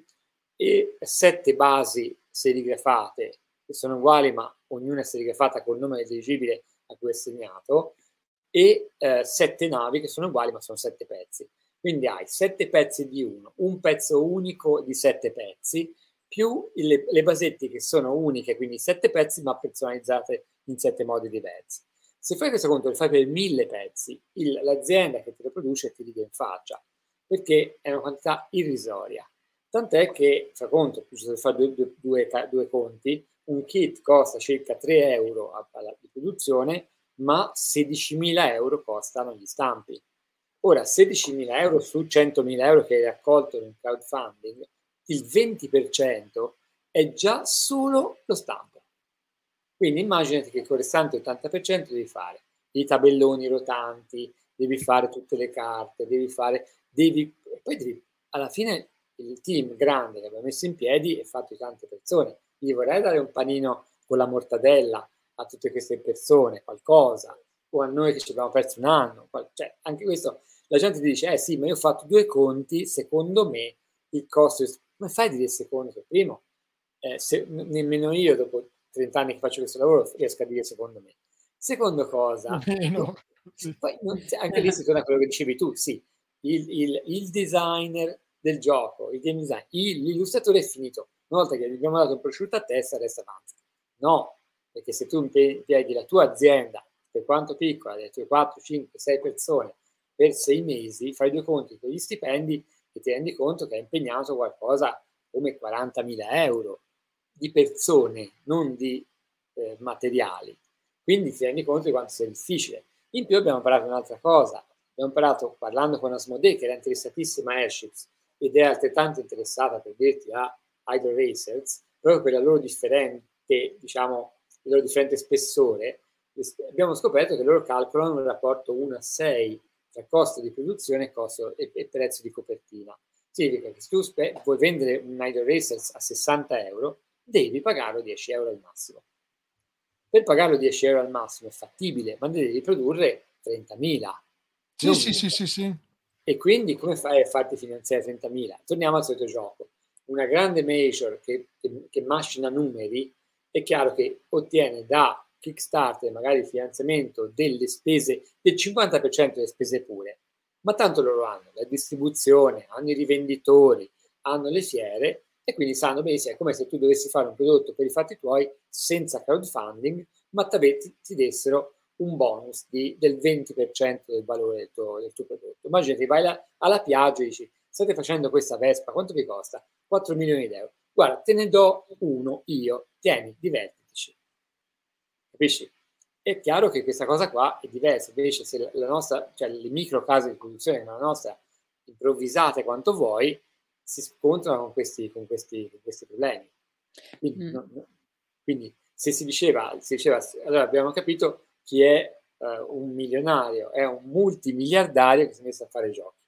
e sette basi serigrafate che sono uguali, ma ognuna è serigrafata col nome del dirigibile a cui è segnato, e eh, sette navi che sono uguali, ma sono sette pezzi. Quindi hai sette pezzi di uno, un pezzo unico di sette pezzi, più le, le basette che sono uniche, quindi sette pezzi, ma personalizzate in sette modi diversi. Se fai questo conto, lo fai per mille pezzi, il, l'azienda che te lo produce ti ride in faccia, perché è una quantità irrisoria. Tant'è che, fa conto, giusto per fare due, due, due, due conti, un kit costa circa tre euro a, a, di produzione, ma sedicimila euro costano gli stampi. Ora, sedicimila euro su centomila euro che hai raccolto in crowdfunding, il venti per cento è già solo lo stampo. Quindi immaginati che con il restante ottanta per cento devi fare i tabelloni rotanti, devi fare tutte le carte, devi fare, devi, e poi devi, alla fine il team grande che abbiamo messo in piedi è fatto di tante persone. Gli vorrei dare un panino con la mortadella a tutte queste persone, qualcosa, o a noi che ci abbiamo perso un anno, cioè anche questo, la gente ti dice, eh sì, ma io ho fatto due conti, secondo me il costo, è... come fai a dire secondo che primo? Eh, se, nemmeno io dopo trenta anni che faccio questo lavoro riesco a dire secondo me. Secondo cosa, Meno, sì. poi, non, anche lì si torna a quello che dicevi tu, sì, il, il, il designer del gioco, il game design, il, l'illustratore è finito, una volta che gli abbiamo dato un prosciutto a testa resta avanti. No, perché se tu impieghi la tua azienda, per quanto piccola, le tue quattro, cinque, sei persone per sei mesi, fai due conti con gli stipendi e ti rendi conto che hai impegnato qualcosa come quarantamila euro di persone, non di eh, materiali. Quindi ti rendi conto di quanto sia difficile. In più abbiamo imparato un'altra cosa. Abbiamo imparato, parlando con Asmodee, che era interessatissima a Airships ed è altrettanto interessata, per dirti, a Hydro Racers, proprio per la loro differente, diciamo, il loro differente spessore. Abbiamo scoperto che loro calcolano un rapporto uno a sei tra costo di produzione e, costo, e, e prezzo di copertina. Significa che se tu spe- vuoi vendere un Hydro Racers a sessanta euro, devi pagarlo dieci euro al massimo. Per pagarlo dieci euro al massimo è fattibile, ma ne devi produrre trentamila. Sì, sì, sì, sì, sì. E quindi come fai a farti finanziare trentamila? Torniamo al solito gioco. Una grande major che, che, che macina numeri, è chiaro che ottiene da Kickstarter magari il finanziamento delle spese, del cinquanta per cento delle spese pure, ma tanto loro hanno la distribuzione, hanno i rivenditori, hanno le fiere, e quindi sanno benissimo, è come se tu dovessi fare un prodotto per i fatti tuoi senza crowdfunding, ma ti, ti dessero un bonus di, del venti per cento del valore del tuo, del tuo prodotto. Immaginati, vai là, alla piaggia e dici, state facendo questa Vespa, quanto vi costa? quattro milioni di euro. Guarda, te ne do uno io, tieni, divertitici. Capisci? È chiaro che questa cosa qua è diversa, invece se la, la nostra, cioè le micro case di produzione, la nostra, improvvisate quanto vuoi, si scontrano con questi, con questi, con questi problemi. Quindi, mm. no, no. Quindi se si diceva, si diceva, allora abbiamo capito chi è uh, un milionario, è un multimiliardario che si è messo a fare giochi.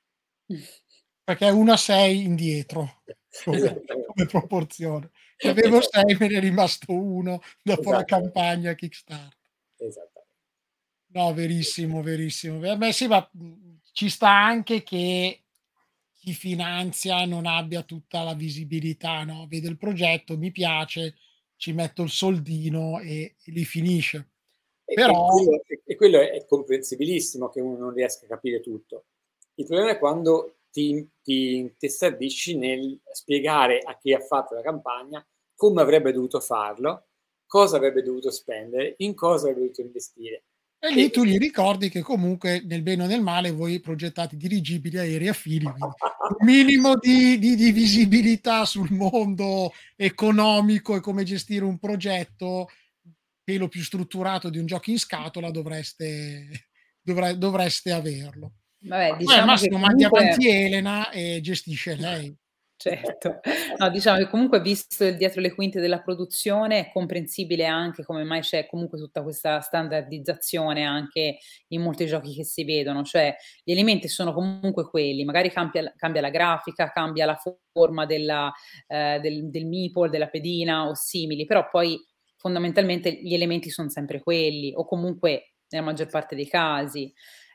Perché è uno a sei indietro come, come proporzione. Ne avevo sei, me ne è rimasto uno dopo la campagna Kickstarter. Esattamente. No, verissimo, verissimo. Beh, sì, ma ci sta anche che chi finanzia non abbia tutta la visibilità, no? Vede il progetto, mi piace, ci metto il soldino e, e li finisce. E, Però... e, quello, e quello è comprensibilissimo che uno non riesca a capire tutto. Il problema è quando ti, ti intestardisci nel spiegare a chi ha fatto la campagna come avrebbe dovuto farlo, cosa avrebbe dovuto spendere, in cosa avrebbe dovuto investire. E lì tu gli ricordi che comunque nel bene o nel male voi progettate dirigibili, aerei a fili, un minimo di, di, di visibilità sul mondo economico e come gestire un progetto pelo più strutturato di un gioco in scatola dovreste, dovre, dovreste averlo. Vabbè, diciamo Poi, Massimo, che mandi comunque... avanti Elena e gestisce lei. Certo, no, diciamo che comunque visto il dietro le quinte della produzione è comprensibile anche come mai c'è comunque tutta questa standardizzazione anche in molti giochi che si vedono, cioè gli elementi sono comunque quelli, magari cambia, cambia la grafica, cambia la forma della, eh, del, del meeple, della pedina o simili, però poi fondamentalmente gli elementi sono sempre quelli o comunque nella maggior parte dei casi.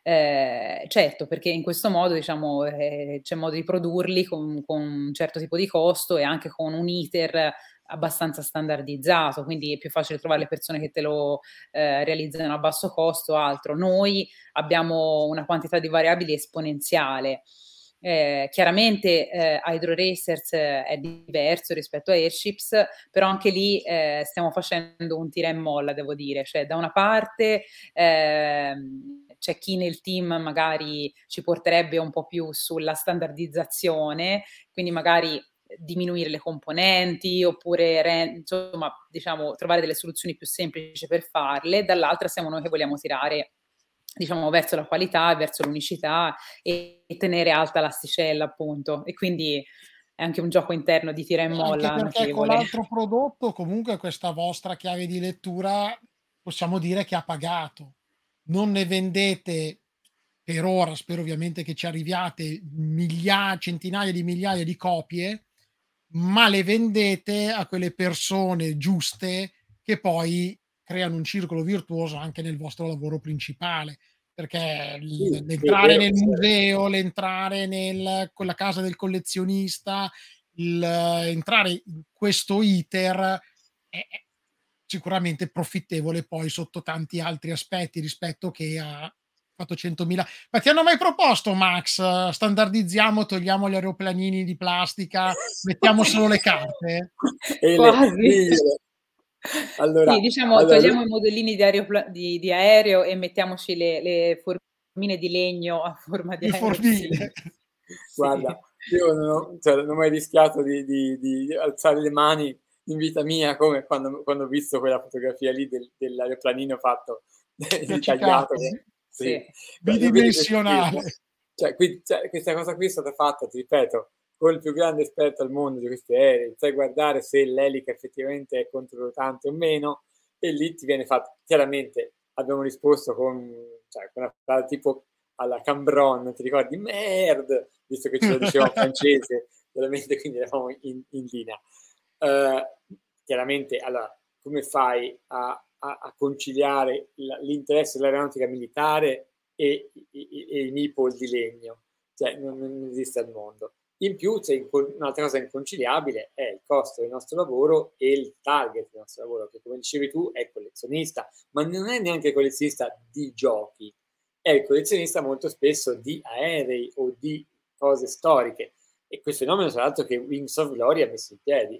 Eh, certo, perché in questo modo diciamo eh, c'è modo di produrli con, con un certo tipo di costo e anche con un iter abbastanza standardizzato, quindi è più facile trovare le persone che te lo eh, realizzano a basso costo o altro. Noi abbiamo una quantità di variabili esponenziale. Eh, chiaramente eh, Hydro Racers eh, è diverso rispetto a Airships, però anche lì eh, stiamo facendo un tira e molla, devo dire, cioè da una parte eh, c'è chi nel team magari ci porterebbe un po' più sulla standardizzazione, quindi magari diminuire le componenti oppure re, insomma diciamo trovare delle soluzioni più semplici per farle, dall'altra siamo noi che vogliamo tirare diciamo verso la qualità, verso l'unicità e tenere alta l'asticella appunto, e quindi è anche un gioco interno di tira e molla. Anche perché con l'altro prodotto comunque questa vostra chiave di lettura possiamo dire che ha pagato, non ne vendete per ora, spero ovviamente che ci arriviate migliaia, centinaia di migliaia di copie, ma le vendete a quelle persone giuste che poi creano un circolo virtuoso anche nel vostro lavoro principale, perché sì, l'entrare sì, nel sì. museo, l'entrare nel, con la casa del collezionista, il, entrare in questo iter è sicuramente profittevole poi sotto tanti altri aspetti rispetto che a fatto centomila. Ma ti hanno mai proposto, Max, standardizziamo, togliamo gli aeroplanini di plastica, mettiamo solo le carte? E Quasi. Le, allora, sì, diciamo, allora, togliamo i modellini di, aeropla- di, di aereo e mettiamoci le, le formine di legno a forma di Le aereo. formine. Guarda, Io non ho, cioè, non ho mai rischiato di, di- di alzare le mani in vita mia, come quando, quando ho visto quella fotografia lì del, dell'aeroplanino fatto Piacicato, ritagliato. che- Sì, Beh, io vedi questo film, bidimensionale. cioè, qui- cioè, questa cosa qui è stata fatta, ti ripeto, con il più grande esperto al mondo di questi aerei, sai guardare se l'elica effettivamente è controrotante o meno, e lì ti viene fatto. Chiaramente abbiamo risposto con, cioè, con una frase tipo alla Cambron, ti ricordi? Merde! Visto che ce lo diceva in francese, veramente, quindi eravamo in, in linea. Eh, chiaramente, allora, come fai a, a- a conciliare la- l'interesse dell'aeronautica militare e, e- e i meeple di legno? Cioè, non, non esiste al mondo. In più, c'è inco- un'altra cosa inconciliabile è il costo del nostro lavoro e il target del nostro lavoro, che come dicevi tu è collezionista, ma non è neanche collezionista di giochi, è il collezionista molto spesso di aerei o di cose storiche. E questo fenomeno, tra l'altro, che Wings of Glory ha messo in piedi.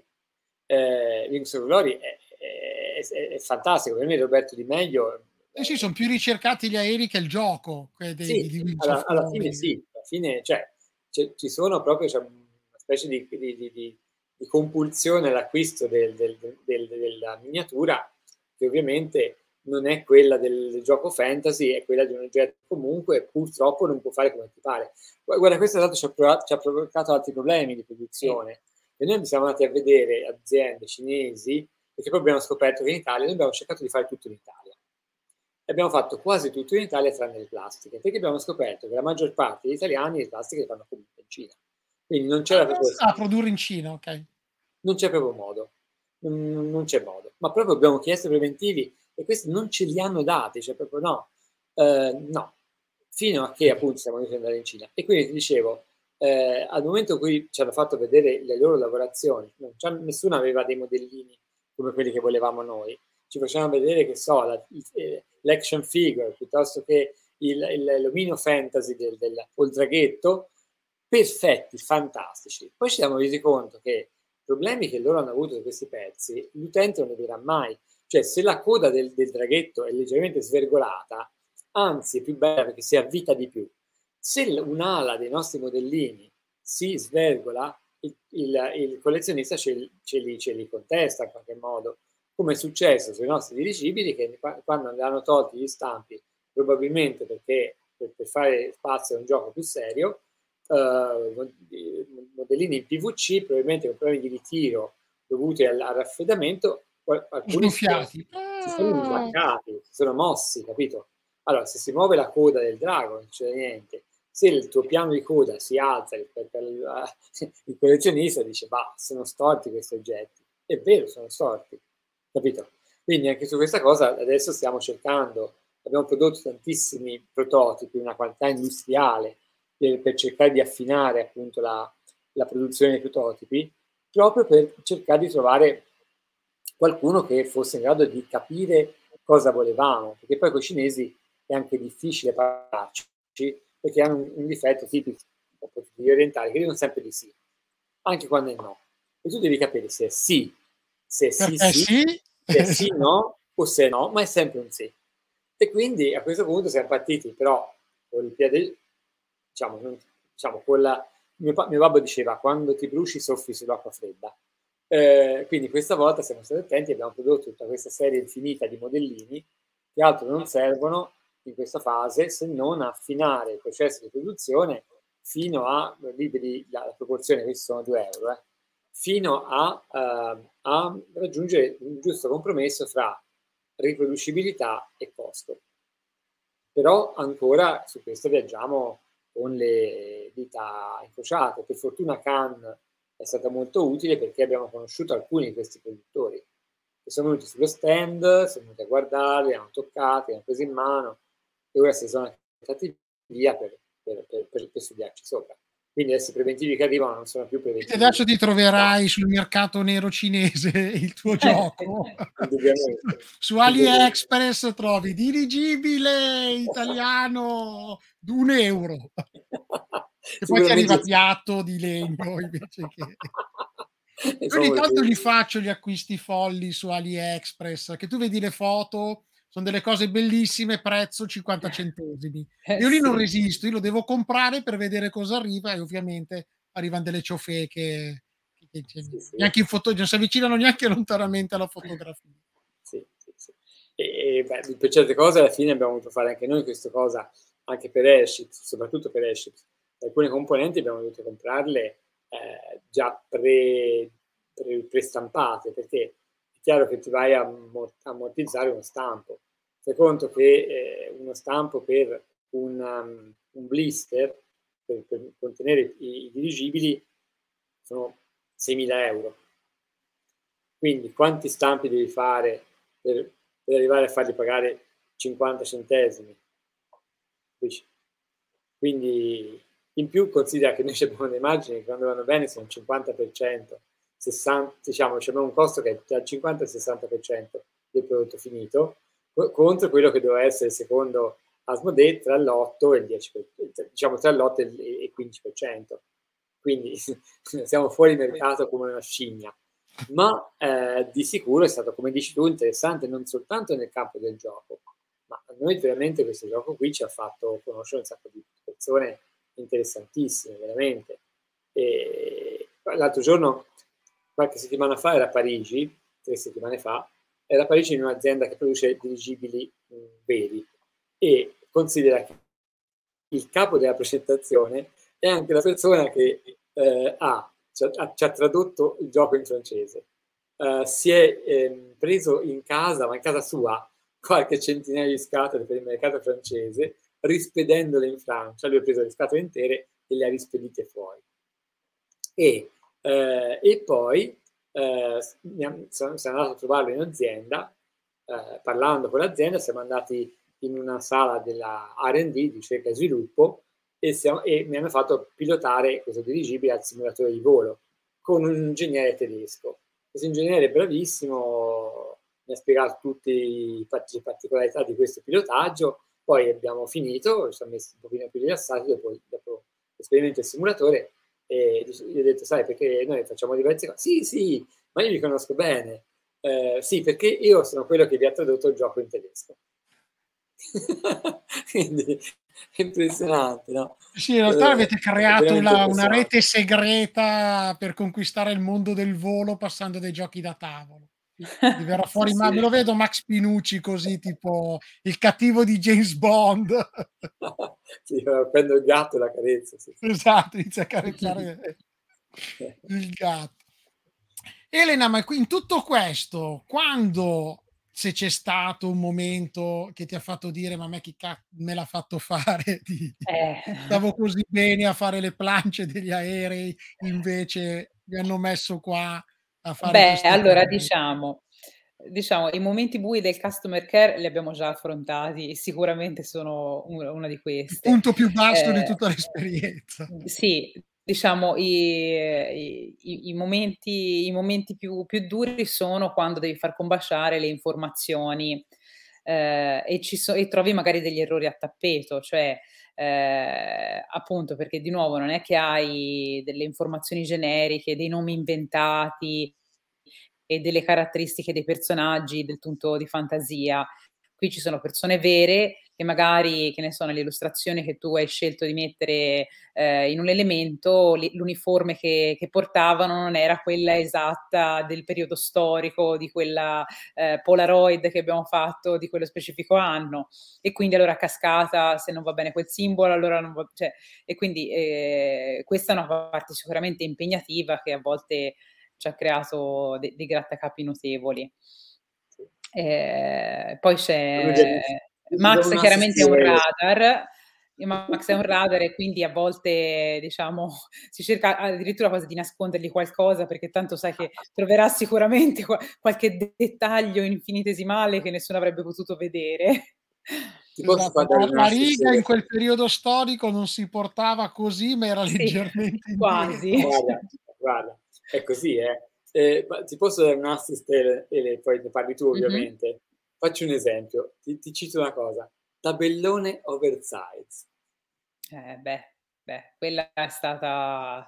Eh, Wings of Glory è, è- è- è fantastico. Per me Roberto Di Meglio, Sì, sì, eh, sono più ricercati gli aerei che il gioco che dei, sì, di, di Wings alla, of alla fine Glory. sì, alla fine cioè, c'è- ci sono proprio c'è una specie di, di- di- di- di compulsione all'acquisto del- del- del- della miniatura, che ovviamente non è quella del, del gioco fantasy, è quella di un oggetto che comunque purtroppo non può fare come ti pare. Gu- Guarda, questo tra l'altro ci ha, provato- ci ha provocato altri problemi di produzione. E noi siamo andati a vedere aziende cinesi, perché poi abbiamo scoperto che in Italia noi abbiamo cercato di fare tutto in Italia. E abbiamo fatto quasi tutto in Italia tranne le plastiche, perché abbiamo scoperto che la maggior parte degli italiani le plastiche le fanno comunque in Cina. Quindi non c'era proprio, Ah, produrre in Cina, ok. non c'è proprio modo, non, non c'è modo. Ma proprio abbiamo chiesto preventivi e questi non ce li hanno dati, cioè proprio no, eh, no, fino a che appunto siamo riusciti ad andare in Cina. E quindi ti dicevo, eh, al momento in cui ci hanno fatto vedere le loro lavorazioni, non c'è- nessuno aveva dei modellini come quelli che volevamo noi, ci facevano vedere che so, la- il- eh, l'action figure piuttosto che il, il- l'omino fantasy del, del o il draghetto, perfetti, fantastici. Poi ci siamo resi conto che i problemi che loro hanno avuto di questi pezzi, l'utente non ne dirà mai. Cioè, se la coda del, del draghetto è leggermente svergolata, anzi è più bella perché si avvita di più. Se un'ala dei nostri modellini si svergola, il, il- il collezionista ce, ce li, ce li contesta in qualche modo, come è successo sui nostri dirigibili che quando li hanno tolti gli stampi, probabilmente perché per, per fare spazio a un gioco più serio, eh, modellini in P V C, probabilmente con problemi di ritiro dovuti al, al raffreddamento, alcuni si sono, Sgonfiati. si sono Ah, imbraccati, si sono mossi, capito? Allora, se si muove la coda del drago, non c'è niente. Se il tuo piano di coda si alza rispetto al il collezionista dice, bah, sono storti questi oggetti. È vero, sono storti, capito? Quindi anche su questa cosa adesso stiamo cercando, abbiamo prodotto tantissimi prototipi, una quantità industriale per, per cercare di affinare appunto la, la produzione dei prototipi, proprio per cercare di trovare qualcuno che fosse in grado di capire cosa volevamo, perché poi con i cinesi è anche difficile parlarci, perché hanno un, un difetto tipico gli orientali, che dicono sempre di sì, anche quando è no. E tu devi capire se è sì, se è sì perché sì, sì. se è sì no, o se è no, ma è sempre un sì. E quindi a questo punto siamo partiti però con il piede, diciamo, non, diciamo con la, mio, mio babbo diceva, quando ti bruci soffi sull'acqua fredda. Eh, quindi questa volta siamo stati attenti e abbiamo prodotto tutta questa serie infinita di modellini che altro non servono in questa fase se non affinare il processo di produzione fino a, liberi la, la proporzione, questi sono due euro, eh, fino a, uh, a raggiungere un giusto compromesso fra riproducibilità e costo. Però ancora su questo viaggiamo con le dita incrociate. Per fortuna Cannes è stata molto utile perché abbiamo conosciuto alcuni di questi produttori che sono venuti sullo stand, sono venuti a guardarli, hanno toccati, hanno preso in mano e ora si sono andati via per, per, per, per, per studiarci sopra. Quindi adesso i preventivi che arrivano non sono più preventivi. Adesso ti troverai sul mercato nero cinese il tuo gioco. Su AliExpress trovi dirigibile italiano di un euro. E poi ti arriva piatto di legno invece che... Ogni tanto li faccio gli acquisti folli su AliExpress, che tu vedi le foto, sono delle cose bellissime, prezzo cinquanta centesimi. Eh, Io lì non sì. resisto, io lo devo comprare per vedere cosa arriva e ovviamente arrivano delle ciofeche che, che, Sì, sì. neanche in foto, non si avvicinano neanche lontanamente alla fotografia. Sì, sì, sì. E, e beh, per certe cose alla fine abbiamo dovuto fare anche noi questa cosa, anche per Airships, soprattutto per Airships. Alcune componenti abbiamo dovuto comprarle eh, già pre, pre, prestampate, perché è chiaro che ti vai a ammortizzare uno stampo. Fai conto che eh, uno stampo per un, um, un blister, per, per contenere i, i dirigibili, sono seimila euro. Quindi quanti stampi devi fare per, per arrivare a fargli pagare cinquanta centesimi? Quindi in più considera che noi abbiamo le immagini che quando vanno bene sono il cinquanta per cento, sessanta, diciamo, abbiamo un costo che è tra il cinquanta e il sessanta per cento del prodotto finito, contro quello che doveva essere secondo Asmodee tra l'otto e il dieci per cento, diciamo tra l'otto e il quindici per cento. Quindi siamo fuori mercato come una scimmia. Ma eh, di sicuro è stato, come dici tu, interessante non soltanto nel campo del gioco, ma a noi veramente questo gioco qui ci ha fatto conoscere un sacco di persone interessantissime, veramente. E l'altro giorno, qualche settimana fa, era a Parigi, tre settimane fa, era a Parigi in un'azienda che produce dirigibili mh, veri, e considera che il capo della presentazione è anche la persona che eh, ha Ci ha, ci ha tradotto il gioco in francese. Uh, si è ehm, preso in casa, ma in casa sua, qualche centinaio di scatole per il mercato francese, rispedendole in Francia. Lui ha preso le scatole intere e le ha rispedite fuori. E, eh, e poi eh, sono, sono andato a trovarlo in azienda, eh, parlando con l'azienda, siamo andati in una sala della R and D, di ricerca e sviluppo, E, siamo, e mi hanno fatto pilotare questo dirigibile al simulatore di volo con un ingegnere tedesco. Questo ingegnere bravissimo, mi ha spiegato tutte le particolarità di questo pilotaggio, poi abbiamo finito, ci siamo messi un pochino più rilassati dopo, dopo l'esperimento del simulatore, e gli ho detto, sai, perché noi facciamo diverse cose? Sì, sì, ma io li conosco bene. Eh, sì, perché io sono quello che vi ha tradotto il gioco in tedesco. Quindi è impressionante, no? Sì, in realtà eh, avete creato una, una rete segreta per conquistare il mondo del volo passando dai giochi da tavolo. Mi verrà fuori, sì, ma sì. me lo vedo Max Pinucci così, tipo il cattivo di James Bond. Sì, prendo il gatto e la carezza. Sì, sì. Esatto, inizia a carezzare il gatto. Elena, ma in tutto questo, quando, se c'è stato un momento che ti ha fatto dire, ma a me chi cazzo me l'ha fatto fare? Di, Eh. Stavo così bene a fare le planche degli aerei, invece mi hanno messo qua a fare Beh, queste allora cose. diciamo diciamo i momenti bui del customer care li abbiamo già affrontati e sicuramente sono u una di Il queste. punto più basso di Ehm, tutta l'esperienza. sì, diciamo i i i momenti i momenti più più duri sono quando devi far combaciare le informazioni, ehm, e ci so e trovi magari degli errori a tappeto, cioè, ehm, appunto perché di nuovo non è che hai delle informazioni generiche, dei nomi inventati e delle caratteristiche dei personaggi del tutto di fantasia. Qui ci sono persone vere che magari, che ne so, nell'illustrazione che tu hai scelto di mettere eh, in un elemento, li- l'uniforme che, che portavano non era quella esatta del periodo storico, di quella eh, Polaroid che abbiamo fatto di quello specifico anno. E quindi allora a cascata, se non va bene quel simbolo, allora non va... Cioè, e quindi eh, questa è una parte sicuramente impegnativa che a volte ci ha creato de- dei grattacapi notevoli. Eh, poi c'è Abbiamo Max, un chiaramente è un assistente. radar. Max è un radar e quindi a volte diciamo si cerca addirittura quasi di nascondergli qualcosa, perché tanto sai che troverà sicuramente qua- qualche de- dettaglio infinitesimale che nessuno avrebbe potuto vedere. Ti posso Esatto, far dare la, un la riga in assist? quel periodo storico non si portava così, ma era Sì, leggermente quasi. indietro. Guarda, guarda, è così, eh. Eh, ma ti posso dare un assist e, e poi ne parli tu, Mhm. ovviamente. Faccio un esempio, ti, ti cito una cosa. Tabellone oversize. Eh, beh, beh, quella è stata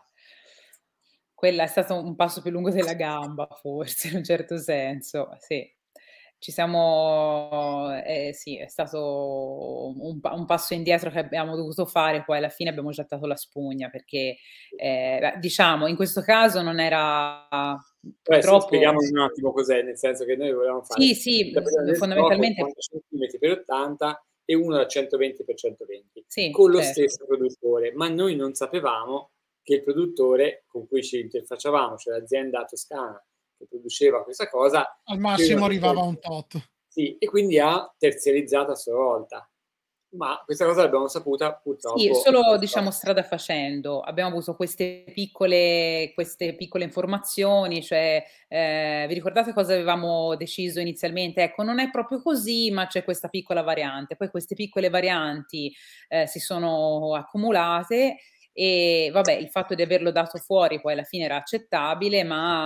quella è stato un passo più lungo della gamba forse, in un certo senso, sì. ci siamo, eh, sì, è stato un, un passo indietro che abbiamo dovuto fare, poi alla fine abbiamo gettato la spugna perché, eh, diciamo, in questo caso non era Beh, sì, purtroppo... spieghiamo un attimo cos'è, nel senso che noi volevamo fare Sì, sì, il tappeto del gioco fondamentalmente ottanta centimetri per ottanta e uno da centoventi per centoventi sì, con lo certo. stesso produttore, ma noi non sapevamo che il produttore con cui ci interfacciavamo, cioè l'azienda toscana che produceva questa cosa, Al massimo arrivava a un tot. sì, e quindi ha terziarizzato a sua volta. Ma questa cosa l'abbiamo saputa Sì, purtroppo. solo diciamo strada facendo. Abbiamo avuto queste piccole, queste piccole informazioni, cioè eh, vi ricordate cosa avevamo deciso inizialmente? Ecco, non è proprio così, ma c'è questa piccola variante. Poi queste piccole varianti eh, si sono accumulate e vabbè, il fatto di averlo dato fuori poi alla fine era accettabile,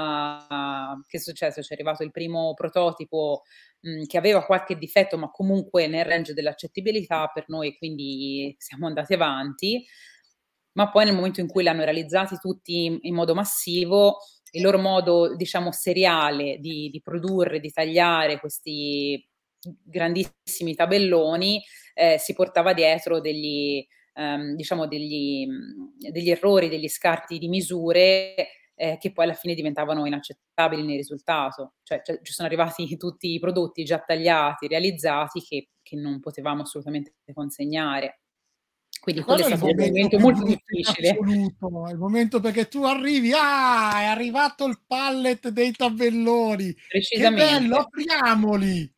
ma che è successo? C'è arrivato il primo prototipo mh, che aveva qualche difetto, ma comunque nel range dell'accettibilità per noi, quindi siamo andati avanti. Ma poi nel momento in cui l'hanno realizzati tutti in, in modo massivo, il loro modo, diciamo, seriale di, di produrre, di tagliare questi grandissimi tabelloni, eh, si portava dietro degli, ehm, diciamo, degli, degli errori, degli scarti di misure eh, che poi alla fine diventavano inaccettabili nel risultato. Cioè, cioè ci sono arrivati tutti i prodotti già tagliati, realizzati, che, che non potevamo assolutamente consegnare. Quindi E quello quello è è il stato un momento momento più molto brutto in difficile. assoluto, è il momento perché tu arrivi, ah, è arrivato il pallet dei tabelloni, che bello, Precisamente. apriamoli!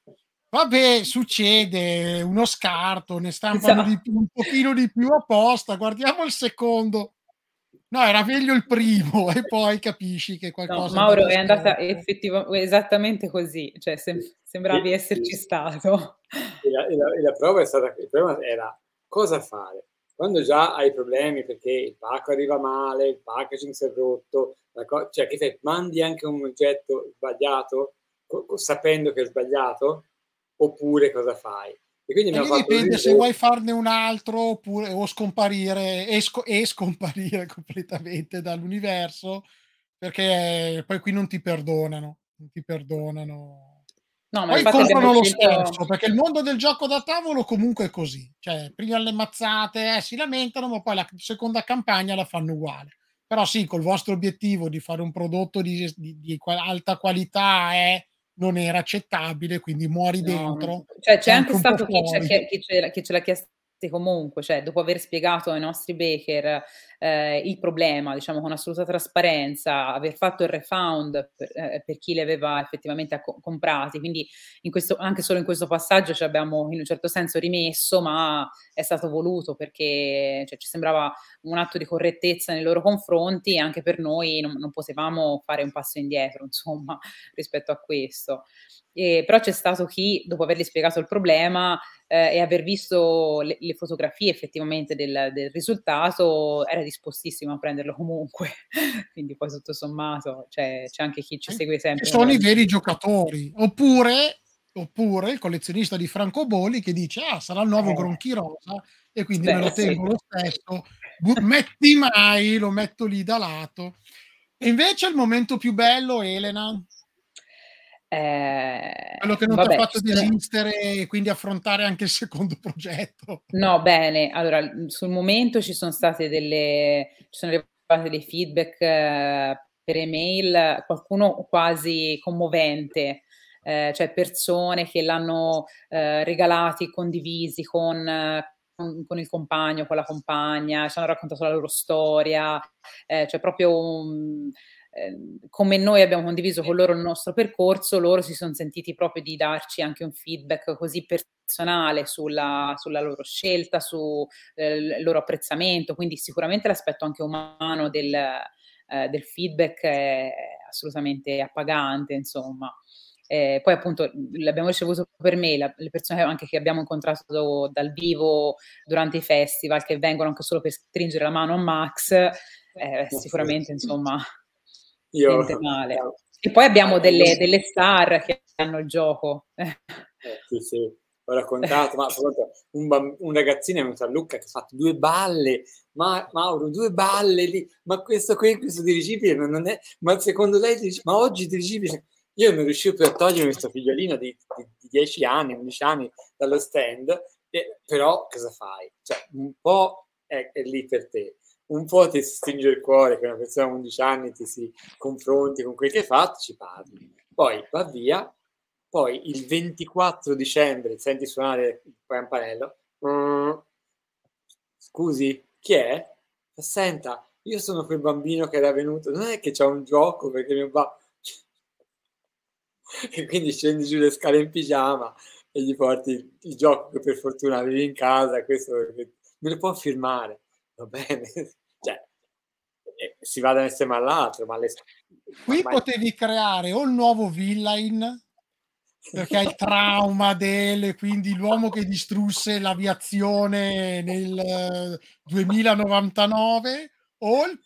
Vabbè, succede, uno scarto, ne stampano di Esatto. più, un pochino di più apposta, guardiamo il secondo. No, era meglio il primo e poi capisci che No, qualcosa è Mauro andato è andata storto. effettiva esattamente così, cioè sem sembravi E, esserci stato. e la, e la- e la prova è stata, il problema era cosa fare quando già hai problemi perché il pacco arriva male, il packaging si è rotto, la co- cioè che fai, mandi anche un oggetto sbagliato co- co- sapendo che è sbagliato, oppure cosa fai? E quindi E abbiamo lì fatto un dipende se rinvio. vuoi farne un altro oppure o scomparire e, sco- e scomparire completamente dall'universo, perché poi qui non ti perdonano, non ti perdonano. No, ma Poi infatti abbiamo comprano lo scelto stesso, perché il mondo del gioco da tavolo comunque è così, cioè prima le mazzate eh, si lamentano, ma poi la seconda campagna la fanno uguale. Però sì, col vostro obiettivo di fare un prodotto di, di- di qua- alta qualità eh, non era accettabile, quindi muori no, no, dentro cioè e c'è anche anche un po' stato chi c'è fuori. che chi ce che ce l'ha chiesti comunque, cioè dopo aver spiegato ai nostri baker, ehm, il problema, diciamo con assoluta trasparenza, aver fatto il refund per ehm, per chi li aveva effettivamente acco comprati, quindi in questo anche solo in questo passaggio ci abbiamo in un certo senso rimesso, ma è stato voluto perché, cioè, ci sembrava un atto di correttezza nei loro confronti e anche per noi non non potevamo fare un passo indietro, insomma, rispetto a questo. Ehm, però c'è stato chi, dopo avergli spiegato il problema, ehm, e aver visto le le fotografie effettivamente del del risultato, era dispostissimo a prenderlo comunque. Quindi poi tutto sommato, cioè, c'è anche chi ci Eh, segue che sempre sono i veri nell'amicizia. giocatori, oppure oppure il collezionista di francobolli che dice: "Ah, sarà il nuovo Eh, Gronchi rosa e quindi me beh, lo sì. tengo lo stesso, bu metti mai, lo metto lì da lato". E invece il momento più bello, Elena, quello che Ehm, non t'ha vabbè, ci fatto sono desistere e quindi affrontare anche il secondo progetto. no, bene, allora, mhmm, sul momento ci sono state delle ci sono arrivate dei feedback eh, per email, qualcuno quasi commovente, ehm, cioè persone che l'hanno, ehm, regalati, condivisi con eh, con con il compagno, con la compagna, ci hanno raccontato la loro storia, ehm, cioè proprio un ehm, come noi abbiamo condiviso con loro il nostro percorso, loro si son sentiti proprio di darci anche un feedback così personale sulla sulla loro scelta, su, ehm, il loro apprezzamento, quindi sicuramente l'aspetto anche umano del ehm, del feedback è assolutamente appagante, insomma. Ehm, poi appunto, mhmm, l'abbiamo ricevuto per mail, le persone anche che abbiamo incontrato dal vivo durante i festival, che vengono anche solo per stringere la mano a Max, eh, sicuramente insomma Io niente male. E poi abbiamo delle delle star che hanno il gioco. Eh, sì, sì, ho raccontato, ma appunto un, bam- un ragazzino è venuto a Lucca che ha fatto due balle, ma Mauro, due balle lì, ma questo qui, questo dirigibile non è, ma secondo lei, dirigi- ma oggi dirigibile, io non riuscivo più a togliermi questo figliolino di, di, di dieci anni, undici anni dallo stand, e, però cosa fai? Cioè, un po' è, è lì per te, un po' ti stringe il cuore che una persona a undici anni ti si confronti con quel che hai fatto, ci parli, poi va via, poi il ventiquattro dicembre senti suonare il campanello, mm, scusi, chi è? Senta, io sono quel bambino che era venuto, non è che c'è un gioco perché mio papà... E quindi scendi giù le scale in pigiama e gli porti il gioco che per fortuna avevi in casa, questo perché me lo può firmare, va bene? Cioè, eh, si va da un estremo all'altro, ma le... Qui ma- potevi creare o il nuovo Villain, perché hai il trauma delle, quindi l'uomo che distrusse l'aviazione nel eh, duemilanovantanove, o il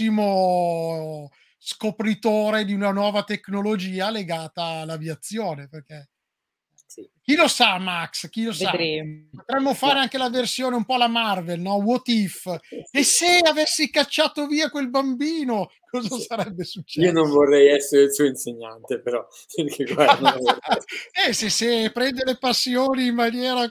prossimo scopritore di una nuova tecnologia legata all'aviazione, perché sì. chi lo sa, Max, chi lo sa? Vedremo. Potremmo fare anche la versione un po' alla Marvel, no? What if? E se avessi cacciato via quel bambino, cosa Sì. sarebbe successo? Io non vorrei essere il suo insegnante, però perché guarda, eh, se, se prende le passioni in maniera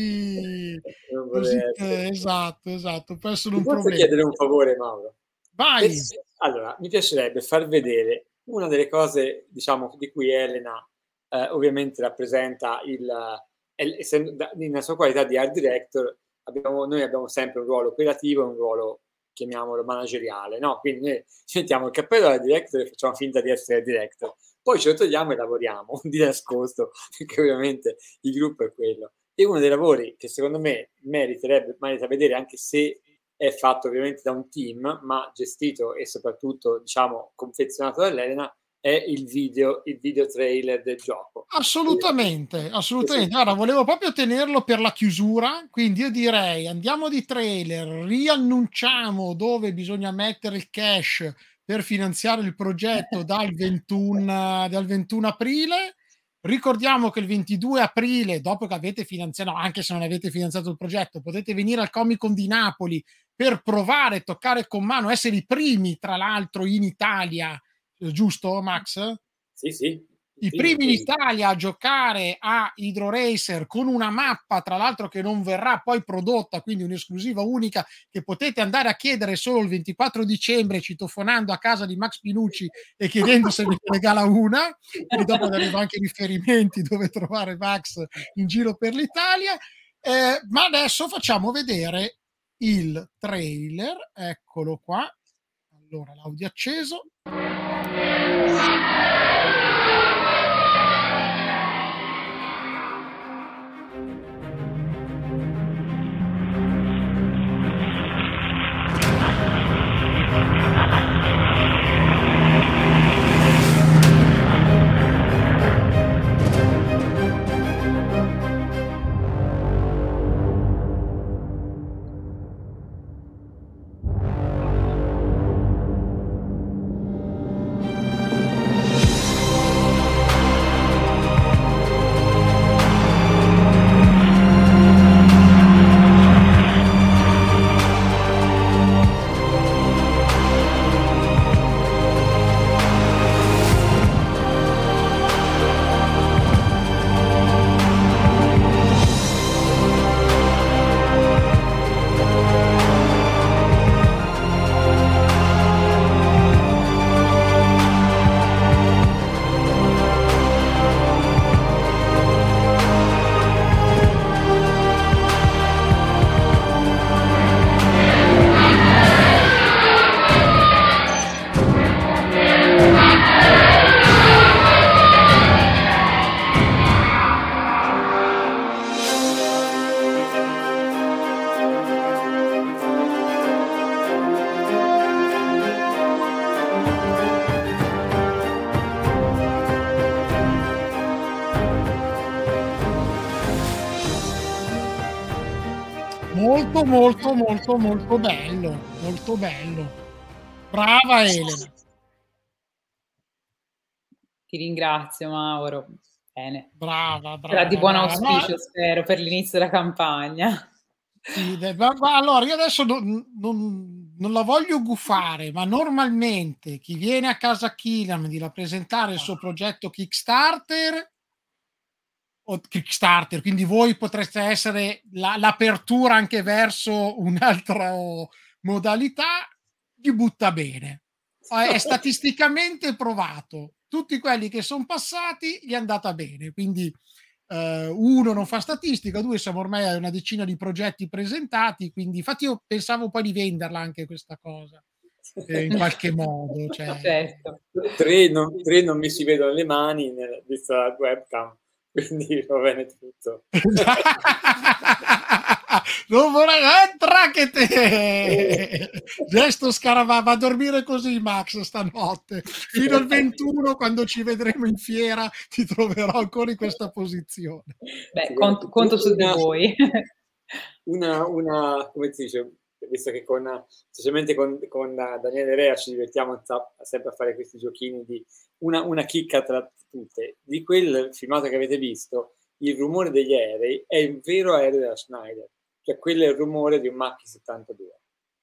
così, non così vorrei eh, essere. esatto, esatto, può essere Ti un posso problema. chiedere un favore, Mauro? Vai. Per- Allora, mi piacerebbe far vedere una delle cose, diciamo, di cui Elena eh, ovviamente rappresenta il, eh, essendo da- nella sua qualità di art director, abbiamo, noi abbiamo sempre un ruolo operativo e un ruolo, chiamiamolo, manageriale, no? Quindi noi ci mettiamo il cappello da director e facciamo finta di essere director. Poi ce lo togliamo e lavoriamo di nascosto, perché ovviamente il gruppo è quello. E uno dei lavori che secondo me meriterebbe, merita vedere, anche se è fatto ovviamente da un team, ma gestito e soprattutto, diciamo, confezionato dall'Elena, è il video, il video trailer del gioco. Assolutamente, assolutamente. Guarda, volevo proprio tenerlo per la chiusura, quindi io direi andiamo di trailer, riannunciamo dove bisogna mettere il cash per finanziare il progetto dal ventuno, dal ventuno aprile. Ricordiamo che il ventidue aprile, dopo che avete finanziato, no, anche se non avete finanziato il progetto, potete venire al Comic Con di Napoli per provare, toccare con mano, essere i primi, tra l'altro, in Italia, giusto, Max? Sì, sì. I primi in Italia a giocare a Hydro Racer con una mappa, tra l'altro, che non verrà poi prodotta, quindi un'esclusiva unica che potete andare a chiedere solo il ventiquattro dicembre citofonando a casa di Max Pinucci e chiedendo se vi regala una, quindi dopo arrivano anche i riferimenti dove trovare Max in giro per l'Italia. Eh, ma adesso facciamo vedere il trailer, eccolo qua. Allora, l'audio acceso. Molto, molto, molto, molto bello, molto bello. Brava Elena. Ti ringrazio, Mauro. Bene. Brava, Sarà brava. di buon brava. auspicio, No, spero, per l'inizio della campagna. sì, de- ma, ma allora io adesso non, non- non la voglio gufare, ma normalmente chi viene a casa Killam di rappresentare il suo progetto Kickstarter o Kickstarter, quindi voi potreste essere la, l'apertura anche verso un'altra modalità, gli butta bene. È statisticamente provato. Tutti quelli che sono passati gli è andata bene, quindi Uh, uno non fa statistica, due siamo ormai a una decina di progetti presentati, quindi infatti io pensavo poi di venderla anche questa cosa eh, in qualche modo, cioè... certo. tre, non, tre non mi si vedono le mani nel, vista la webcam, quindi va bene tutto. Non vorrei entra che te gesto scarava, va a dormire così Max stanotte fino al ventuno, quando ci vedremo in fiera ti troverò ancora in questa posizione. Beh, conto, conto su di voi. una, una come si dice, visto che con specialmente con, con Daniele Rea ci divertiamo sempre a fare questi giochini di una, una chicca tra tutte, di quel filmato che avete visto, il rumore degli aerei è il vero aereo della Schneider, cioè quello è il rumore di un Mach settantadue.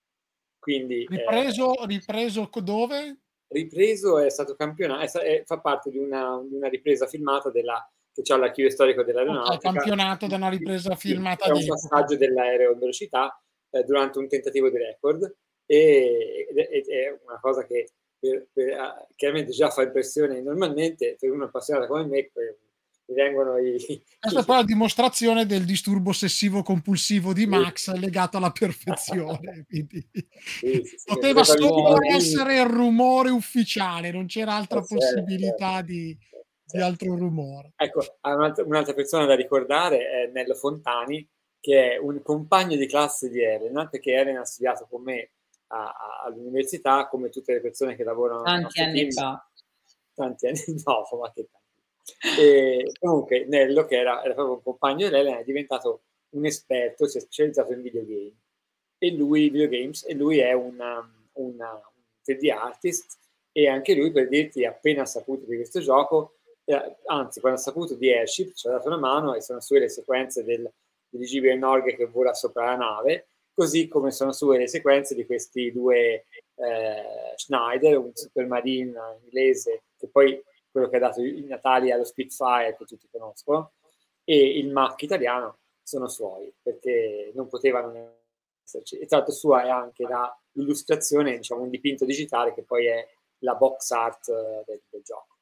Quindi ripreso, eh, ripreso dove? Ripreso è stato campionato, è, è, fa parte di una, di una ripresa filmata della, che c'è all'archivio storico dell'aeronautica. Okay, campionato da una ripresa filmata. È un passaggio dell'aereo in velocità eh, durante un tentativo di record e, ed, ed è una cosa che per, per, chiaramente già fa impressione normalmente per uno appassionato come me. Mi vengono i... Questa è poi la dimostrazione del disturbo ossessivo compulsivo di Max legato alla perfezione. Quindi sì, sì, sì, poteva solo essere il rumore ufficiale, non c'era altra eh, possibilità certo, di, certo. di altro rumore. Ecco, un'altra, un'altra persona da ricordare è Nello Fontani, che è un compagno di classe di Elena, perché Elena ha studiato con me a, a, all'università, come tutte le persone che lavorano tanti anni team. fa. Tanti anni no, ma che tanti. E comunque Nello, che era, era proprio un compagno di Elena, è diventato un esperto, si è specializzato in videogame e lui, videogames, e lui è una, una, un tre D artist, e anche lui, per dirti, appena saputo di questo gioco, eh, anzi quando ha saputo di Airship ci ha dato una mano, e sono sue le sequenze del dirigibile Norghe che vola sopra la nave, così come sono sue le sequenze di questi due eh, Schneider, un Supermarine inglese che poi quello che ha dato i natali allo Spitfire, che tutti conoscono, e il Mach italiano sono suoi, perché non potevano esserci. E tra l'altro sua è anche la illustrazione, diciamo un dipinto digitale, che poi è la box art del, del gioco.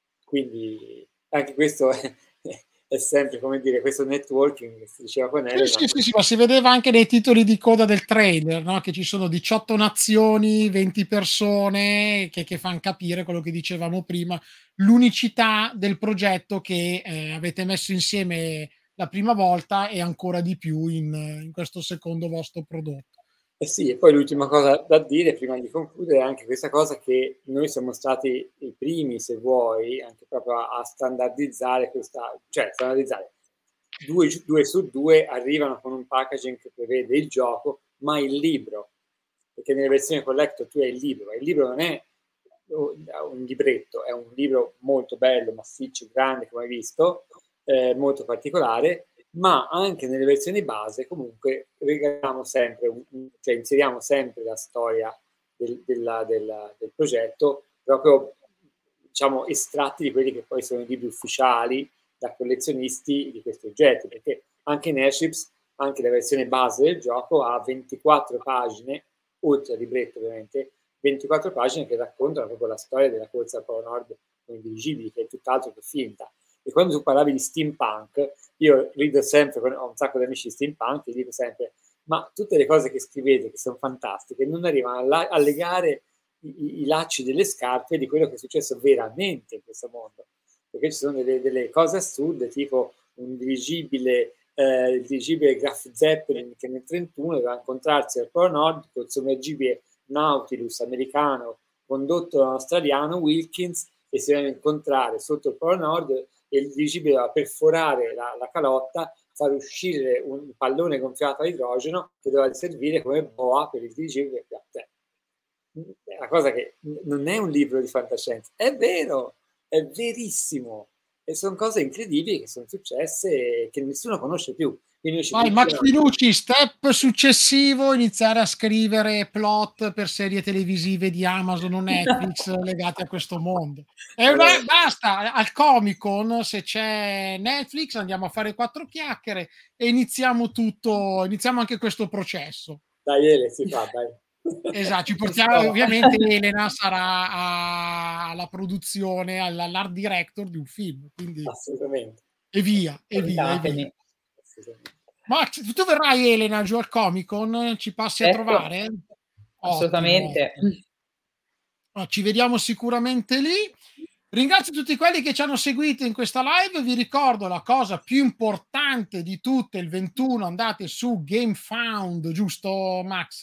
Quindi anche questo è, è sempre, come dire, questo networking che si diceva con Elena. Sì, sì, sì, sì, ma si vedeva anche nei titoli di coda del trailer, no? Che ci sono diciotto nazioni, venti persone, che, che fanno capire quello che dicevamo prima, l'unicità del progetto che eh, avete messo insieme la prima volta e ancora di più in, in questo secondo vostro prodotto. Eh sì, e poi l'ultima cosa da dire prima di concludere è anche questa cosa, che noi siamo stati i primi, se vuoi, anche proprio a, a standardizzare questa, cioè standardizzare, due, due su due arrivano con un packaging che prevede il gioco, ma il libro, perché nelle versioni collector tu hai il libro, e il libro non è un libretto, è un libro molto bello, massiccio, grande, come hai visto, eh, molto particolare, ma anche nelle versioni base comunque regaliamo sempre, un, cioè inseriamo sempre la storia del, della, della, del progetto, proprio diciamo estratti di quelli che poi sono i libri ufficiali da collezionisti di questi oggetti, perché anche in Airships, anche la versione base del gioco ha ventiquattro pagine, oltre al libretto ovviamente, ventiquattro pagine che raccontano proprio la storia della corsa al Polo Nord con i dirigibili, che è tutt'altro che finta. E quando tu parlavi di steampunk, io rido sempre, ho un sacco di amici steampunk, e dico sempre, ma tutte le cose che scrivete, che sono fantastiche, non arrivano a, la- a legare i-, i-, i lacci delle scarpe di quello che è successo veramente in questo mondo. Perché ci sono delle, delle cose assurde, tipo un dirigibile, eh, il dirigibile Graf Zeppelin, che nel trentuno doveva incontrarsi al Polo Nord col sommergibile Nautilus americano condotto da un australiano, Wilkins, e si dovevano incontrare sotto il Polo Nord, e il dirigibile doveva perforare la, la calotta, far uscire un pallone gonfiato a idrogeno che doveva servire come boa per il dirigibile. Cioè, è una cosa che non è un libro di fantascienza, è vero, è verissimo, e sono cose incredibili che sono successe e che nessuno conosce più. Finucci, Vai, Max Finucci, step successivo, iniziare a scrivere plot per serie televisive di Amazon o Netflix legate a questo mondo. E una, basta, al Comic Con, se c'è Netflix, andiamo a fare quattro chiacchiere e iniziamo tutto, iniziamo anche questo processo. Dai, Ele, si fa, dai. Esatto, ci portiamo, ovviamente Elena sarà alla produzione, all'art director di un film, quindi assolutamente. E via, e via, e via. Ma tu verrai, Elena, giù al Comic Con? Ci passi Certo. a trovare? Assolutamente. No, ci vediamo sicuramente lì. Ringrazio tutti quelli che ci hanno seguito in questa live. Vi ricordo la cosa più importante di tutte: il ventuno andate su GameFound, giusto Max?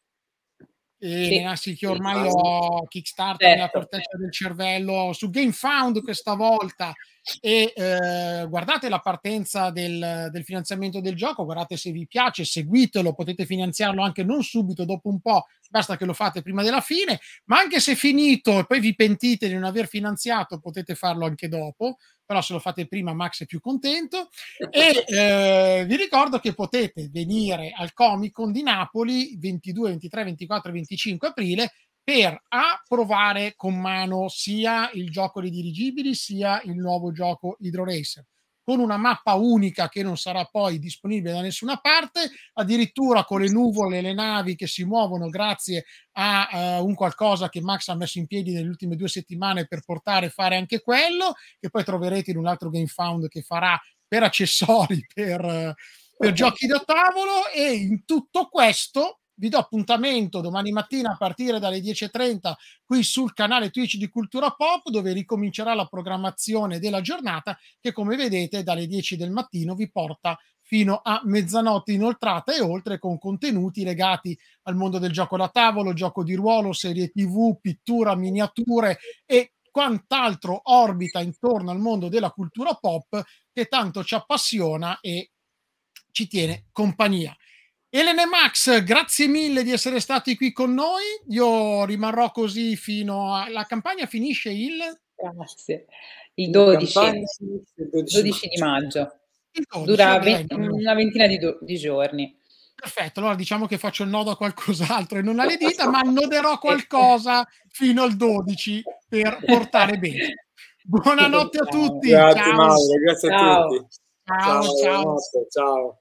E sì, che ormai sì, ho Kickstarter certo. nella corteccia del cervello su GameFound questa volta, e eh, guardate la partenza del, del finanziamento del gioco, guardate se vi piace, seguitelo, potete finanziarlo anche non subito, dopo un po', basta che lo fate prima della fine, ma anche se finito e poi vi pentite di non aver finanziato, potete farlo anche dopo, però se lo fate prima Max è più contento. E eh, vi ricordo che potete venire al Comic Con di Napoli ventidue, ventitré, ventiquattro e venticinque aprile per a provare con mano sia il gioco dei dirigibili sia il nuovo gioco Hydro Racer, con una mappa unica che non sarà poi disponibile da nessuna parte, addirittura con le nuvole e le navi che si muovono grazie a uh, un qualcosa che Max ha messo in piedi nelle ultime due settimane per portare e fare anche quello, che poi troverete in un altro GameFound che farà per accessori, per, uh, per giochi da tavolo. E in tutto questo vi do appuntamento domani mattina a partire dalle dieci e trenta qui sul canale Twitch di Cultura Pop, dove ricomincerà la programmazione della giornata che, come vedete, dalle dieci del mattino vi porta fino a mezzanotte inoltrata e oltre, con contenuti legati al mondo del gioco da tavolo, gioco di ruolo, serie tivù, pittura, miniature e quant'altro orbita intorno al mondo della cultura pop che tanto ci appassiona e ci tiene compagnia. Elena e Max, grazie mille di essere stati qui con noi. Io rimarrò così fino a... La campagna finisce il... Grazie. Il dodici, il dodici di maggio. Il dodici, dura venti, una ventina di, do... di giorni. Perfetto, allora diciamo che faccio il nodo a qualcos'altro e non alle dita, ma annoderò qualcosa fino al dodici per portare bene. Buonanotte a tutti. Grazie, ciao. Mauro, grazie ciao. a tutti. Ciao, ciao. Ciao. Ciao.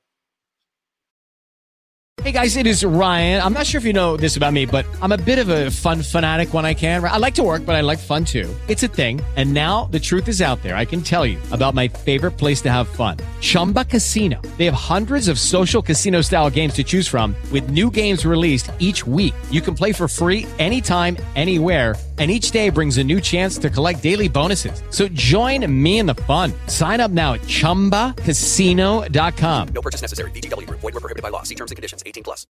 Hey guys, it is Ryan. I'm not sure if you know this about me, but I'm a bit of a fun fanatic when I can. I like to work, but I like fun too. It's a thing. And now the truth is out there. I can tell you about my favorite place to have fun. Chumba Casino. They have hundreds of social casino style games to choose from with new games released each week. You can play for free anytime, anywhere. And each day brings a new chance to collect daily bonuses. So join me in the fun. Sign up now at chumba casino dot com. No purchase necessary. V G W Group. Void where prohibited by law. See terms and conditions. eighteen plus.